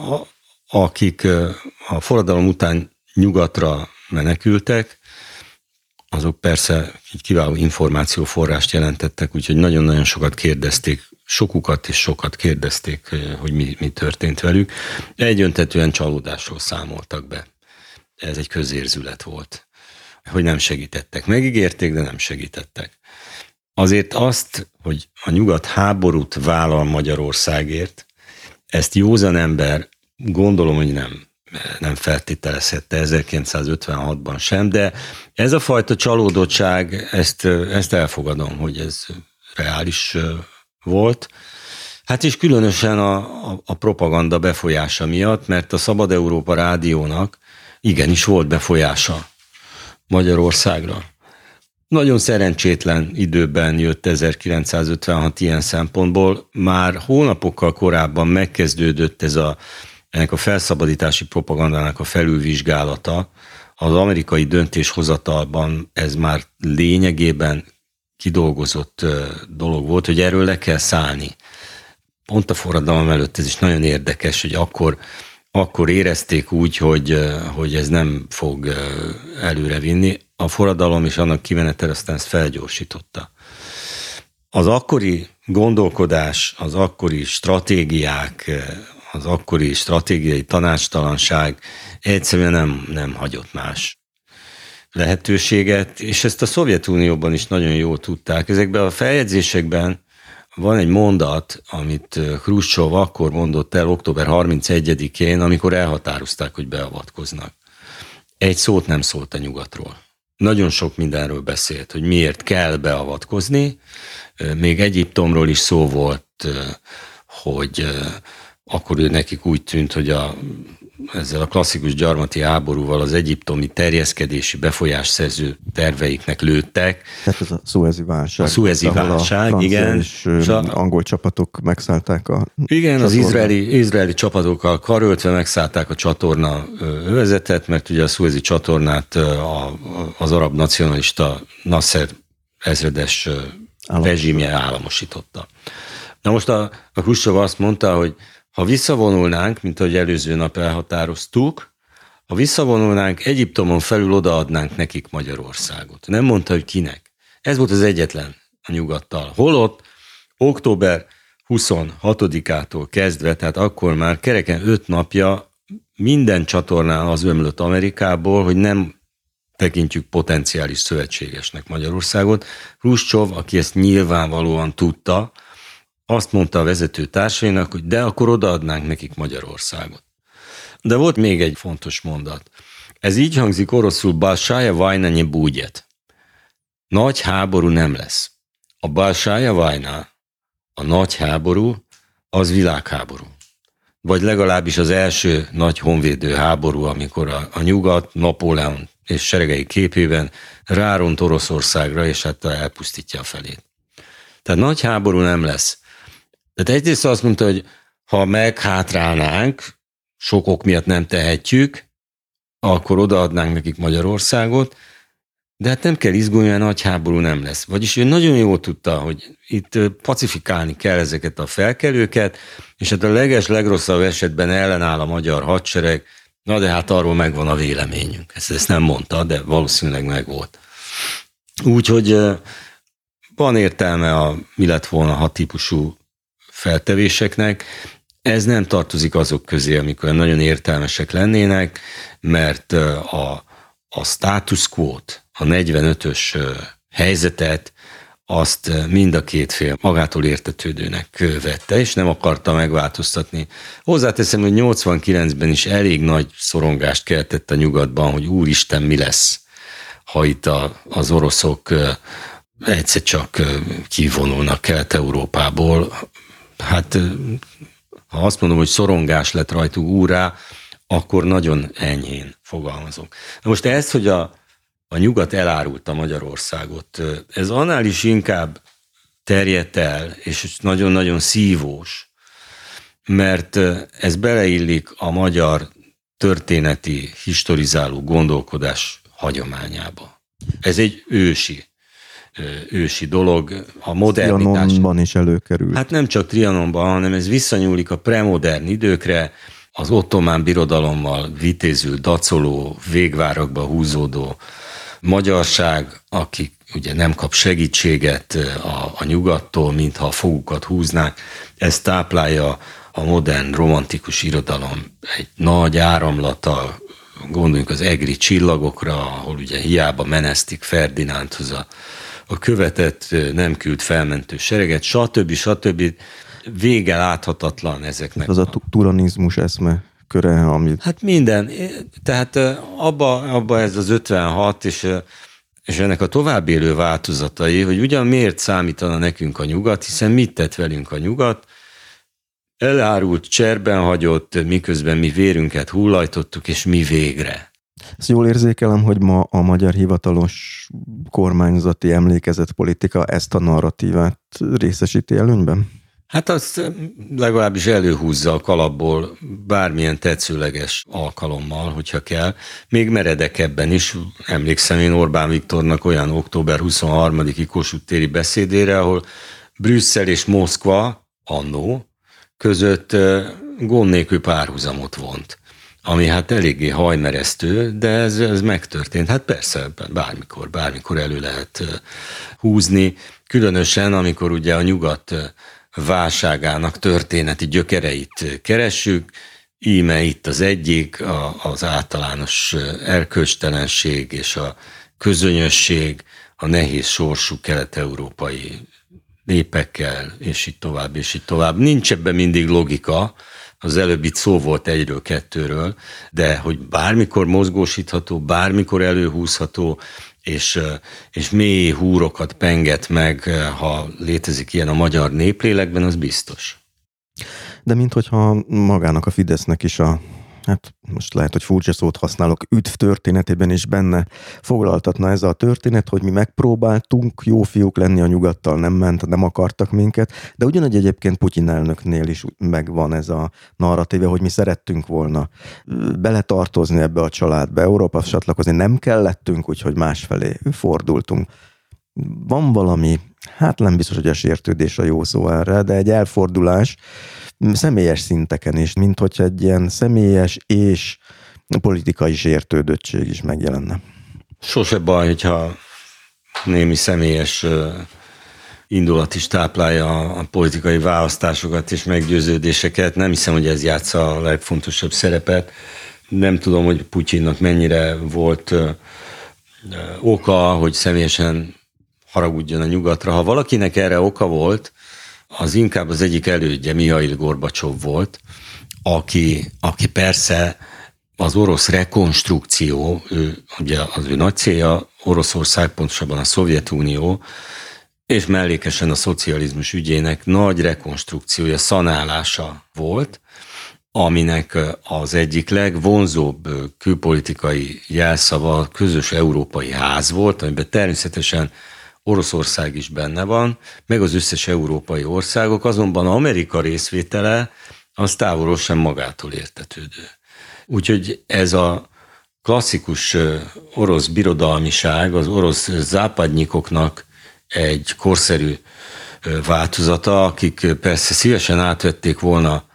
Akik a forradalom után nyugatra menekültek, azok persze egy kiváló információforrást jelentettek, úgyhogy nagyon-nagyon sokat kérdezték, sokukat és sokat kérdezték, hogy mi, mi történt velük. Egyöntetően csalódásról számoltak be. Ez egy közérzület volt, hogy nem segítettek. Megígérték, de nem segítettek. Azért azt, hogy a nyugat háborút vállal Magyarországért, ezt józan ember gondolom, hogy nem, nem feltételezhette ezerkilencszázötvenhatban sem, de ez a fajta csalódottság, ezt, ezt elfogadom, hogy ez reális volt. Hát és különösen a, a, a propaganda befolyása miatt, mert a Szabad Európa rádiónak igenis volt befolyása Magyarországra. Nagyon szerencsétlen időben jött ezerkilencszázötvenhat ilyen szempontból. Már hónapokkal korábban megkezdődött ez a, ennek a felszabadítási propagandának a felülvizsgálata. Az amerikai döntéshozatalban ez már lényegében kidolgozott dolog volt, hogy erről le kell szállni. Pont a forradalom előtt ez is nagyon érdekes, hogy akkor, akkor érezték úgy, hogy, hogy ez nem fog előre vinni. A forradalom és annak kimenetel aztán ezt felgyorsította. Az akkori gondolkodás, az akkori stratégiák, az akkori stratégiai tanácstalanság egyszerűen nem, nem hagyott más lehetőséget, és ezt a Szovjetunióban is nagyon jól tudták. Ezekben a feljegyzésekben van egy mondat, amit Hruscsov akkor mondott el október harmincegyedikén, amikor elhatározták, hogy beavatkoznak. Egy szót nem szólt a nyugatról. Nagyon sok mindenről beszélt, hogy miért kell beavatkozni. Még Egyiptomról is szó volt, hogy akkor nekik úgy tűnt, hogy a, ezzel a klasszikus gyarmati háborúval az egyiptomi terjeszkedési befolyásszerző terveiknek lőttek. Tehát ez a szuezi válság. A szuezi válság, igen. És a, angol csapatok megszállták a Igen, csatorna. Az izraeli, izraeli csapatokkal karöltve megszállták a csatorna övezetet, mert ugye a szuezi csatornát a, az arab nacionalista Nasser ezredes Állam. rezsimje államosította. Na most a, a Hruscsov azt mondta, hogy ha visszavonulnánk, mint ahogy előző nap elhatároztuk, ha visszavonulnánk, Egyiptomon felül odaadnánk nekik Magyarországot. Nem mondta, hogy kinek. Ez volt az egyetlen a nyugattal. Holott október huszonhatodikától kezdve, tehát akkor már kereken öt napja minden csatornán az ömlött Amerikából, hogy nem tekintjük potenciális szövetségesnek Magyarországot. Hruscsov, aki ezt nyilvánvalóan tudta, azt mondta a vezető társainak, hogy de akkor odaadnánk nekik Magyarországot. De volt még egy fontos mondat. Ez így hangzik oroszul, balsája vajna ne будет. Nagy háború nem lesz. A balsája vajna, a nagy háború, az világháború. Vagy legalábbis az első nagy honvédő háború, amikor a, a nyugat, Napóleon és seregei képében ráront Oroszországra, és hát elpusztítja a felét. Tehát nagy háború nem lesz. Tehát egyrészt azt mondta, hogy ha meghátrálnánk, sok ok miatt nem tehetjük, akkor odaadnánk nekik Magyarországot, de hát nem kell izgulni, mert nagy háború nem lesz. Vagyis ő nagyon jól tudta, hogy itt pacifikálni kell ezeket a felkelőket, és hát a leges, legrosszabb esetben ellenáll a magyar hadsereg, na de hát arról megvan a véleményünk. Ezt, ezt nem mondta, de valószínűleg megvolt. Úgyhogy van értelme a mi lett volna hat típusú feltevéseknek. Ez nem tartozik azok közé, amikor nagyon értelmesek lennének, mert a, a status quo-t, a negyvenötös helyzetet, azt mind a két fél magától értetődőnek vette, és nem akarta megváltoztatni. Hozzáteszem, hogy nyolcvankilencben is elég nagy szorongást keltett a nyugatban, hogy úristen, mi lesz, ha itt a, az oroszok egyszer csak kivonulnak Kelet-Európából. Hát ha azt mondom, hogy szorongás lett rajtuk úrrá, akkor nagyon enyhén fogalmazok. Na most ezt, hogy a, a nyugat elárulta Magyarországot, ez annál is inkább terjedt el, és nagyon-nagyon szívós, mert ez beleillik a magyar történeti, historizáló gondolkodás hagyományába. Ez egy ősi ősi dolog, a modernitás. Trianonban is előkerül. Hát nem csak Trianonban, hanem ez visszanyúlik a premodern időkre, az ottomán birodalommal vitézül, dacoló, végvárakba húzódó magyarság, akik ugye nem kap segítséget a, a nyugattól, mintha a fogukat húznák, ez táplálja a modern romantikus irodalom egy nagy áramlata, gondoljunk az egri csillagokra, ahol ugye hiába menesztik Ferdinándhoz a a követett nem küld felmentő sereget, stb. stb. Vége láthatatlan ezeknek. Az a turanizmus eszme köre, amit... Hát minden. Tehát abba, abba ez az ötvenhat, és, és ennek a tovább élő változatai, hogy ugyan miért számítana nekünk a nyugat, hiszen mit tett velünk a nyugat, elárult, cserben hagyott, miközben mi vérünket hullajtottuk, és mi végre. Ezt jól érzékelem, hogy ma a magyar hivatalos kormányzati emlékezetpolitika ezt a narratívát részesíti előnyben? Hát azt legalábbis előhúzza a kalapból bármilyen tetszőleges alkalommal, hogyha kell. Még meredekebben is. Emlékszem én Orbán Viktornak olyan október huszonharmadiki Kossuth téri beszédére, ahol Brüsszel és Moszkva annó között gond nélkül párhuzamot vont. Ami hát eléggé hajmeresztő, de ez, ez megtörtént. Hát persze, bármikor, bármikor elő lehet húzni, különösen amikor ugye a nyugat válságának történeti gyökereit keressük. Íme itt az egyik, az általános erkölcstelenség és a közönyösség, a nehéz sorsú kelet-európai népekkel, és így tovább, és így tovább. Nincs ebben mindig logika, az előbb itt szó volt egyről, kettőről, de hogy bármikor mozgósítható, bármikor előhúzható, és, és mély húrokat penget meg, ha létezik ilyen a magyar néplélekben, az biztos. De minthogyha magának a Fidesznek is a, hát most lehet, hogy furcsa szót használok, üdv történetében is benne foglaltatna ez a történet, hogy mi megpróbáltunk jó fiúk lenni, a nyugattal nem ment, nem akartak minket, de ugyanegy egyébként Putyin elnöknél is megvan ez a narratíva, hogy mi szerettünk volna beletartozni ebbe a családba, Európa csatlakozni nem kellettünk, úgyhogy másfelé fordultunk. Van valami, hát nem biztos, hogy a sértődés a jó szó erre, de egy elfordulás személyes szinteken is, mint hogyha egy ilyen személyes és politikai sértődöttség is megjelenne. Sose baj, hogyha némi személyes indulat is táplálja a politikai választásokat és meggyőződéseket. Nem hiszem, hogy ez játsza a legfontosabb szerepet. Nem tudom, hogy Putyinnak mennyire volt oka, hogy személyesen haragudjon a nyugatra. Ha valakinek erre oka volt, az inkább az egyik elődje, Mihail Gorbacsov volt, aki, aki persze az orosz rekonstrukció, ő, ugye az ő nagy célja Oroszország, pontosabban a Szovjetunió, és mellékesen a szocializmus ügyének nagy rekonstrukciója, szanálása volt, aminek az egyik legvonzóbb külpolitikai jelszava a közös európai ház volt, amiben természetesen Oroszország is benne van, meg az összes európai országok, azonban Amerika részvétele az távolról sem magától értetődő. Úgyhogy ez a klasszikus orosz birodalmiság, az orosz západnyikoknak egy korszerű változata, akik persze szívesen átvették volna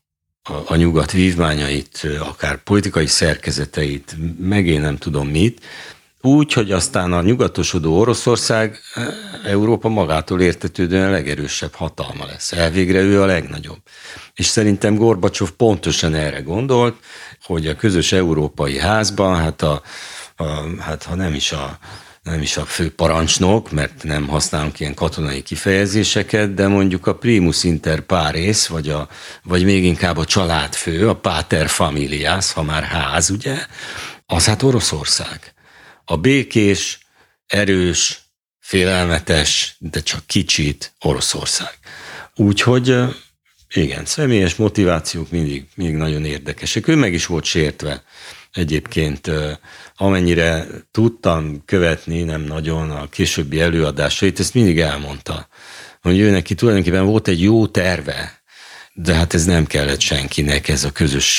a nyugat vívmányait, akár politikai szerkezeteit, meg én nem tudom mit, úgy, hogy aztán a nyugatosodó Oroszország Európa magától értetődően a legerősebb hatalma lesz. Elvégre ő a legnagyobb. És szerintem Gorbacsov pontosan erre gondolt, hogy a közös európai házban, hát, a, a, hát ha nem is a nem is a fő parancsnok, mert nem használunk ilyen katonai kifejezéseket, de mondjuk a primus inter pares, vagy, a, vagy még inkább a családfő, a pater familias, ha már ház, ugye, az hát Oroszország. A békés, erős, félelmetes, de csak kicsit Oroszország. Úgyhogy igen, személyes motivációk mindig, mindig nagyon érdekesek. Ő meg is volt sértve. Egyébként amennyire tudtam követni, nem nagyon a későbbi előadásait, ezt mindig elmondta, hogy ő neki tulajdonképpen volt egy jó terve, de hát ez nem kellett senkinek, ez a közös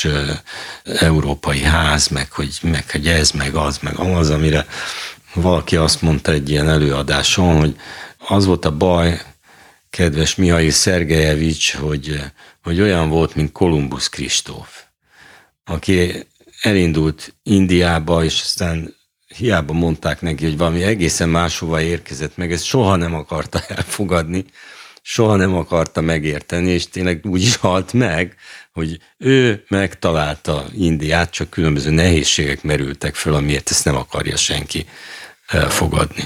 európai ház, meg hogy, meg hogy ez, meg az, meg az, amire valaki azt mondta egy ilyen előadáson, hogy az volt a baj, kedves Mihail Szergejevics, hogy, hogy olyan volt, mint Kolumbusz Kristóf, aki elindult Indiába, és aztán hiába mondták neki, hogy valami egészen máshova érkezett meg, ezt soha nem akarta elfogadni, soha nem akarta megérteni, és tényleg úgy is halt meg, hogy ő megtalálta Indiát, csak különböző nehézségek merültek föl, amiért ezt nem akarja senki elfogadni.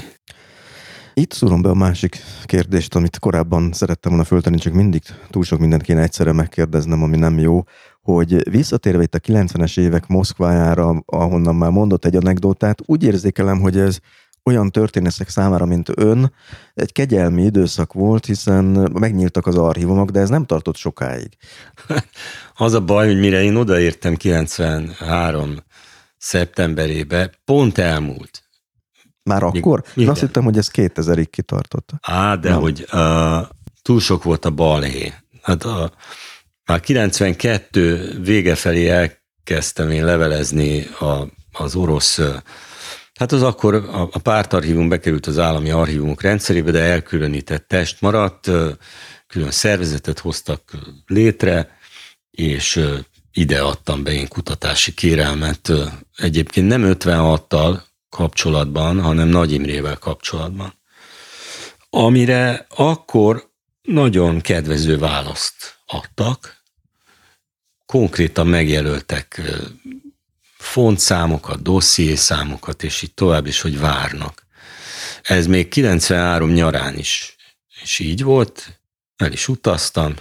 Itt szúrom be a másik kérdést, amit korábban szerettem volna föltenni, csak mindig túl sok mindent kéne egyszerre megkérdeznem, ami nem jó, hogy visszatérve itt a kilencvenes évek Moszkvájára, ahonnan már mondott egy anekdotát, úgy érzékelem, hogy ez olyan történetek számára, mint ön, egy kegyelmi időszak volt, hiszen megnyíltak az archívumok, de ez nem tartott sokáig. Az a baj, hogy mire én odaértem kilencvenhárom szeptemberébe, pont elmúlt. Már akkor? Én azt hittem, hogy ez kétezerig kitartott. Á, de nem. hogy uh, túl sok volt a balhé. Hát a, már kilencvenkettő vége felé elkezdtem én levelezni a, az orosz, hát az akkor a, a pártarchívum bekerült az állami archívumok rendszerébe, de elkülönített test maradt, külön szervezetet hoztak létre, és ide adtam be én kutatási kérelmet, egyébként nem ötvenhattal kapcsolatban, hanem Nagy Imrével kapcsolatban. Amire akkor nagyon kedvező választ adtak, konkrétan megjelöltek fontszámokat, dossziészámokat, és így tovább is, hogy várnak. Ez még kilencvenhárom nyarán is, is így volt, el is utaztam,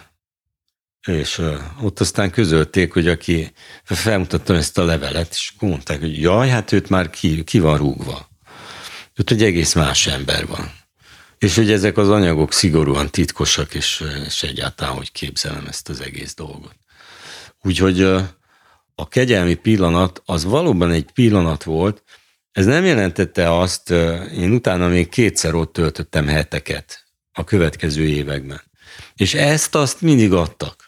és uh, ott aztán közölték, hogy aki felmutattam ezt a levelet, és mondták, hogy jaj, hát őt már ki, ki van rúgva. Őt egy egész más ember van. És hogy ezek az anyagok szigorúan titkosak, és, és egyáltalán, hogy képzelem ezt az egész dolgot. Úgyhogy uh, a kegyelmi pillanat az valóban egy pillanat volt. Ez nem jelentette azt, uh, én utána még kétszer ott töltöttem heteket a következő években. És ezt azt mindig adtak.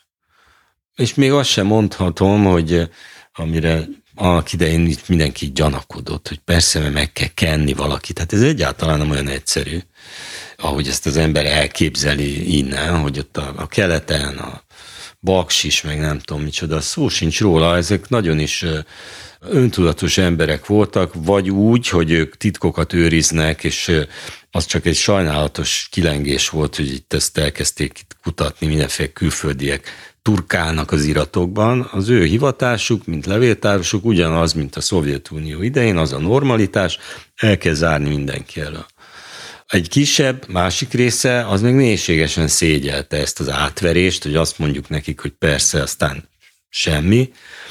És még azt sem mondhatom, hogy amire annak idején itt mindenki gyanakodott, hogy persze, mert meg kell kenni valakit. Hát ez egyáltalán nem olyan egyszerű, ahogy ezt az ember elképzeli innen, hogy ott a, a keleten, a baksis, meg nem tudom micsoda, szó sincs róla, ezek nagyon is öntudatos emberek voltak, vagy úgy, hogy ők titkokat őriznek, és az csak egy sajnálatos kilengés volt, hogy itt ezt elkezdték kutatni, mindenféle külföldiek turkálnak az iratokban. Az ő hivatásuk, mint levéltárosok ugyanaz, mint a Szovjetunió idején, az a normalitás, el kell zárni mindenki elől. Egy kisebb, másik része, az meg mélységesen szégyelte ezt az átverést, hogy azt mondjuk nekik, hogy persze, aztán semmi,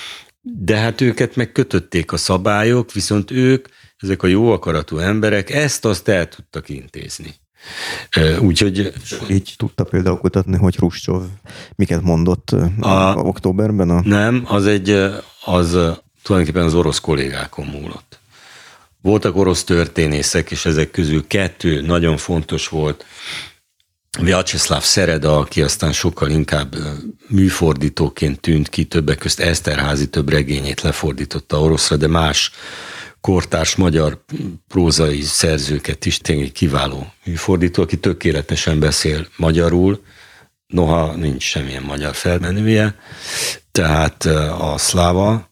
de hát őket meg kötötték a szabályok, viszont ők, ezek a jó akaratú emberek ezt-azt el tudtak intézni. Úgyhogy... Így tudta például kutatni, hogy Hruscsov miket mondott a, októberben? A... Nem, az egy, az tulajdonképpen az orosz kollégákon múlott. Voltak orosz történészek, és ezek közül kettő nagyon fontos volt. Vyacheslav Szereda, aki aztán sokkal inkább műfordítóként tűnt ki, többek közt Eszterházy több regényét lefordította oroszra, de más kortárs magyar prózai szerzőket is, tényleg kiváló műfordító, aki tökéletesen beszél magyarul, noha nincs semmilyen magyar felmenője, tehát a Szláva,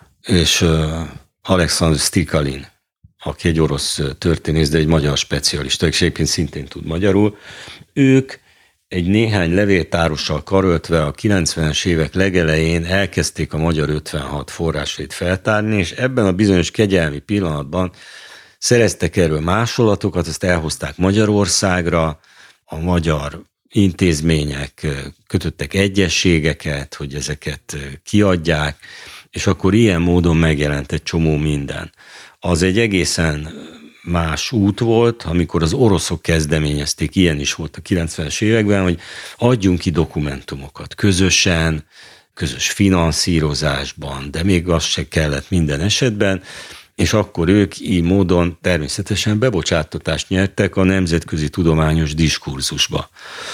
és Alexandr Stikalin, aki egy orosz történész, de egy magyar specialista, és egyébként szintén tud magyarul. Ők egy néhány levéltárossal karöltve a kilencvenes évek legelején elkezdték a magyar ötvenhat forrásait feltárni, és ebben a bizonyos kegyelmi pillanatban szereztek erről másolatokat, azt elhozták Magyarországra, a magyar intézmények kötöttek egyezségeket, hogy ezeket kiadják, és akkor ilyen módon megjelent egy csomó minden. Az egy egészen más út volt, amikor az oroszok kezdeményezték, ilyen is volt a kilencvenes években, hogy adjunk ki dokumentumokat közösen, közös finanszírozásban, de még az se kellett minden esetben, és akkor ők így módon természetesen bebocsátatást nyertek a nemzetközi tudományos diskurzusba.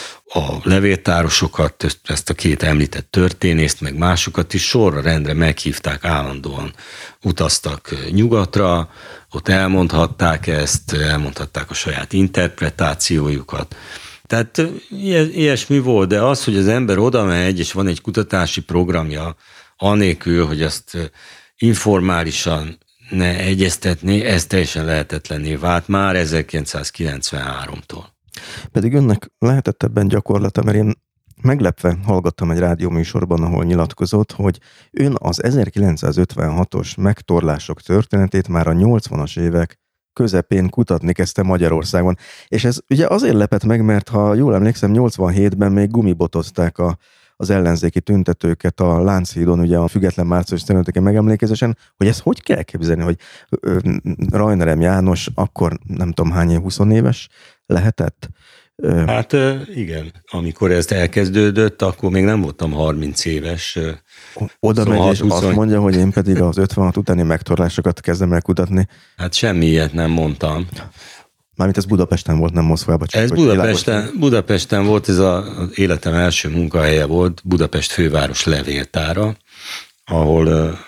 A levéltárosokat, ezt a két említett történészt, meg másokat is sorra rendre meghívták, állandóan utaztak nyugatra, ott elmondhatták ezt, elmondhatták a saját interpretációjukat. Tehát ilyesmi volt, de az, hogy az ember oda megy, és van egy kutatási programja, anélkül, hogy azt informálisan ne egyeztetné, ez teljesen lehetetlenné vált már ezerkilencszázkilencvenháromtól. Pedig önnek lehetett ebben gyakorlata, mert én meglepve hallgattam egy rádióműsorban, ahol nyilatkozott, hogy ön az ezerkilencszázötvenhatos megtorlások történetét már a nyolcvanas évek közepén kutatni kezdte Magyarországon. És ez ugye azért lepett meg, mert ha jól emlékszem, nyolcvanhétben még gumibotozták a, az ellenzéki tüntetőket a Lánchídon, ugye a független március tizenötödike megemlékezésen, hogy ezt hogy kell képzelni, hogy Rajner M. János akkor nem tudom hány év, húsz éves lehetett? Hát igen, amikor ez elkezdődött, akkor még nem voltam harminc éves. Oda megy, és azt mondja, hogy én pedig az ötvenhat utáni megtorlásokat kezdem el kutatni. Hát semmi ilyet nem mondtam. Mármint ez Budapesten volt, nem Moszkvában. Csak ez Budapesten, Budapesten volt, ez az életem első munkahelye volt, Budapest főváros levéltára, ahol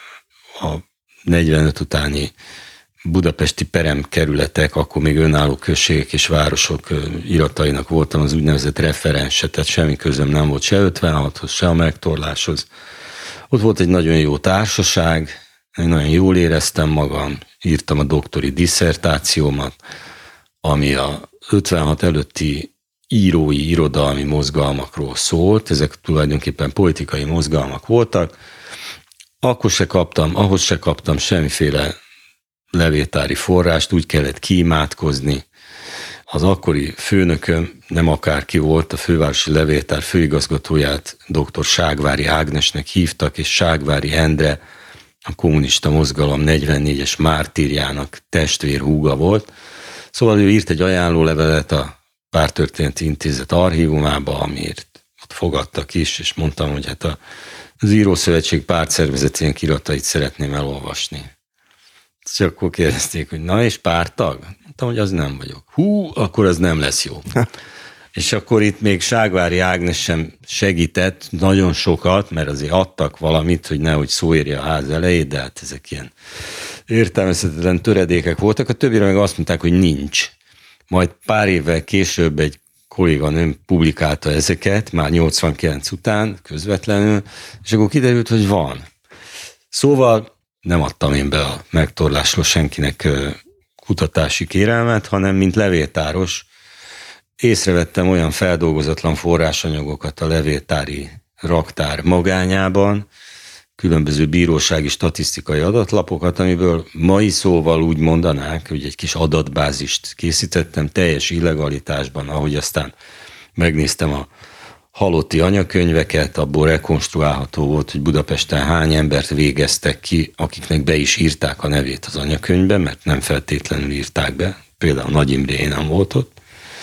a negyvenöt utáni budapesti peremkerületek, akkor még önálló községek és városok iratainak voltam az úgynevezett referense, tehát semmi közöm nem volt se ötvenhathoz, se a megtorláshoz. Ott volt egy nagyon jó társaság, én nagyon jól éreztem magam, írtam a doktori disszertációmat, ami a ötvenhat előtti írói, irodalmi mozgalmakról szólt, ezek tulajdonképpen politikai mozgalmak voltak, akkor se kaptam, ahhoz se kaptam semmiféle levéltári forrást, úgy kellett kiimádkozni. Az akkori főnököm nem akárki volt, a fővárosi levéltár főigazgatóját dr. Ságvári Ágnesnek hívtak, és Ságvári Endre a kommunista mozgalom negyvennégyes mártírjának testvérhúga volt. Szóval ő írt egy ajánlólevelet a Párttörténeti Intézet archívumába, amiért ott fogadtak is, és mondtam, hogy hát a, az Írószövetség pártszervezetének iratait szeretném elolvasni. És akkor kérdezték, hogy na és párttag? Mondtam, hogy az nem vagyok. Hú, akkor az nem lesz jó. És akkor itt még Ságvári Ágnes sem segített nagyon sokat, mert azért adtak valamit, hogy nehogy szó érje a ház elejét, de hát ezek ilyen értelmezhetetlen töredékek voltak. A többire meg azt mondták, hogy nincs. Majd pár évvel később egy kolléganőm publikálta ezeket, már nyolcvankilenc után közvetlenül, és akkor kiderült, hogy van. Szóval nem adtam én be a megtorlásról senkinek kutatási kérelmet, hanem mint levéltáros észrevettem olyan feldolgozatlan forrásanyagokat a levéltári raktár magányában, különböző bírósági statisztikai adatlapokat, amiből mai szóval úgy mondanák, hogy egy kis adatbázist készítettem teljes illegalitásban, ahogy aztán megnéztem a halotti anyakönyveket, abból rekonstruálható volt, hogy Budapesten hány embert végeztek ki, akiknek be is írták a nevét az anyakönyvbe, mert nem feltétlenül írták be, például Nagy Imré nem volt ott.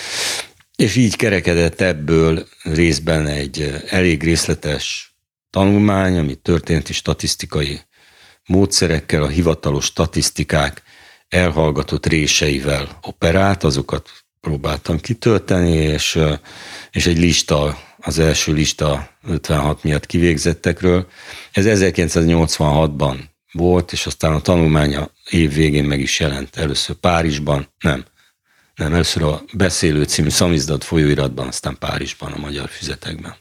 És így kerekedett ebből részben egy elég részletes tanulmány, ami történeti statisztikai módszerekkel, a hivatalos statisztikák elhallgatott réseivel operált, azokat próbáltam kitölteni, és, és egy lista, az első lista ötvenhat miatt kivégzettekről. Ez ezerkilencszáznyolcvanhatban volt, és aztán a tanulmánya év végén meg is jelent először Párizsban, nem, nem, először a Beszélő című szamizdat folyóiratban, aztán Párizsban, a Magyar Füzetekben.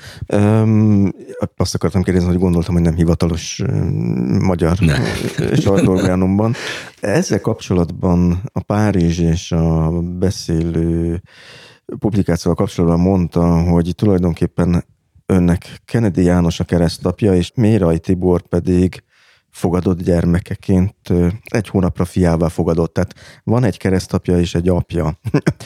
Um, azt akartam kérdezni, hogy gondoltam, hogy nem hivatalos uh, magyar sajtóorgánumban. Ezzel kapcsolatban a Párizs és a Beszélő publikációval kapcsolatban mondta, hogy tulajdonképpen önnek Kennedy János a keresztapja, és Méray Tibor pedig fogadott gyermekeként egy hónapra fiává fogadott. Tehát van egy keresztapja és egy apja.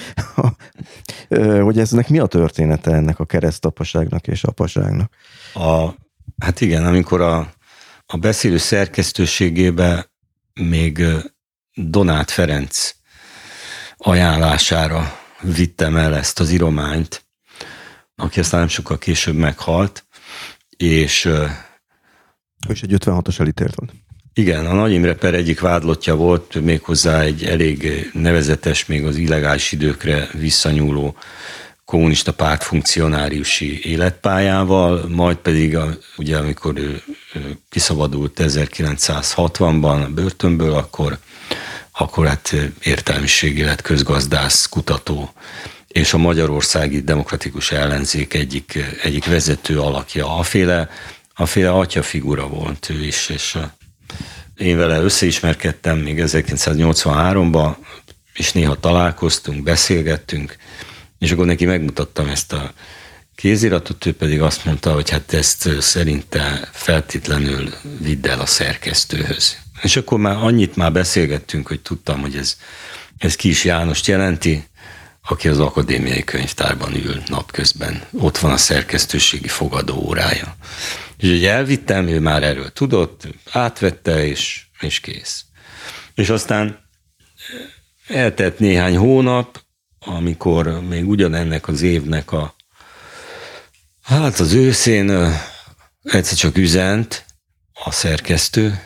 Hogy eznek mi a története ennek a keresztapaságnak és apaságnak? A, hát igen, amikor a, a Beszélő szerkesztőségébe még Donát Ferenc ajánlására vittem el ezt az írományt, aki aztán nem sokkal később meghalt, és és egy ötvenhatos elítélt volt. Igen, a Nagy Imre per egyik vádlottja volt, méghozzá egy elég nevezetes, még az illegális időkre visszanyúló kommunista pártfunkcionáriusi életpályával, majd pedig a, ugye amikor ő, ő kiszabadult ezerkilencszázhatvanban a börtönből, akkor, akkor hát értelmiségi lett közgazdász, kutató, és a magyarországi demokratikus ellenzék egyik, egyik vezető alakja. Aféle, aféle atyafigura volt ő is, és én vele összeismerkedtem még ezerkilencszáznyolcvanháromban, és néha találkoztunk, beszélgettünk, és akkor neki megmutattam ezt a kéziratot, ő pedig azt mondta, hogy hát ezt szerinte feltétlenül vidd el a szerkesztőhöz. És akkor már annyit már beszélgettünk, hogy tudtam, hogy ez, ez Kis Jánost jelenti, aki az akadémiai könyvtárban ül napközben. Ott van a szerkesztőségi fogadó órája. És hogy elvittem, ő már erről tudott, átvette, és, és kész. És aztán eltelt néhány hónap, amikor még ugyanennek az évnek a, hát az őszén egyszer csak üzent a szerkesztő,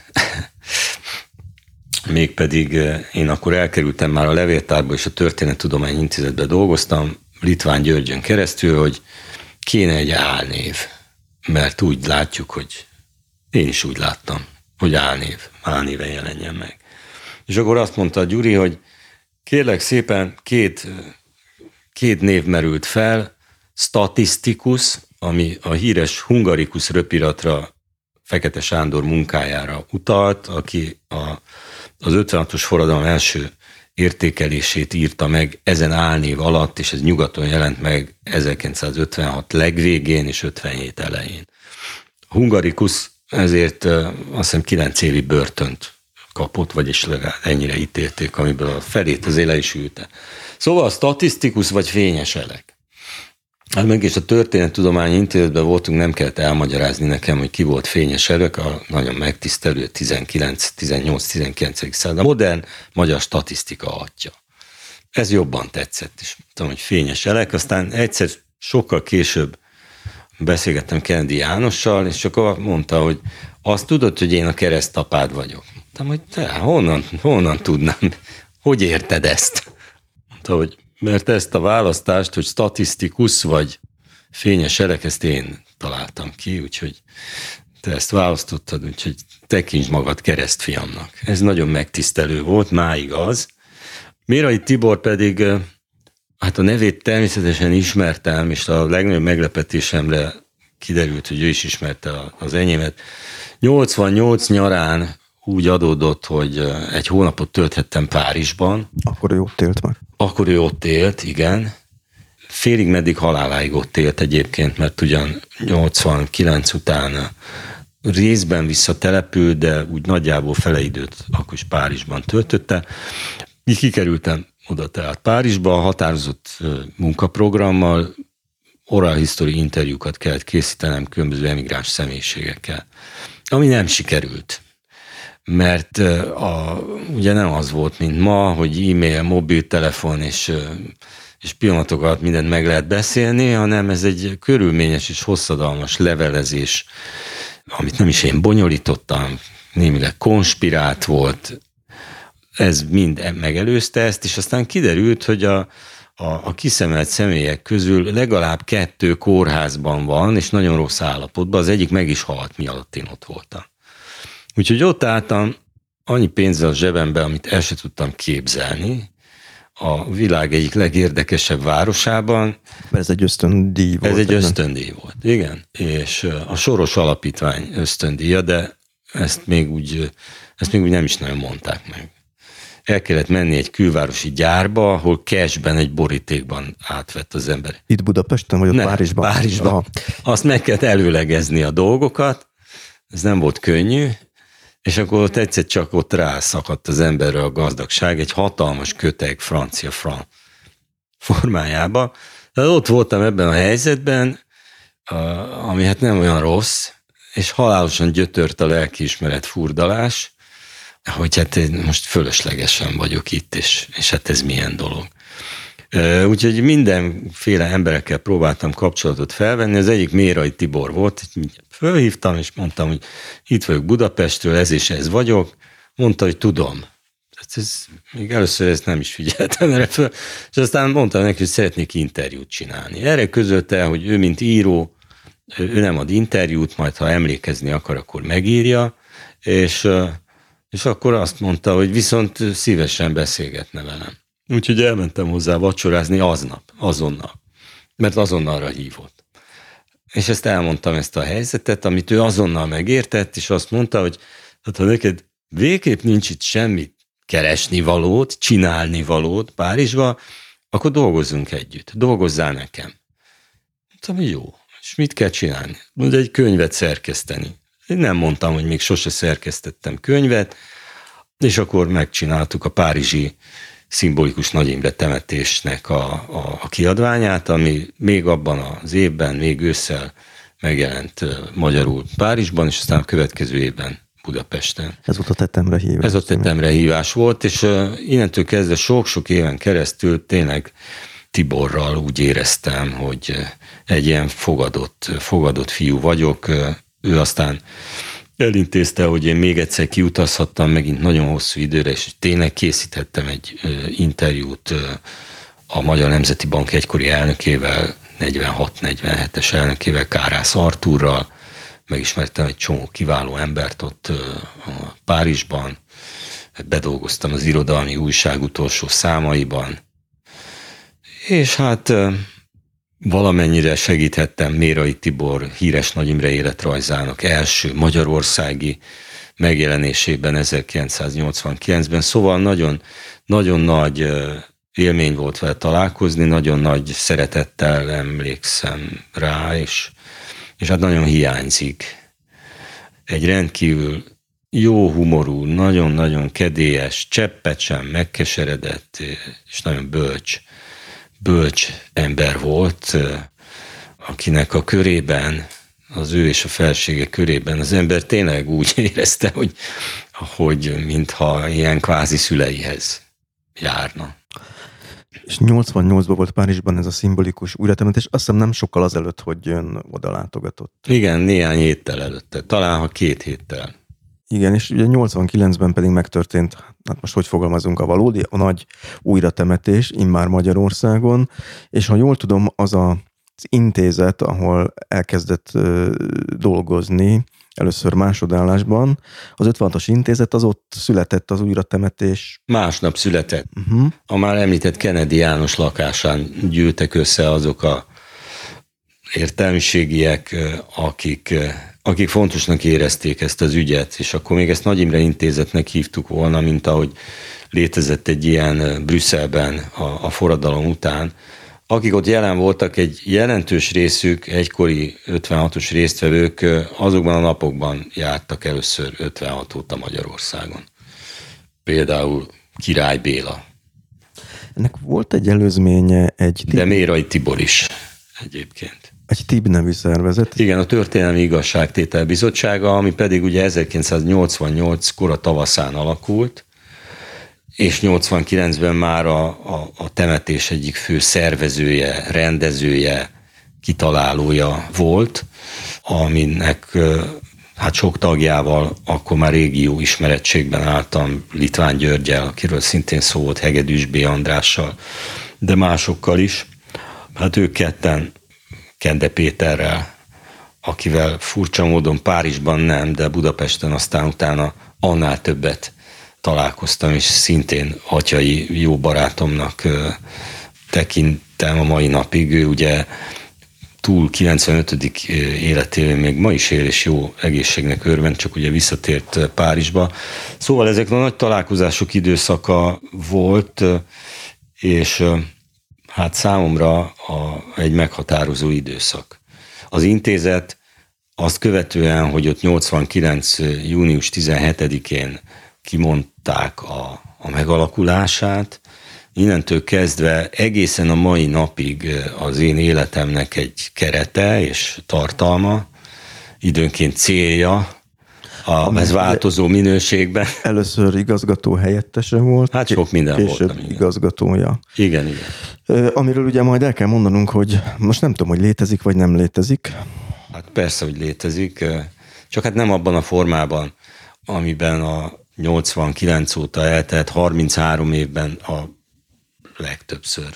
mégpedig én akkor elkerültem már a levéltárba, és a Történettudományi Intézetben dolgoztam, Litván Györgyön keresztül, hogy kéne egy álnév, mert úgy látjuk, hogy én is úgy láttam, hogy álnév, álnéven jelenjen meg. És akkor azt mondta a Gyuri, hogy kérlek szépen, két, két név merült fel, statisztikus, ami a híres Hungarikus röpiratra, Fekete Sándor munkájára utalt, aki a, az ötvenhatos forradalom első értékelését írta meg ezen álnév alatt, és ez nyugaton jelent meg ezerkilencszázötvenhat legvégén és ötvenhét elején. Hungarikus ezért azt hiszem kilenc évi börtönt kapott, vagyis legalább ennyire ítélték, amiből a felét az éle is ülte. Szóval a statisztikus vagy fényes elek. Hát meg is a Történettudományi Intézetben voltunk, nem kellett elmagyarázni nekem, hogy ki volt fényes elek, a nagyon megtisztelő tizenkilenc, tizennyolc, tizenkilencedik század. A modern magyar statisztika atya. Ez jobban tetszett, és mondtam, hogy fényes elek, aztán egyszer sokkal később beszélgettem Kennedy Jánossal, és akkor mondta, hogy azt tudod, hogy én a keresztapád vagyok. Mondtam, hogy te, honnan, honnan tudnám, hogy érted ezt? Mondta, hogy mert ezt a választást, hogy statisztikus vagy fényes elek, ezt én találtam ki, úgyhogy te ezt választottad, úgyhogy tekintsd magad keresztfiamnak. Ez nagyon megtisztelő volt, máig az. Mérai Tibor pedig, hát a nevét természetesen ismertem, és a legnagyobb meglepetésemre kiderült, hogy ő is ismerte az enyémet. nyolcvannyolc nyarán úgy adódott, hogy egy hónapot tölthettem Párizsban. Akkor ő ott élt már. Akkor ő ott élt, igen. Félig meddig haláláig ott élt egyébként, mert ugyan nyolcvankilenc után részben visszatelepült, de úgy nagyjából fele időt akkor is Párizsban töltötte. Így kikerültem oda tehát Párizsba, határozott munkaprogrammal, oral history interjúkat kellett készítenem különböző emigráns személyiségekkel, ami nem sikerült. Mert a, ugye nem az volt, mint ma, hogy e-mail, mobiltelefon és, és pillanatokat mindent meg lehet beszélni, hanem ez egy körülményes és hosszadalmas levelezés, amit nem is én bonyolítottam, némileg konspirált volt, ez mind megelőzte ezt, és aztán kiderült, hogy a, a, a kiszemelt személyek közül legalább kettő kórházban van, és nagyon rossz állapotban, az egyik meg is halt, mi alatt én ott voltam. Úgyhogy ott álltam annyi pénzzel a zsebembe, amit el sem tudtam képzelni, a világ egyik legérdekesebb városában. Ez egy ösztöndíj volt. Ez egy ösztöndíj volt, igen. És a Soros Alapítvány ösztöndíja, de ezt még úgy, ezt még úgy nem is nagyon mondták meg. El kellett menni egy külvárosi gyárba, ahol cashben egy borítékban átvett az ember. Itt Budapesten, vagy ott nem, Párizsban? Párizsban. Aha. Azt meg kellett előlegezni a dolgokat, ez nem volt könnyű, és akkor ott egyszer csak ott rászakadt az emberre a gazdagság, egy hatalmas köteg francia franc formájába. De ott voltam ebben a helyzetben, ami hát nem olyan rossz, és halálosan gyötört a lelkiismeret furdalás, hogy hát én most fölöslegesen vagyok itt, és, és hát ez milyen dolog. Úgyhogy mindenféle emberekkel próbáltam kapcsolatot felvenni, az egyik Mérai Tibor volt, fölhívtam, és mondtam, hogy itt vagyok Budapestről, ez és ez vagyok, mondta, hogy tudom. Ez, még először ezt nem is figyeltem erre föl, és aztán mondtam neki, hogy szeretnék interjút csinálni. Erre közölte, hogy ő, mint író, ő nem ad interjút, majd ha emlékezni akar, akkor megírja, és, és akkor azt mondta, hogy viszont szívesen beszélgetne velem. Úgyhogy elmentem hozzá vacsorázni aznap, azonnal, mert azonnalra hívott. És ezt elmondtam, ezt a helyzetet, amit ő azonnal megértett, és azt mondta, hogy hát, ha neked végképp nincs itt semmit keresni valót, csinálni valót Párizsba, akkor dolgozzunk együtt, dolgozzál nekem. Mondtam, hogy jó, és mit kell csinálni? Mondja, egy könyvet szerkeszteni. Én nem mondtam, hogy még sose szerkesztettem könyvet, és akkor megcsináltuk a párizsi szimbolikus Nagy Imre temetésnek a, a, a kiadványát, ami még abban az évben, még ősszel megjelent magyarul Párizsban, és aztán a következő évben Budapesten. Ez volt a tetemre hívás. Ez a tetemre hívás volt, és innentől kezdve sok-sok éven keresztül tényleg Tiborral úgy éreztem, hogy egy ilyen fogadott, fogadott fiú vagyok. Ő aztán elintézte, hogy én még egyszer kiutazhattam megint nagyon hosszú időre, és tényleg készíthettem egy interjút a Magyar Nemzeti Bank egykori elnökével, negyvenhat negyvenhetes elnökével, Kárász Artúrral. Megismertem egy csomó kiváló embert ott Párizsban, bedolgoztam az irodalmi újság utolsó számaiban, és hát valamennyire segíthettem Mérai Tibor híres Nagy Imre életrajzának első magyarországi megjelenésében ezerkilencszáznyolcvankilencben. Szóval nagyon, nagyon nagy élmény volt vele találkozni, nagyon nagy szeretettel emlékszem rá, és, és hát nagyon hiányzik. Egy rendkívül jó humorú, nagyon-nagyon kedélyes, cseppet sem megkeseredett, és nagyon bölcs, bölcs ember volt, akinek a körében, az ő és a felsége körében az ember tényleg úgy érezte, hogy, hogy mintha ilyen kvázi szüleihez járna. És nyolcvannyolcban volt Párizsban ez a szimbolikus újratemetés, azt hiszem nem sokkal azelőtt, hogy ön oda látogatott. Igen, néhány héttel előtte, talán ha két héttel. Igen, és ugye nyolcvankilencben pedig megtörtént, hát most hogy fogalmazunk, a valódi, a nagy újratemetés immár Magyarországon, és ha jól tudom, az a, az intézet, ahol elkezdett ö, dolgozni, először másodállásban, az ötvenhatos intézet, az ott született az újratemetés. Másnap született. Uh-huh. A már említett Kennedy János lakásán gyűltek össze azok a értelmiségiek, akik, akik fontosnak érezték ezt az ügyet, és akkor még ezt Nagy Imre Intézetnek hívtuk volna, mint ahogy létezett egy ilyen Brüsszelben a, a forradalom után. Akik ott jelen voltak, egy jelentős részük, egykori ötvenhatos résztvevők azokban a napokban jártak először ötvenhat óta Magyarországon. Például Király Béla. Ennek volt egy előzménye, egy... De Mérai Tibor is egyébként. Egy té i bé nevű szervezet. Igen, a Történelmi Igazságtétel Bizottsága, ami pedig ugye ezerkilencszáznyolcvannyolc kora tavaszán alakult, és nyolcvankilencben már a, a, a temetés egyik fő szervezője, rendezője, kitalálója volt, aminek hát sok tagjával akkor már régió ismerettségben álltam, Litván Györgyel, akiről szintén szó volt, Hegedűs B. Andrással, de másokkal is. Hát ők ketten, Kende Péterrel, akivel furcsa módon Párizsban nem, de Budapesten aztán utána annál többet találkoztam, és szintén atyai jó barátomnak tekintem a mai napig. Ő ugye túl kilencvenötödik életében még ma is él, és jó egészségnek örvend, csak ugye visszatért Párizsba. Szóval ezek a nagy találkozások időszaka volt, és hát számomra a, egy meghatározó időszak. Az intézet azt követően, hogy ott nyolcvankilenc. június tizenhetedikén kimondták a, a megalakulását, innentől kezdve egészen a mai napig az én életemnek egy kerete és tartalma, időnként célja, a, ez változó minőségben. Először igazgató helyettese volt. Hát sok minden később voltam. Igen. igazgatója. Igen, igen. Amiről ugye majd el kell mondanunk, hogy most nem tudom, hogy létezik, vagy nem létezik. Hát persze, hogy létezik, csak hát nem abban a formában, amiben a nyolcvankilenc óta eltelt harminchárom évben a legtöbbször.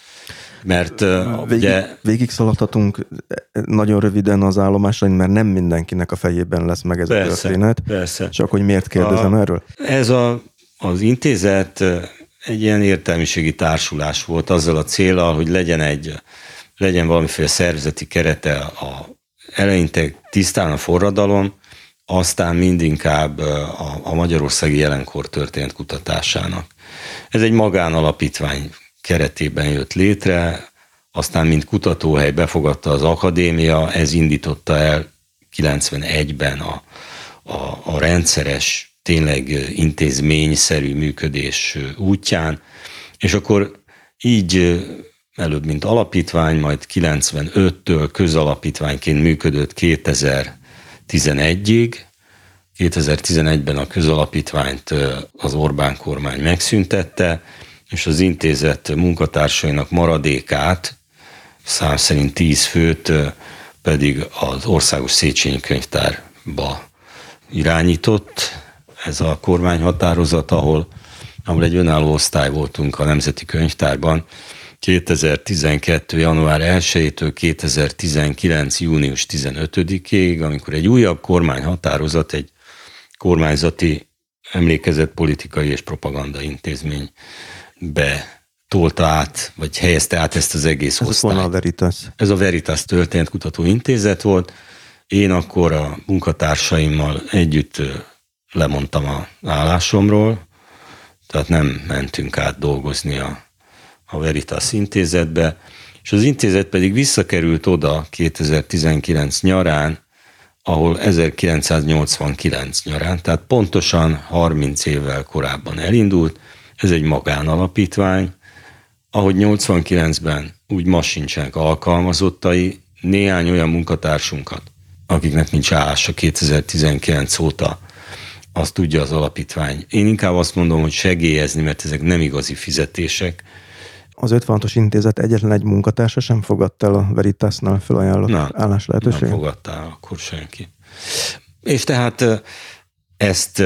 Mert Végig, ugye... Végig szaladhatunk nagyon röviden az állomásain, mert nem mindenkinek a fejében lesz meg ez persze, a történet. Persze. Csak hogy miért kérdezem a, erről? Ez a, az intézet egy ilyen értelmiségi társulás volt azzal a céllal, hogy legyen egy, legyen valamiféle szervezeti kerete a eleinte tisztán a forradalom, aztán mindinkább a, a magyarországi jelenkor történt kutatásának. Ez egy magánalapítvány keretében jött létre, aztán mint kutatóhely befogadta az akadémia, ez indította el kilencvenegyben a, a, a rendszeres, tényleg intézményszerű működés útján, és akkor így előbb mint alapítvány, majd kilencvenöttől közalapítványként működött kétezer-tizenegyig. kétezer-tizenegyben a közalapítványt az Orbán kormány megszüntette, és az intézet munkatársainak maradékát, szám szerint tíz főt pedig az Országos Széchenyi Könyvtárba irányított. Ez a kormányhatározat, ahol, ahol egy önálló osztály voltunk a Nemzeti Könyvtárban, kétezer-tizenkettő. január elsejétől kétezer-tizenkilenc. június tizenötödikéig, amikor egy újabb kormányhatározat egy kormányzati emlékezett politikai és propaganda intézmény betolta át, vagy helyezte át ezt az egész Ez osztályt. a Veritas. Ez a Veritas Történetkutatóintézet volt. Én akkor a munkatársaimmal együtt lemondtam az állásomról, tehát nem mentünk át dolgozni a, a Veritas intézetbe, és az intézet pedig visszakerült oda kétezer-tizenkilenc nyarán, ahol ezerkilencszáznyolcvankilenc nyarán, tehát pontosan harminc évvel korábban elindult. Ez egy magánalapítvány, ahogy nyolcvankilencben úgy ma sincsenek alkalmazottai, néhány olyan munkatársunkat, akiknek nincs állása kétezer-tizenkilenc óta, azt tudja az alapítvány. Én inkább azt mondom, hogy segélyezni, mert ezek nem igazi fizetések. Az ötvenhatos intézet egyetlen egy munkatársa sem fogadta el a Veritasnál felajánlott Na, állás lehetőséget? Nem fogadta el akkor senki. És tehát ezt,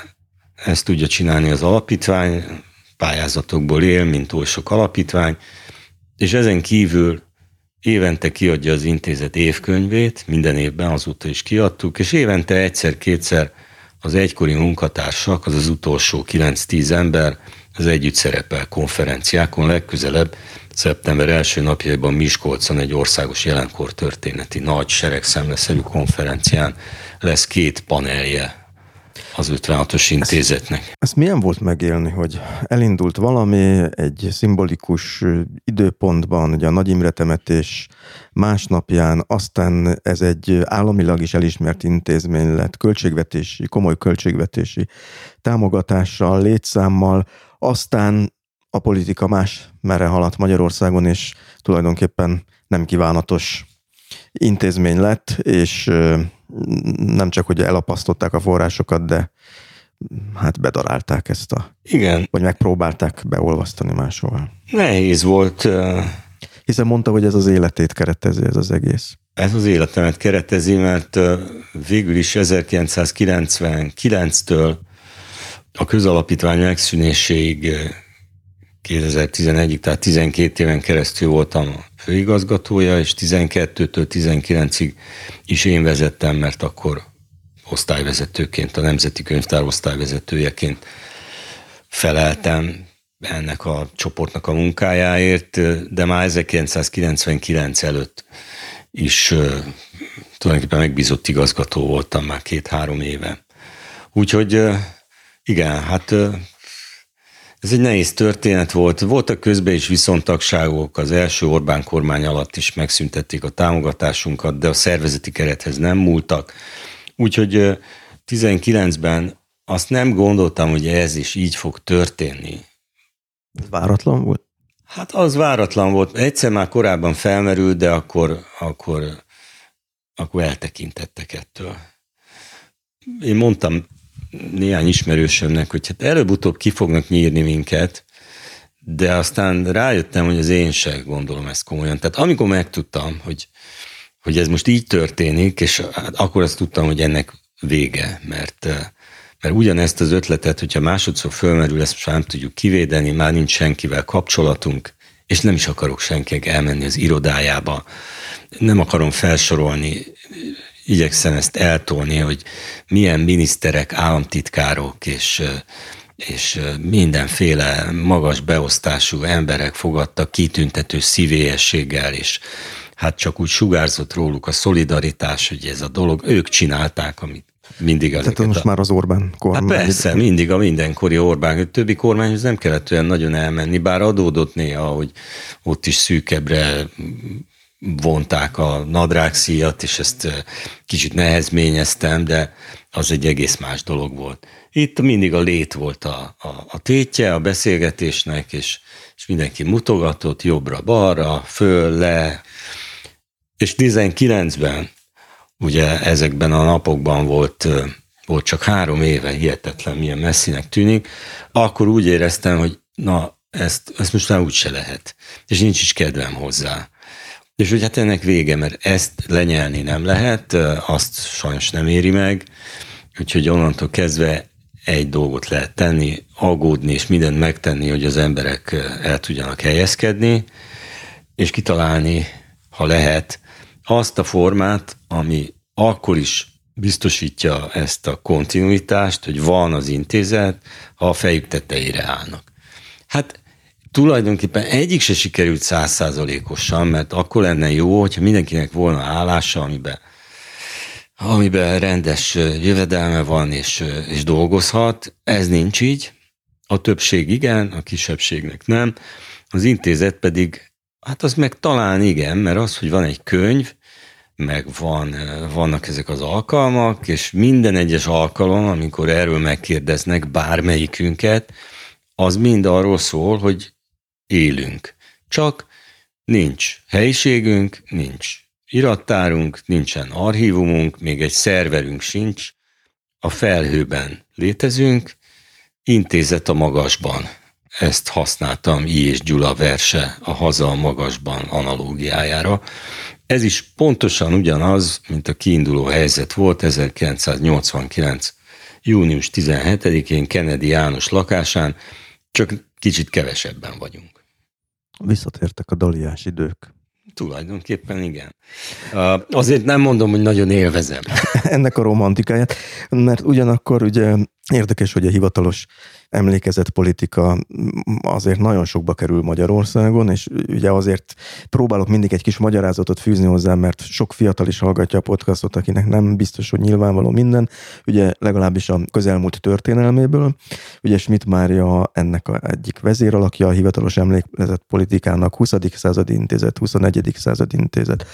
ezt tudja csinálni az alapítvány, pályázatokból él, mint oly sok alapítvány, és ezen kívül évente kiadja az intézet évkönyvét, minden évben, azóta is kiadtuk, és évente egyszer-kétszer az egykori munkatársak, az az utolsó kilenc-tíz ember, az együtt szerepel konferenciákon, legközelebb szeptember első napjaiban Miskolcon egy országos jelenkor történeti nagy seregszemleszerű konferencián lesz két panelje az ötvenhatos intézetnek. Ezt, ezt milyen volt megélni, hogy elindult valami egy szimbolikus időpontban, ugye a Nagy Imre temetés másnapján, aztán ez egy államilag is elismert intézmény lett, költségvetési, komoly költségvetési támogatással, létszámmal, aztán a politika más merre haladt Magyarországon, és tulajdonképpen nem kívánatos intézmény lett, és nem csak, hogy elapasztották a forrásokat, de hát bedarálták ezt a... Igen. Vagy megpróbálták beolvasztani máshol. Nehéz volt. Hiszen mondta, hogy ez az életét keretezi, ez az egész. Ez az életemet keretezi, mert végül is ezerkilencszázkilencvenkilenctől a közalapítvány megszűnéséig kétezer-tizenegyig, tehát tizenkét éven keresztül voltam a főigazgatója, és tizenkettőtől tizenkilencig is én vezettem, mert akkor osztályvezetőként, a Nemzeti Könyvtár osztályvezetőjeként feleltem ennek a csoportnak a munkájáért, de már ezerkilencszázkilencvenkilenc előtt is tulajdonképpen megbízott igazgató voltam már két-három éve. Úgyhogy igen, hát ez egy nehéz történet volt. Voltak közben is viszontagságok, az első Orbán kormány alatt is megszüntették a támogatásunkat, de a szervezeti kerethez nem múltak. Úgyhogy tizenkilencben azt nem gondoltam, hogy ez is így fog történni. Váratlan volt? Hát az váratlan volt. Egyszer már korábban felmerült, de akkor, akkor, akkor eltekintettek ettől. Én mondtam néhány ismerősömnek, hogy hát előbb-utóbb ki fognak nyírni minket, de aztán rájöttem, hogy az én sem gondolom ezt komolyan. Tehát amikor megtudtam, hogy, hogy ez most így történik, és hát akkor azt tudtam, hogy ennek vége, mert, mert ugyanezt az ötletet, hogyha másodszor fölmerül, ezt most már nem tudjuk kivédeni, már nincs senkivel kapcsolatunk, és nem is akarok senkinek elmenni az irodájába, nem akarom felsorolni, igyekszem ezt eltolni, hogy milyen miniszterek, államtitkárok és, és mindenféle magas beosztású emberek fogadtak kitüntető szívélyességgel, és hát csak úgy sugárzott róluk a szolidaritás, hogy ez a dolog, ők csinálták, amit mindig ezeket. Tehát most a... már az Orbán kormány. Hát persze, mindig a mindenkori Orbán, a többi kormányhoz nem kellett olyan nagyon elmenni, bár adódott néha, hogy ott is szűkebbre vonták a nadrágszíjat, és ezt kicsit nehezményeztem, de az egy egész más dolog volt. Itt mindig a lét volt a, a, a tétje a beszélgetésnek, és, és mindenki mutogatott jobbra-balra, föl, le, és tizenkilencben, ugye ezekben a napokban volt, volt csak három éve, hihetetlen, milyen messzinek tűnik, akkor úgy éreztem, hogy na, ezt, ezt most már úgyse lehet, és nincs is kedvem hozzá. És hogy hát ennek vége, mert ezt lenyelni nem lehet, azt sajnos nem éri meg, úgyhogy onnantól kezdve egy dolgot lehet tenni, aggódni és mindent megtenni, hogy az emberek el tudjanak helyezkedni, és kitalálni, ha lehet, azt a formát, ami akkor is biztosítja ezt a kontinuitást, hogy van az intézet, ha a fejük tetejére állnak. Hát tulajdonképpen egyik se sikerült száz százalékosan, mert akkor lenne jó, hogyha mindenkinek volna állása, amiben amiben rendes jövedelme van és, és dolgozhat. Ez nincs így. A többség igen, a kisebbségnek nem. Az intézet pedig, hát az meg talán igen, mert az, hogy van egy könyv, meg van, vannak ezek az alkalmak, és minden egyes alkalom, amikor erről megkérdeznek bármelyikünket, az mind arról szól, hogy élünk. Csak nincs helyiségünk, nincs irattárunk, nincsen archívumunk, még egy szerverünk sincs, a felhőben létezünk, intézet a magasban. Ezt használtam I. és Gyula verse a Haza a magasban analógiájára. Ez is pontosan ugyanaz, mint a kiinduló helyzet volt ezerkilencszáznyolcvankilenc. június tizenhetedikén Kennedy János lakásán, csak kicsit kevesebben vagyunk. Visszatértek a daliás idők. Tulajdonképpen igen. Azért nem mondom, hogy nagyon élvezem. Ennek a romantikáját, mert ugyanakkor ugye érdekes, hogy a hivatalos emlékezetpolitika azért nagyon sokba kerül Magyarországon, és ugye azért próbálok mindig egy kis magyarázatot fűzni hozzá, mert sok fiatal is hallgatja a podcastot, akinek nem biztos, hogy nyilvánvaló minden, ugye legalábbis a közelmúlt történelméből. Ugye Schmidt Mária ennek a egyik vezéralakja, a hivatalos emlékezetpolitikának huszadik századi intézet, huszonegyedik századi intézet,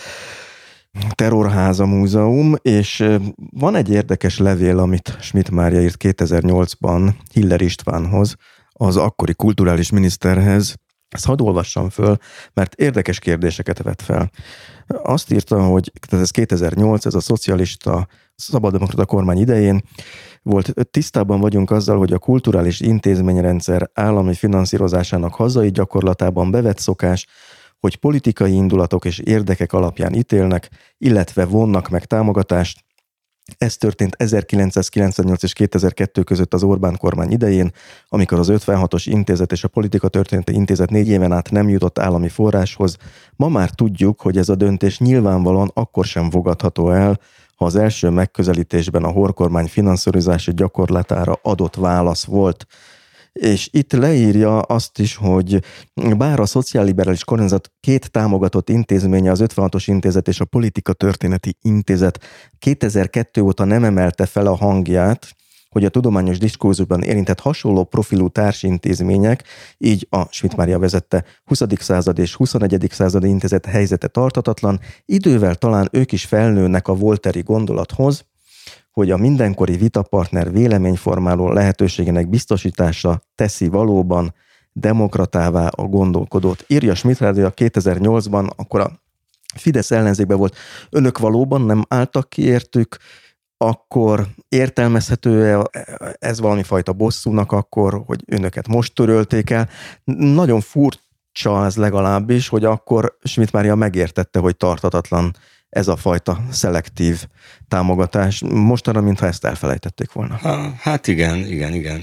Terrorháza Múzeum, és van egy érdekes levél, amit Schmidt Mária írt kétezer-nyolcban Hiller Istvánhoz, az akkori kulturális miniszterhez. Ezt hadd olvassam föl, mert érdekes kérdéseket vet fel. Azt írta, hogy ez kétezer-nyolc, ez a szocialista szabaddemokrata kormány idején volt, tisztában vagyunk azzal, hogy a kulturális intézményrendszer állami finanszírozásának hazai gyakorlatában bevett szokás, hogy politikai indulatok és érdekek alapján ítélnek, illetve vonnak meg támogatást. Ez történt ezerkilencszázkilencvennyolc és kétezer-kettő között az Orbán kormány idején, amikor az ötvenhatos intézet és a Politika Történeti Intézet négy éven át nem jutott állami forráshoz. Ma már tudjuk, hogy ez a döntés nyilvánvalóan akkor sem fogadható el, ha az első megközelítésben a Hor kormány finanszírozási gyakorlatára adott válasz volt. És itt leírja azt is, hogy bár a szociálliberális kormányzat két támogatott intézménye, az ötvenhatos intézet és a Politika Történeti Intézet kétezer-kettő óta nem emelte fel a hangját, hogy a tudományos diskurzusban érintett hasonló profilú társintézmények, így a Schmidt Mária vezette huszadik század és huszonegyedik századi intézet helyzete tarthatatlan, idővel talán ők is felnőnek a volteri gondolathoz, hogy a mindenkori vitapartner véleményformáló lehetőségének biztosítása teszi valóban demokratává a gondolkodót. Írja Schmidt Mária kétezer-nyolcban, akkor a Fidesz ellenzékben volt, önök valóban nem álltak ki értük, akkor értelmezhető ez valami fajta bosszúnak akkor, hogy önöket most törölték el. Nagyon furcsa ez legalábbis, hogy akkor Schmidt Mária megértette, hogy tarthatatlan ez a fajta szelektív támogatás. Mostanra, mintha ezt elfelejtették volna. Hát igen, igen, igen.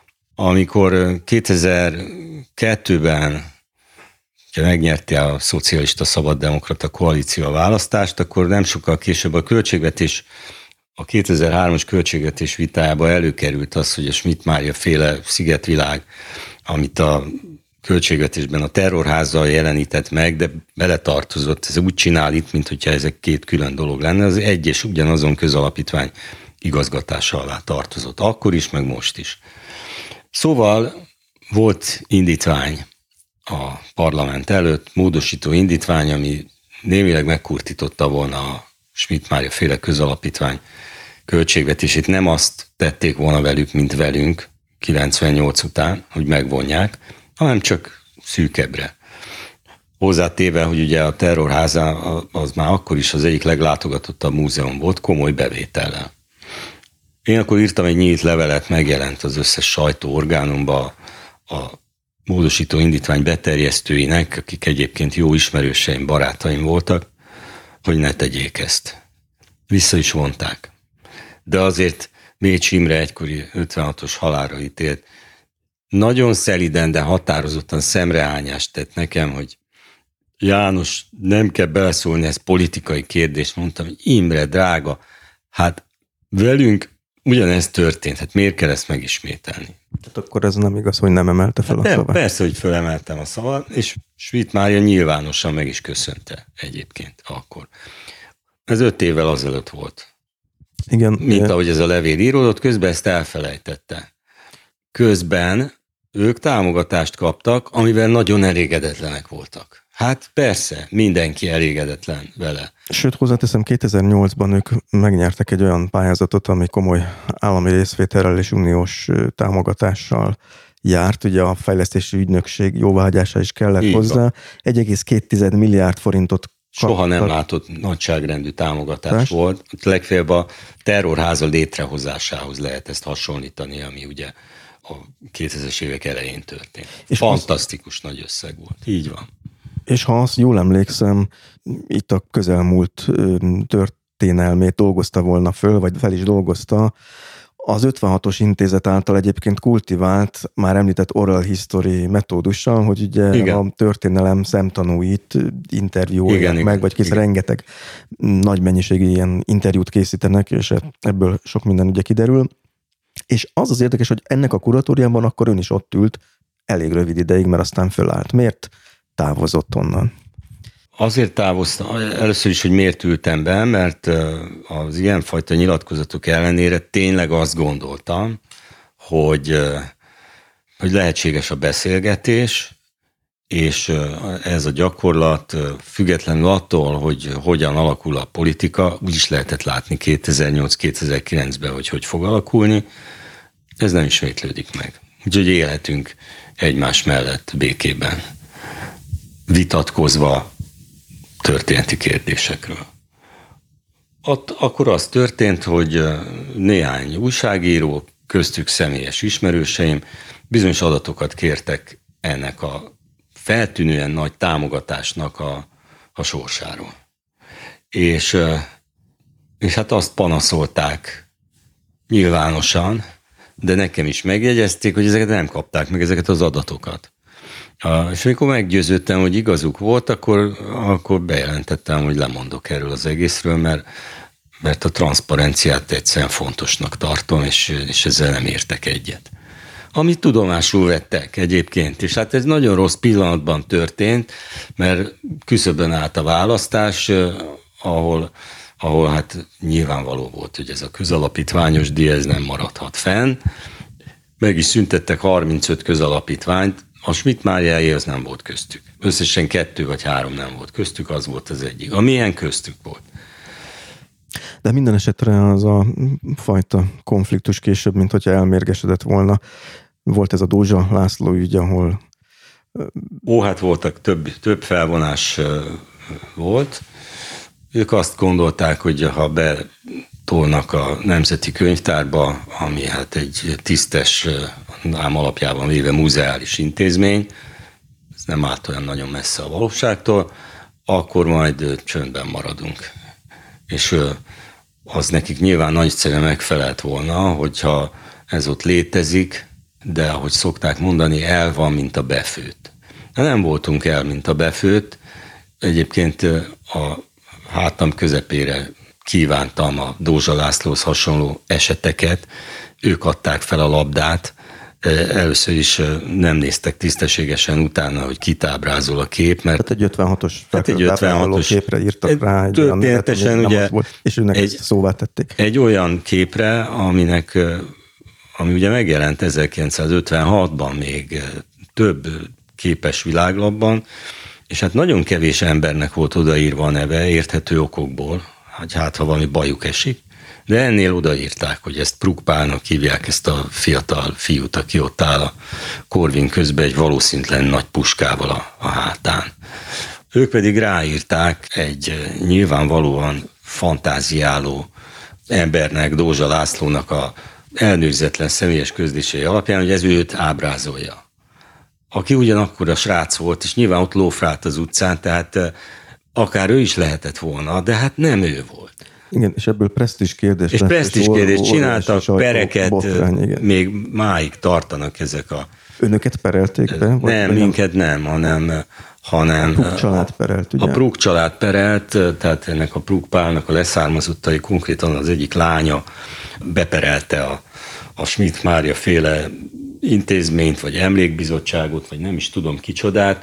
Amikor kétezer-kettőben megnyerte a szocialista szabaddemokrata koalíció a választást, akkor nem sokkal később a költségvetés, a kétezer-hármas költségvetés vitájába előkerült az, hogy a Schmidt Mária féle szigetvilág, amit a költségvetésben a terrorházzal jelenített meg, de beletartozott, ez úgy csinál itt, mint hogyha ezek két külön dolog lenne, az egy és ugyanazon közalapítvány igazgatása alá tartozott. Akkor is, meg most is. Szóval volt indítvány a parlament előtt, módosító indítvány, ami némileg megkurtította volna a Schmidt Mária féle közalapítvány költségvetését. Nem azt tették volna velük, mint velünk kilencvennyolc után, hogy megvonják, hanem csak szűkebbre. Hozzátéve, hogy ugye a Terrorháza az már akkor is az egyik leglátogatottabb múzeum volt, komoly bevétellel. Én akkor írtam egy nyílt levelet, megjelent az összes sajtóorgánumba a módosító indítvány beterjesztőinek, akik egyébként jó ismerőseim, barátaim voltak, hogy ne tegyék ezt. Vissza is vonták. De azért Mécs Imre egykori ötvenhatos halálra ítélt, nagyon szeliden, de határozottan szemrehányást tett nekem, hogy János, nem kell beleszólni, ez politikai kérdés. Mondtam, hogy Imre, drága, hát velünk ugyanezt történt, hát miért kell ezt megismételni? Tehát akkor ez nem igaz, hogy nem emelte fel hát a szavát? Persze, hogy fölemeltem a szavat, és Schmidt Mária nyilvánosan meg is köszönte egyébként akkor. Ez öt évvel azelőtt volt. Igen. Mint ahogy ez a levél íródott, közben ezt elfelejtette. Közben ők támogatást kaptak, amivel nagyon elégedetlenek voltak. Hát persze, mindenki elégedetlen vele. Sőt, hozzáteszem, kétezer-nyolcban ők megnyertek egy olyan pályázatot, ami komoly állami részvétellel és uniós támogatással járt. Ugye a fejlesztési ügynökség jóváhagyása is kellett Így hozzá. Van. egy egész két milliárd forintot Soha kaptak. Nem látott nagyságrendű támogatás Tás? volt. Legfeljebb a terrorháza létrehozásához lehet ezt hasonlítani, ami ugye a kétezres évek elején történt. És Fantasztikus az... nagy összeg volt. Így van. És ha azt jól emlékszem, itt a közelmúlt történelmét dolgozta volna föl, vagy fel is dolgozta, az ötvenhatos intézet által egyébként kultivált, már említett oral history metódussal, hogy ugye igen. a történelem szemtanúit interjúolják meg, igen, vagy kész igen. rengeteg nagy mennyiségű ilyen interjút készítenek, és ebből sok minden ugye kiderül. És az az érdekes, hogy ennek a kuratóriában akkor ön is ott ült elég rövid ideig, mert aztán fölállt. Miért távozott onnan? Azért távoztam, először is, hogy miért ültem be, mert az ilyenfajta nyilatkozatok ellenére tényleg azt gondoltam, hogy, hogy lehetséges a beszélgetés, és ez a gyakorlat függetlenül attól, hogy hogyan alakul a politika, úgyis lehetett látni kétezer-nyolc-kétezer-kilencben, hogy hogy fog alakulni, ez nem ismétlődik meg. Úgyhogy élhetünk egymás mellett békében, vitatkozva történeti kérdésekről. Ott akkor az történt, hogy néhány újságíró, köztük személyes ismerőseim bizonyos adatokat kértek ennek a feltűnően nagy támogatásnak a, a sorsáról. És, és hát azt panaszolták nyilvánosan, de nekem is megjegyezték, hogy ezeket nem kapták meg, ezeket az adatokat. És amikor meggyőződtem, hogy igazuk volt, akkor, akkor bejelentettem, hogy lemondok erről az egészről, mert, mert a transzparenciát egyszerűen fontosnak tartom, és, és ezzel nem értek egyet. Amit tudomásul vettek egyébként, és hát ez nagyon rossz pillanatban történt, mert küszöbön állt a választás, ahol, ahol hát nyilvánvaló volt, hogy ez a közalapítványos díj, ez nem maradhat fenn. Meg is szüntettek harmincöt közalapítványt, a Schmidt-Máriáé az nem volt köztük. Összesen kettő vagy három nem volt köztük, az volt az egyik. A milyen köztük volt. De minden esetre az a fajta konfliktus később, mint hogyha elmérgesedett volna. Volt ez a Dózsa László ügy, ahol... Ó, hát voltak, több, több felvonás volt. Ők azt gondolták, hogy ha betolnak a Nemzeti Könyvtárba, ami hát egy tisztes, ám alapjában véve muzeális intézmény, ez nem állt olyan nagyon messze a valóságtól, akkor majd csöndben maradunk. És az nekik nyilván nagyszerűen megfelelt volna, hogyha ez ott létezik, de ahogy szokták mondani, el van, mint a befőtt. De nem voltunk el, mint a befőtt. Egyébként a hátam közepére kívántam a Dózsa Lászlóhoz hasonló eseteket, ők adták fel a labdát, először is nem néztek tisztességesen utána, hogy kit ábrázol a kép, mert... Tehát egy ötvenhatos, hát egy ötvenhatos képre írtak rá, egy történetesen olyan, ugye volt, és őnek egy, szóvá tették. Egy olyan képre, aminek, ami ugye megjelent ezerkilencszázötvenhatban még több képes világlapban, és hát nagyon kevés embernek volt odaírva a neve, érthető okokból, hogy hát ha valami bajuk esik, de ennél odaírták, hogy ezt Prukpálnak hívják, ezt a fiatal fiút, aki ott áll a Korvin közben egy valószínűtlen nagy puskával a, a hátán. Ők pedig ráírták egy nyilvánvalóan fantáziáló embernek, Dózsa Lászlónak a elnőzetlen személyes közlései alapján, hogy ez őt ábrázolja. Aki ugyanakkor a srác volt, és nyilván ott lófrált az utcán, tehát akár ő is lehetett volna, de hát nem ő volt. Igen, és ebből presztízs kérdés. És presztízs kérdés, csináltak pereket, botrány, még máig tartanak ezek a... Önöket perelték be? Nem, minket nem, hanem... hanem a Pruk család perelt, ugye? A Pruk család perelt, tehát ennek a Pruk Pálnak a leszármazottai, konkrétan az egyik lánya beperelte a, a Schmidt Mária féle intézményt, vagy emlékbizottságot, vagy nem is tudom kicsodát,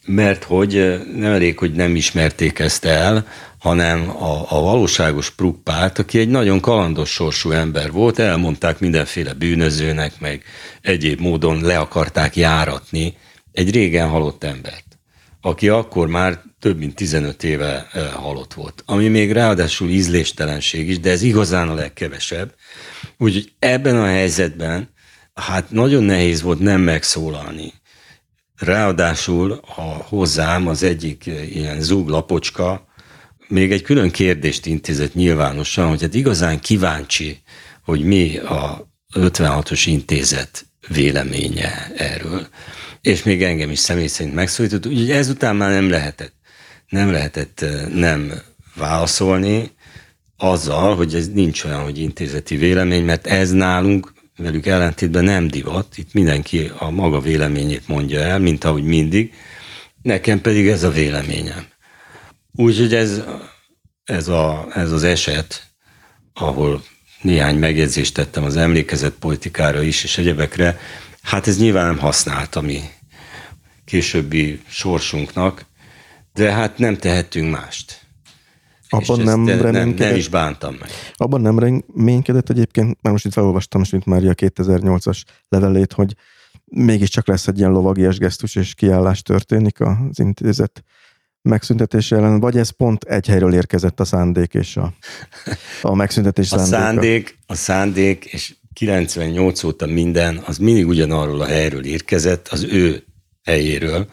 mert hogy nem elég, hogy nem ismerték ezt el, hanem a, a valóságos Pruckpárt, aki egy nagyon kalandos sorsú ember volt, elmondták mindenféle bűnözőnek, meg egyéb módon le akarták járatni egy régen halott embert, aki akkor már több mint tizenöt éve halott volt, ami még ráadásul ízléstelenség is, de ez igazán a legkevesebb. Úgyhogy ebben a helyzetben hát nagyon nehéz volt nem megszólalni. Ráadásul a hozzám az egyik ilyen zúglapocska még egy külön kérdést intézett nyilvánosan, hogy hát igazán kíváncsi, hogy mi a ötvenhatos intézet véleménye erről. És még engem is személy szerint megszólított, úgyhogy ezután már nem lehetett, nem lehetett nem válaszolni azzal, hogy ez nincs olyan, hogy intézeti vélemény, mert ez nálunk velük ellentétben nem divat, itt mindenki a maga véleményét mondja el, mint ahogy mindig, nekem pedig ez a véleményem. Úgyhogy ez, ez, a, ez az eset, ahol néhány megjegyzést tettem az emlékezett politikára is, és egyebekre, hát ez nyilván nem használt a mi későbbi sorsunknak, de hát nem tehetünk mást. Abban nem reménykedett. Nem, nem is bántam meg. Abban nem reménykedett egyébként, mert most itt felolvastam Schmidt Mária kétezer-nyolcas levelét, hogy mégiscsak lesz egy ilyen lovagias gesztus és kiállás történik az intézet megszüntetése ellen, vagy ez pont egy helyről érkezett a szándék és a, a megszüntetés szándéka? A szándék, a szándék, és kilencvennyolc óta minden, az mindig ugyanarról a helyről érkezett, az ő helyéről,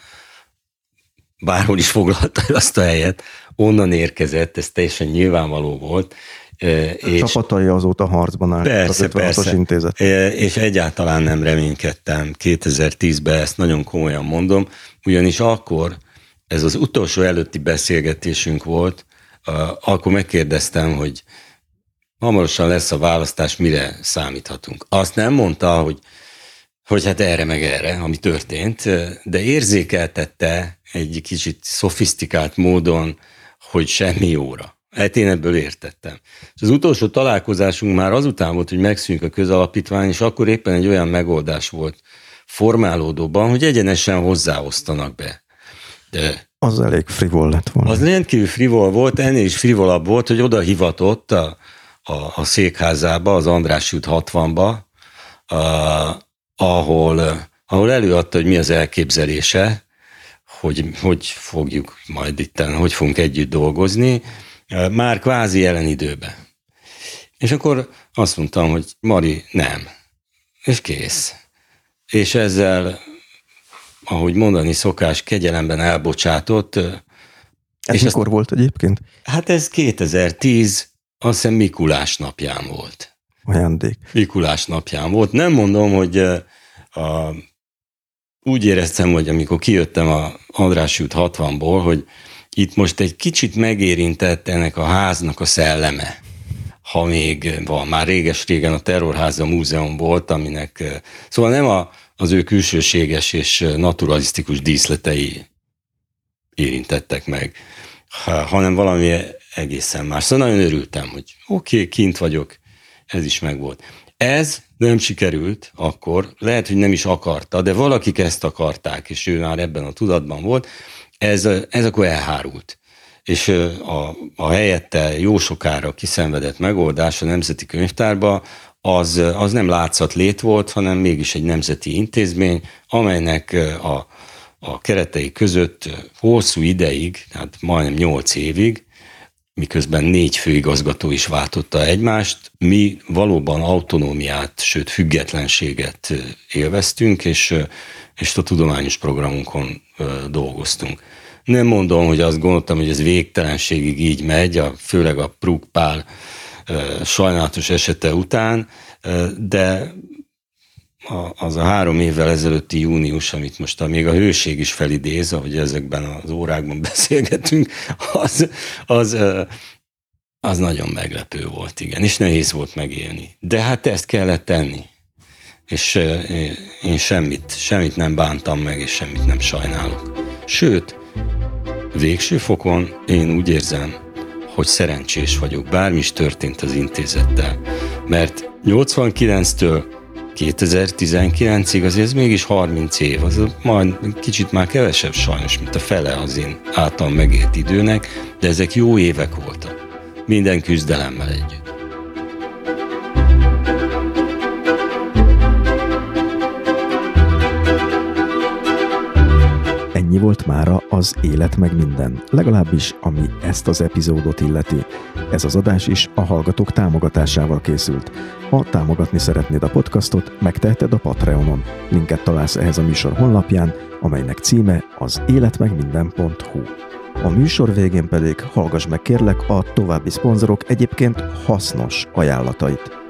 bárhol is foglalta el azt a helyet, onnan érkezett, ez teljesen nyilvánvaló volt. A és csapatai azóta harcban állt persze, az ötvenhatos intézet. És egyáltalán nem reménykedtem kétezer-tízben, ezt nagyon komolyan mondom, ugyanis akkor, ez az utolsó előtti beszélgetésünk volt, akkor megkérdeztem, hogy hamarosan lesz a választás, mire számíthatunk. Azt nem mondta, hogy, hogy hát erre meg erre, ami történt, de érzékeltette egy kicsit szofisztikált módon, hogy semmi jóra. Hát én ebből értettem. És az utolsó találkozásunk már azután volt, hogy megszűnik a közalapítvány, és akkor éppen egy olyan megoldás volt formálódóban, hogy egyenesen hozzáosztanak be. De az elég frivol lett volna. Az rendkívül frivol volt, ennél is frivolabb volt, hogy oda hivatott a, a, a székházába, az Andrássy út hatvanba, a, ahol, ahol előadta, hogy mi az elképzelése, hogy hogy fogjuk majd itten, hogy fogunk együtt dolgozni, már kvázi jelen időben. És akkor azt mondtam, hogy Mari, nem. És kész. És ezzel, ahogy mondani szokás, kegyelemben elbocsátott. Ez és mikor azt, volt egyébként? Hát ez kétezer-tíz, azt hiszem Mikulás napján volt. Ajándék. Mikulás napján volt. Nem mondom, hogy a, úgy éreztem, hogy amikor kijöttem a Andrássy út hatvanból, hogy itt most egy kicsit megérintett ennek a háznak a szelleme. Ha még van, már réges-régen a Terrorháza Múzeum volt, aminek, szóval nem a, az ő külsőséges és naturalisztikus díszletei érintettek meg, hanem valami egészen más. Szóval nagyon örültem, hogy oké, okay, kint vagyok, ez is megvolt. Ez nem sikerült akkor, lehet, hogy nem is akarta, de valakik ezt akarták, és ő már ebben a tudatban volt, ez, ez akkor elhárult. És a, a helyette jó sokára kiszenvedett megoldás a Nemzeti Könyvtárba, az, az nem látszat lét volt, hanem mégis egy nemzeti intézmény, amelynek a, a keretei között hosszú ideig, hát majdnem nyolc évig, miközben négy főigazgató is váltotta egymást, mi valóban autonómiát, sőt függetlenséget élveztünk, és, és a tudományos programunkon dolgoztunk. Nem mondom, hogy azt gondoltam, hogy ez végtelenségig így megy, a, főleg a Pruck Pál sajnálatos esete után, de az a három évvel ezelőtti június, amit most a, még a hőség is felidéz, ahogy ezekben az órákban beszélgetünk, az, az, az nagyon meglepő volt, igen, és nehéz volt megélni. De hát ezt kellett tenni, és én semmit, semmit nem bántam meg, és semmit nem sajnálok. Sőt, végső fokon én úgy érzem, hogy szerencsés vagyok, bármi is történt az intézettel, mert nyolcvankilenctől kétezer-tizenkilencig azért ez mégis harminc év, az majd kicsit már kevesebb sajnos, mint a fele az én által megélt időnek, de ezek jó évek voltak. Minden küzdelemmel együtt. Ennyi volt mára az Élet meg minden, legalábbis ami ezt az epizódot illeti. Ez az adás is a hallgatók támogatásával készült. Ha támogatni szeretnéd a podcastot, megteheted a Patreonon. Linket találsz ehhez a műsor honlapján, amelynek címe az életmegminden pont hu. A műsor végén pedig hallgass meg kérlek a további szponzorok egyébként hasznos ajánlatait.